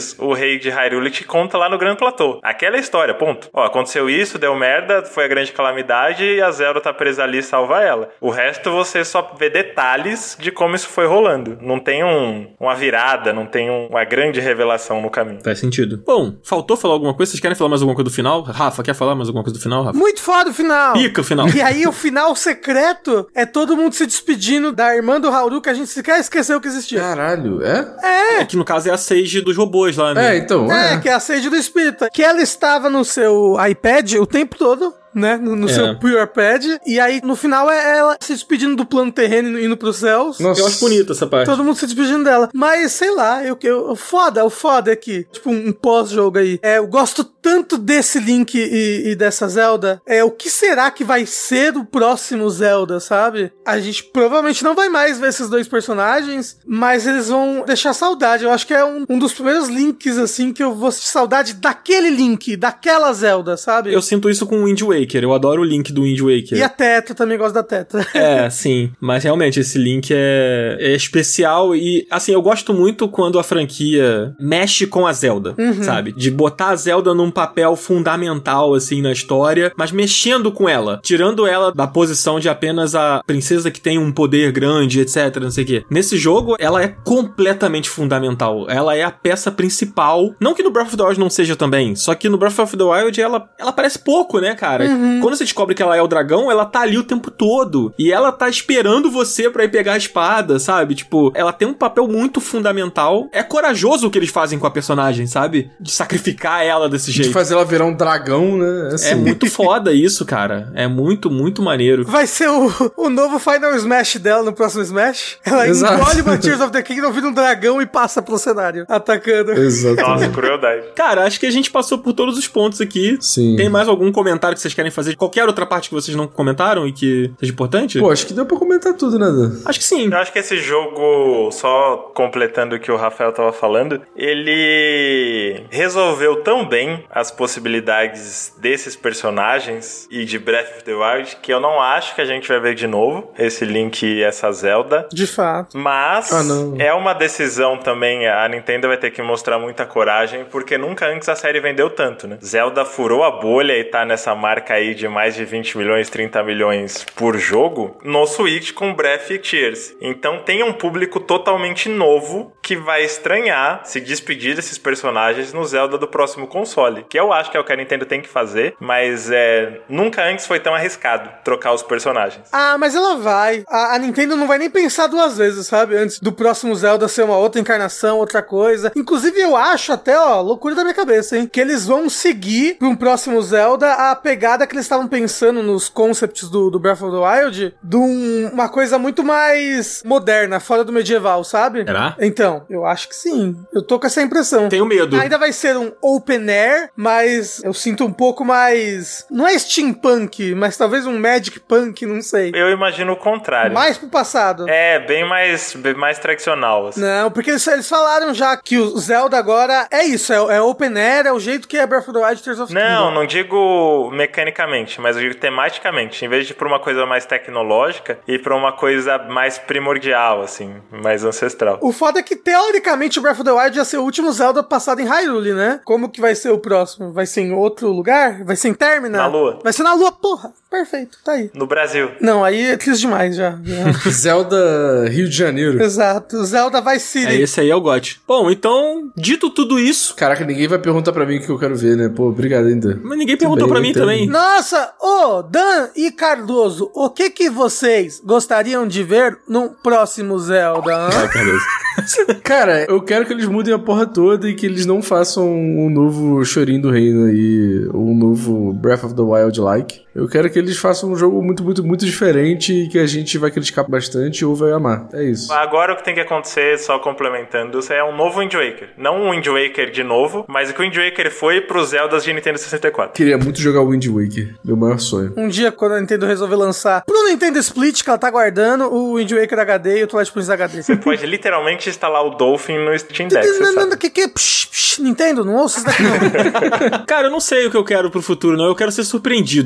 gameplay de Hyrule te conta lá no Grand Plateau. Aquela é a história, ponto. Ó, aconteceu isso, deu merda, foi a grande calamidade e a Zelda tá presa ali e salva ela. O resto você só vê detalhes de como isso foi rolando. Não tem uma virada, não tem uma grande revelação no caminho. Faz sentido. Bom, faltou falar alguma coisa? Vocês querem falar mais alguma coisa do final? Rafa, quer falar mais alguma coisa do final, Rafa? Muito foda o final. Pica o final. E aí o final secreto é todo mundo se despedindo da irmã do Haru, que a gente sequer esqueceu que existia. Caralho, é? É que no caso é a Sage dos robôs lá, né? Então. Que é a Sage do Espírita. Que ela estava no seu iPad o tempo todo, né? No seu Pure Pad. E aí, no final, é ela se despedindo do plano terreno e indo pros céus. Nossa. Eu acho bonita essa parte. Todo mundo se despedindo dela. Mas, sei lá, o foda é que, tipo, um pós-jogo aí. Eu gosto tanto desse Link e dessa Zelda. O que será que vai ser o próximo Zelda, sabe? A gente provavelmente não vai mais ver esses dois personagens, mas eles vão deixar saudade. Eu acho que é um dos primeiros Links, assim, que eu vou sentir saudade daquele Link, daquela Zelda, sabe? Eu sinto isso com o Wind Waker. Eu adoro o Link do Wind Waker. E a Tetra, também gosto da Tetra. Sim. Mas realmente, esse Link é especial e, assim, eu gosto muito quando a franquia mexe com a Zelda, sabe? De botar a Zelda num papel fundamental, assim, na história, mas mexendo com ela. Tirando ela da posição de apenas a princesa que tem um poder grande, etc, não sei o quê. Nesse jogo, ela é completamente fundamental. Ela é a peça principal. Não que no Breath of the Wild não seja também, só que no Breath of the Wild ela aparece pouco, né, cara? Quando você descobre que ela é o dragão, ela tá ali o tempo todo. E ela tá esperando você pra ir pegar a espada, sabe? Tipo, ela tem um papel muito fundamental. É corajoso o que eles fazem com a personagem, sabe? De sacrificar ela desse jeito. De fazer ela virar um dragão, né? Assim. É muito foda isso, cara. É muito, muito maneiro. Vai ser o novo Final Smash dela no próximo Smash. Ela engole uma Tears of the Kingdom, vira um dragão e passa pelo cenário, atacando. Exato. Nossa, crueldade. Cara, acho que a gente passou por todos os pontos aqui. Sim. Tem mais algum comentário que vocês querem fazer? Qualquer outra parte que vocês não comentaram e que seja importante? Pô, acho que deu pra comentar tudo, né, Dan? Acho que sim. Eu acho que esse jogo, só completando o que o Rafael tava falando, ele resolveu tão bem as possibilidades desses personagens e de Breath of the Wild que eu não acho que a gente vai ver de novo esse Link e essa Zelda. De fato. Mas é uma decisão também, a Nintendo vai ter que mostrar muita coragem, porque nunca antes a série vendeu tanto, né? Zelda furou a bolha e tá nessa marca aí de mais de 20 milhões, 30 milhões por jogo no Switch com Breath e Tears. Então tem um público totalmente novo que vai estranhar se despedir desses personagens no Zelda do próximo console, que eu acho que é o que a Nintendo tem que fazer, mas nunca antes foi tão arriscado trocar os personagens. Mas ela vai. A Nintendo não vai nem pensar duas vezes, sabe? Antes do próximo Zelda ser uma outra encarnação, outra coisa. Inclusive eu acho até, loucura da minha cabeça, hein? Que eles vão seguir para um próximo Zelda a pegada que eles estavam pensando nos concepts do Breath of the Wild, de uma coisa muito mais moderna, fora do medieval, sabe? Será? Então, eu acho que sim. Eu tô com essa impressão. Tenho medo. Ainda vai ser um open air, mas eu sinto um pouco mais... Não é steampunk, mas talvez um magic punk, não sei. Eu imagino o contrário. Mais pro passado. Bem mais tradicional, assim. Não, porque eles falaram já que o Zelda agora é isso, é open air, é o jeito que é Breath of the Wild, Tears of the Kingdom. Não digo mecanicamente, mas eu digo tematicamente. Em vez de ir pra uma coisa mais tecnológica, ir pra uma coisa mais primordial, assim, mais ancestral. O foda é que, teoricamente, o Breath of the Wild ia ser o último Zelda passado em Hyrule, né? Como que vai ser o próximo? Vai ser em outro lugar? Vai ser em Termina? Na Lua. Vai ser na Lua, porra. Perfeito, tá aí. No Brasil. Não, aí é triste demais já. Zelda Rio de Janeiro. Exato, Zelda Vice City. Esse aí é o GOT. Bom, então, dito tudo isso... Caraca, ninguém vai perguntar pra mim o que eu quero ver, né? Pô, obrigado ainda. Mas ninguém perguntou pra mim também. Nossa, Dan e Cardoso, o que vocês gostariam de ver no próximo Zelda? Cardoso. Cara, eu quero que eles mudem a porra toda e que eles não façam um novo Chorinho do Reino aí, um novo Breath of the Wild-like. Eu quero que eles façam um jogo muito, muito, muito diferente e que a gente vai criticar bastante ou vai amar. É isso. Agora o que tem que acontecer, só complementando, é um novo Wind Waker. Não um Wind Waker de novo, mas o que o Wind Waker foi pros Zeldas de Nintendo 64. Queria muito jogar o Wind Waker. Meu maior sonho. Um dia, quando a Nintendo resolver lançar pro Nintendo Split, que ela tá guardando, o Wind Waker HD e o Twilight Princess HD. Você pode literalmente instalar o Dolphin no Steam Deck, Nintendo, não ouça isso daqui não. Cara, eu não sei o que eu quero pro futuro, não. Eu quero ser surpreendido. Só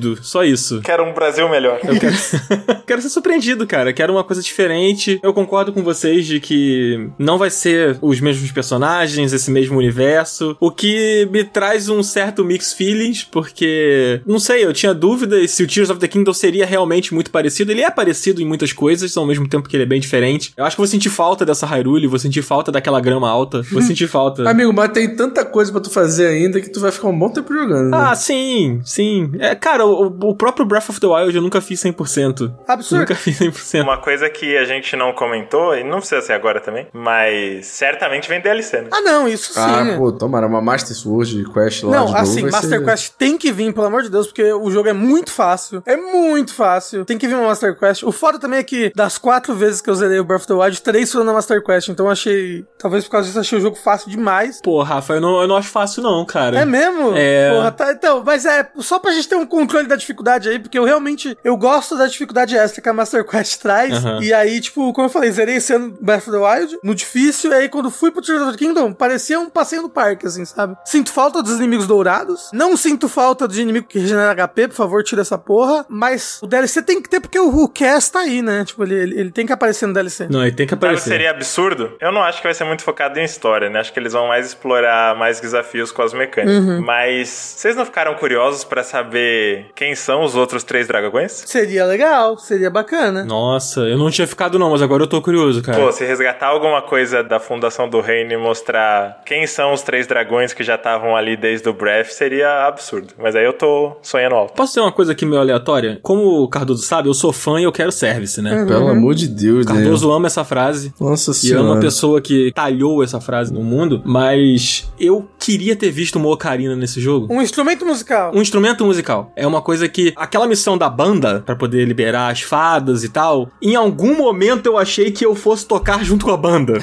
isso. Quero um Brasil melhor. Eu quero ser surpreendido, cara. Quero uma coisa diferente. Eu concordo com vocês de que não vai ser os mesmos personagens, esse mesmo universo. O que me traz um certo mixed feelings, porque... Não sei, eu tinha dúvidas se o Tears of the Kingdom seria realmente muito parecido. Ele é parecido em muitas coisas, ao mesmo tempo que ele é bem diferente. Eu acho que vou sentir falta dessa Hyrule, vou sentir falta daquela grama alta. Vou sentir falta. Amigo, mas tem tanta coisa pra tu fazer ainda que tu vai ficar um bom tempo jogando, né? Ah, sim. Cara, o próprio Breath of the Wild eu nunca fiz 100%. Absurdo. Nunca fiz 100%. Uma coisa que a gente não comentou, e não precisa ser agora também, mas certamente vem DLC, né? Ah, não, isso sim. Pô, tomara, uma Master Sword Quest lá não, de novo. Assim, Master Quest tem que vir, pelo amor de Deus, porque o jogo é muito fácil. É muito fácil. Tem que vir uma Master Quest. O foda também é que, das 4 vezes que eu zerei o Breath of the Wild, 3 foram na Master Quest. Então eu achei... Talvez por causa disso, achei o jogo fácil demais. Pô, Rafa, eu não acho fácil não, cara. É mesmo? É. Porra, tá. Então, mas é só pra gente ter um controle da dificuldade aí, porque eu gosto da dificuldade extra que a Master Quest traz. E aí, tipo, como eu falei, zerei esse ano Breath of the Wild, no difícil, e aí quando fui pro Tears of the Kingdom, parecia um passeio no parque, assim, sabe? Sinto falta dos inimigos dourados, não sinto falta dos inimigos que regeneram HP, por favor, tira essa porra, mas o DLC tem que ter, porque o Cass tá aí, né? Tipo, ele tem que aparecer no DLC. Não, ele tem que aparecer. Sabe, seria absurdo? Eu não acho que vai ser muito focado em história, né? Acho que eles vão mais explorar mais desafios com as mecânicas. Mas vocês não ficaram curiosos pra saber quem são os outros 3 dragões? Seria legal, seria bacana. Nossa, eu não tinha ficado não, mas agora eu tô curioso, cara. Pô, se resgatar alguma coisa da fundação do reino e mostrar quem são os 3 dragões que já estavam ali desde o Breath, seria absurdo. Mas aí eu tô sonhando alto. Posso dizer uma coisa aqui meio aleatória? Como o Cardoso sabe, eu sou fã e eu quero service, né? Pelo amor de Deus, né? Cardoso ama essa frase. Nossa E senhora. ama a pessoa que talhou essa frase no mundo, mas eu queria ter visto uma ocarina nesse jogo. Um instrumento musical. Um instrumento musical. É uma coisa que... Aquela missão da banda, pra poder liberar as fadas e tal, em algum momento eu achei que eu fosse tocar junto com a banda.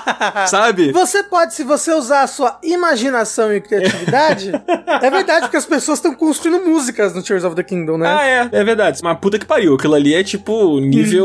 Sabe? Você pode, se você usar a sua imaginação e criatividade, é verdade, porque as pessoas estão construindo músicas no Tears of the Kingdom, né? Ah, é verdade. Mas puta que pariu. Aquilo ali é tipo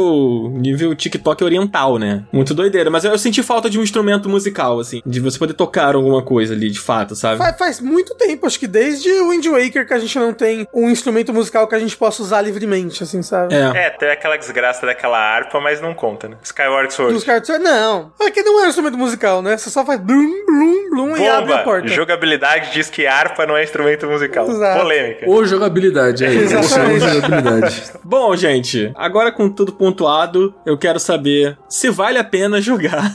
nível TikTok oriental, né? Muito doideira. Mas eu senti falta de um instrumento musical, assim. De você poder tocar alguma coisa ali, de fato, sabe? Faz muito tempo, acho que desde o Wind Waker que a gente não tem um instrumento musical que a gente possa usar livremente, assim, sabe? Tem aquela desgraça daquela harpa, mas não conta, né? Skyward Sword. Skyward Sword, não. Aqui não é um instrumento musical, né? Você só faz blum, blum, blum e abre a porta. Jogabilidade diz que harpa não é instrumento musical. Exato. Polêmica. Ou jogabilidade, é isso. Exatamente. Jogabilidade. Bom, gente, agora com tudo pontuado, eu quero saber se vale a pena jogar.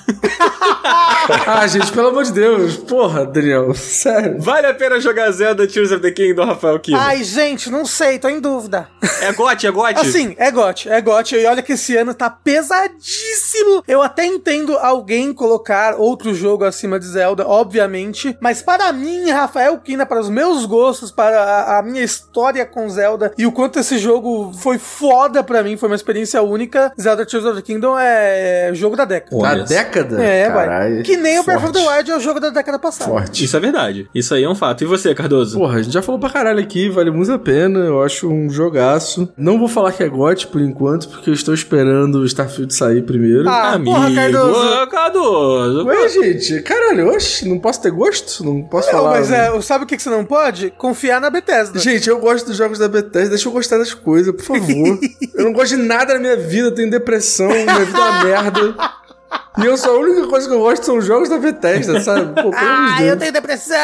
Ah, gente, pelo amor de Deus. Porra, Daniel, sério. Vale a pena jogar Zelda Tears of the Kingdom, Rafael Kino? Ai, gente, não sei, tô em dúvida. É GOT? Assim, é GOT. E olha que esse ano tá pesadíssimo. Eu até entendo alguém colocar outro jogo acima de Zelda, obviamente. Mas para mim, Rafael Kina, para os meus gostos, para a minha história com Zelda e o quanto esse jogo foi foda pra mim, foi uma experiência única, Zelda Tears of the Kingdom é jogo da década. Da década? É, caralho. vai. Que nem o Breath of the Forte. Wild é o jogo da década passada. Forte. Isso é verdade. Isso aí é um fato. E você, Cardoso? Porra, a gente já falou pra caralho aqui, vale muito a pena, eu acho um jogaço. Não vou falar que é GOT por enquanto, porque eu estou esperando o Starfield sair primeiro. Ah, porra, Cardoso. Cardoso. Ué, gente, caralho, oxe, não posso ter gosto? Não posso Não, falar. mas sabe o que você não pode? Confiar na Bethesda. Gente, eu gosto dos jogos da Bethesda, deixa eu gostar das coisas, por favor. Eu não gosto de nada na minha vida, eu tenho depressão, minha vida é uma merda. E a única coisa que eu gosto são os jogos da Bethesda, sabe? Pô, pelo amor de Deus. Eu tenho depressão.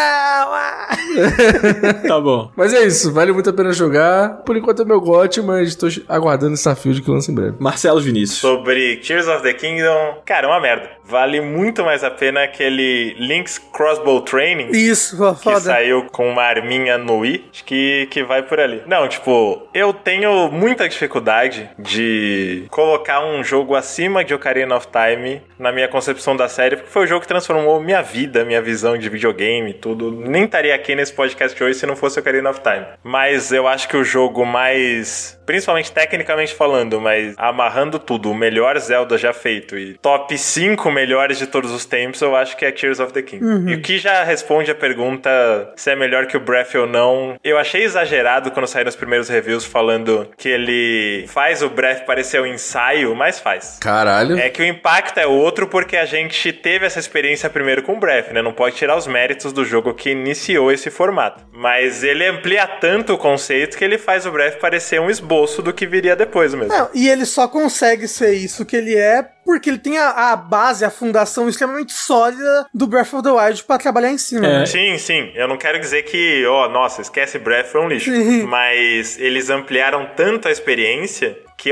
Tá bom. Mas é isso, vale muito a pena jogar. Por enquanto é meu GOT, mas tô aguardando esse Starfield que lança em breve. Marcelo Vinícius. Sobre Tears of the Kingdom, cara, uma merda. Vale muito mais a pena aquele Link's Crossbow Training. Isso, Que foda. saiu com uma arminha no Wii. Acho que vai por ali. Não, tipo, eu tenho muita dificuldade de colocar um jogo acima de Ocarina of Time na minha concepção da série, porque foi o jogo que transformou minha vida, minha visão de videogame, tudo. Nem estaria aqui nesse podcast hoje se não fosse Ocarina of Time. Mas eu acho que o jogo mais principalmente tecnicamente falando, mas amarrando tudo, o melhor Zelda já feito e top 5 melhores de todos os tempos, eu acho que é Tears of the Kingdom. E o que já responde a pergunta se é melhor que o Breath ou não, eu achei exagerado quando saíram os primeiros reviews falando que ele faz o Breath parecer um ensaio, mas faz. Caralho. É que o impacto é outro porque a gente teve essa experiência primeiro com o Breath, né? Não pode tirar os méritos do jogo que iniciou esse formato. Mas ele amplia tanto o conceito que ele faz o Breath parecer um esboço do que viria depois mesmo. Não, e ele só consegue ser isso que ele é porque ele tem a base, a fundação extremamente sólida do Breath of the Wild pra trabalhar em cima. Né? Sim. Eu não quero dizer que, nossa, esquece Breath, foi um lixo. Mas eles ampliaram tanto a experiência que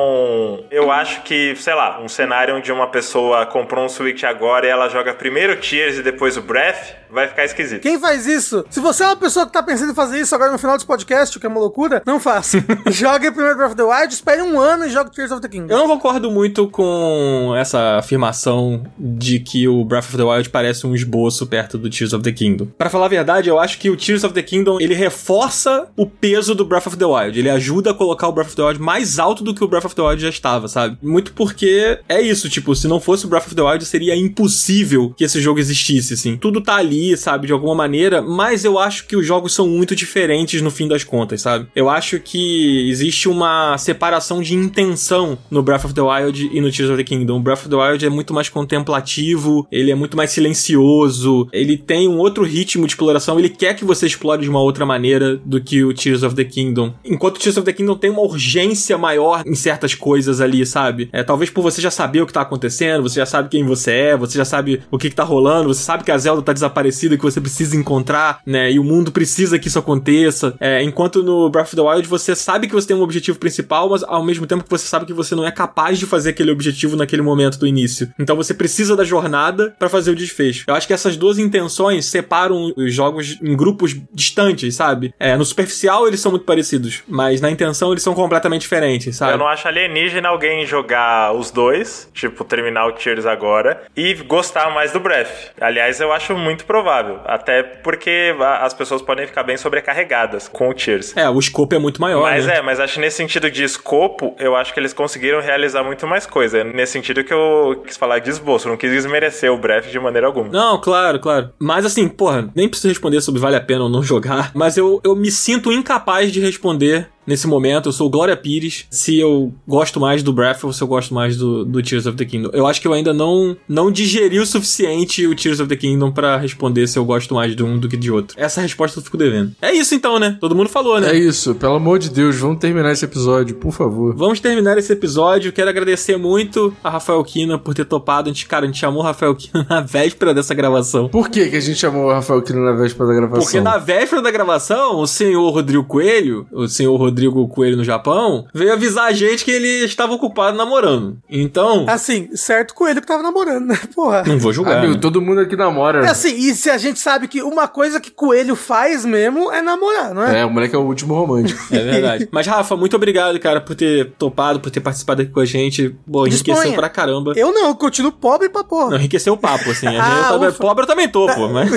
eu acho que, sei lá, um cenário onde uma pessoa comprou um Switch agora e ela joga primeiro Tears e depois o Breath, vai ficar esquisito. Quem faz isso? Se você é uma pessoa que tá pensando em fazer isso agora no final desse podcast, o que é uma loucura, não faça. Jogue primeiro Breath of the Wild, espere um ano e jogue Tears of the Kingdom. Eu não concordo muito com essa afirmação de que o Breath of the Wild parece um esboço perto do Tears of the Kingdom. Pra falar a verdade, eu acho que o Tears of the Kingdom, ele reforça o peso do Breath of the Wild. Ele ajuda a colocar o Breath of the Wild mais alto do que o Breath of the Wild já estava, sabe? Muito porque é isso, tipo, se não fosse o Breath of the Wild, seria impossível que esse jogo existisse, assim. Tudo tá ali, sabe, de alguma maneira, mas eu acho que os jogos são muito diferentes no fim das contas, sabe? Eu acho que existe uma separação de intenção no Breath of the Wild e no Tears of the Kingdom. O Breath of the Wild é muito mais contemplativo, ele é muito mais silencioso, ele tem um outro ritmo de exploração, ele quer que você explore de uma outra maneira do que o Tears of the Kingdom. Enquanto o Tears of the Kingdom tem uma urgência maior em certas coisas ali, sabe? Talvez por você já saber o que tá acontecendo, você já sabe quem você é, você já sabe o que tá rolando, você sabe que a Zelda tá desaparecida, que você precisa encontrar, né? E o mundo precisa que isso aconteça. Enquanto no Breath of the Wild você sabe que você tem um objetivo principal, mas ao mesmo tempo que você sabe que você não é capaz de fazer aquele objetivo naquele momento do início. Então você precisa da jornada pra fazer o desfecho. Eu acho que essas duas intenções separam os jogos em grupos distantes, sabe? No superficial eles são muito parecidos, mas na intenção eles são completamente diferentes, sabe? Eu não acho alienígena alguém jogar os dois, tipo, terminar o Tears agora e gostar mais do Breath. Aliás, eu acho muito provável, até porque as pessoas podem ficar bem sobrecarregadas com o Tears. O escopo é muito maior, mas acho que nesse sentido de escopo, eu acho que eles conseguiram realizar muito mais coisa. Nesse sentido que eu quis falar de esboço, não quis desmerecer o Breath de maneira alguma. Não, claro. Mas assim, porra, nem preciso responder sobre vale a pena ou não jogar, mas eu me sinto incapaz de responder nesse momento. Eu sou o Glória Pires, se eu gosto mais do Breath ou se eu gosto mais do Tears of the Kingdom. Eu acho que eu ainda não digeri o suficiente o Tears of the Kingdom pra responder se eu gosto mais de um do que de outro. Essa resposta eu fico devendo. É isso então, né? Todo mundo falou, né? É isso, pelo amor de Deus, vamos terminar esse episódio, por favor. Vamos terminar esse episódio. Quero agradecer muito a Rafael Kina por ter topado. A gente chamou o Rafael Kina na véspera dessa gravação. Por que a gente chamou o Rafael Kina na véspera da gravação? Porque na véspera da gravação, o senhor Rodrigo Coelho no Japão, veio avisar a gente que ele estava ocupado namorando. Então... Assim, certo Coelho que tava namorando, né? Porra. Não vou julgar. Amigo, todo mundo aqui namora. Assim, e se a gente sabe que uma coisa que Coelho faz mesmo é namorar, não é? O moleque é o último romântico. É verdade. Mas, Rafa, muito obrigado, cara, por ter topado, por ter participado aqui com a gente. Bom, enriqueceu pra caramba. Eu não, eu continuo pobre pra porra. Não, enriqueceu o papo, assim. Pobre eu também tô, pô. Mas...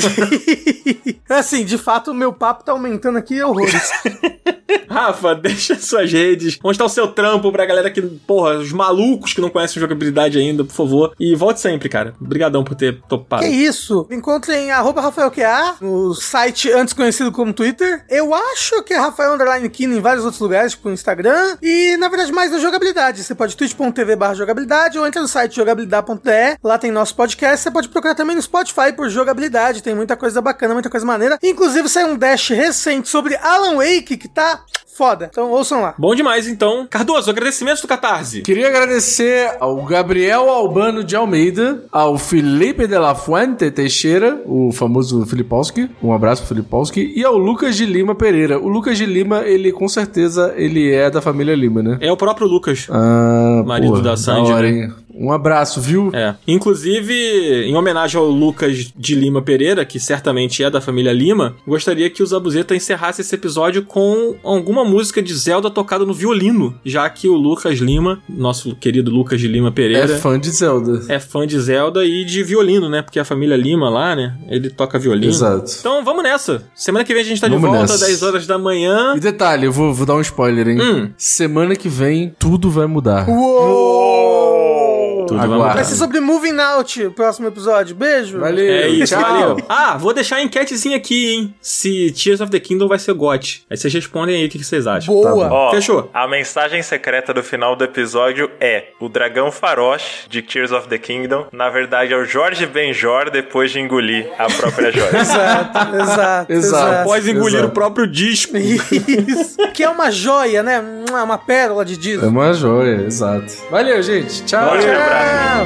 assim, de fato, o meu papo tá aumentando aqui horrores. Rafa, deixa suas redes. Onde tá o seu trampo pra galera que, porra, os malucos que não conhecem jogabilidade ainda, por favor. E volte sempre, cara. Obrigadão por ter topado. Que isso? Me encontrem em @RafaelQA, no site antes conhecido como Twitter. Eu acho que é Rafael_Kina em vários outros lugares, tipo no Instagram. E, na verdade, mais na jogabilidade. Você pode twitch.tv/jogabilidade ou entra no site jogabilidade.de. Lá tem nosso podcast. Você pode procurar também no Spotify por jogabilidade. Tem muita coisa bacana, muita coisa maneira. Inclusive, saiu um dash recente sobre Alan Wake, que tá foda. Então ouçam lá. Bom demais, então. Cardoso, agradecimentos do Catarse. Queria agradecer ao Gabriel Albano de Almeida, ao Felipe de la Fuente Teixeira, o famoso Filipowski, um abraço pro Filipowski, e ao Lucas de Lima Pereira. O Lucas de Lima, ele com certeza, ele é da família Lima, né? É o próprio Lucas. Ah, marido da Sandy. Da hora, hein? Um abraço, viu? Inclusive, em homenagem ao Lucas de Lima Pereira, que certamente é da família Lima, gostaria que o Zabuzeta encerrasse esse episódio com alguma música de Zelda tocada no violino, já que o Lucas Lima, nosso querido Lucas de Lima Pereira... É fã de Zelda. É fã de Zelda e de violino, né? Porque a família Lima lá, né? Ele toca violino. Exato. Então vamos nessa. Semana que vem a gente tá de volta às 10 horas da manhã. E detalhe, eu vou dar um spoiler, hein? Semana que vem, tudo vai mudar. Tudo vai mudar. Vai ser sobre Moving Out o próximo episódio. Beijo. Valeu. É isso, tchau. valeu. Vou deixar a enquetezinha aqui, hein? Se Tears of the Kingdom vai ser GOT. Aí vocês respondem aí o que vocês acham. Boa. Ó, Fechou. A mensagem secreta do final do episódio é: o dragão Farosh de Tears of the Kingdom, na verdade, é o Jorge Benjor depois de engolir a própria joia. Exato. Após engolir o próprio disco. Isso. Que é uma joia, né? Uma pérola de disco. É uma joia, exato. Valeu, gente. Tchau. Valeu. Tchau.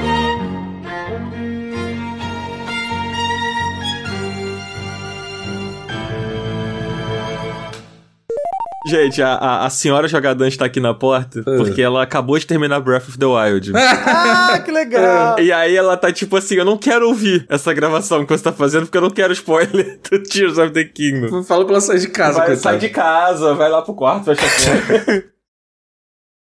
Gente, a senhora jogadante tá aqui na porta porque ela acabou de terminar Breath of the Wild. Que legal. E aí ela tá tipo assim, eu não quero ouvir essa gravação que você tá fazendo porque eu não quero spoiler do Tears of the Kingdom. Fala pra ela sair de casa, Sai coitada. de casa, vai lá pro quarto, fecha a porta.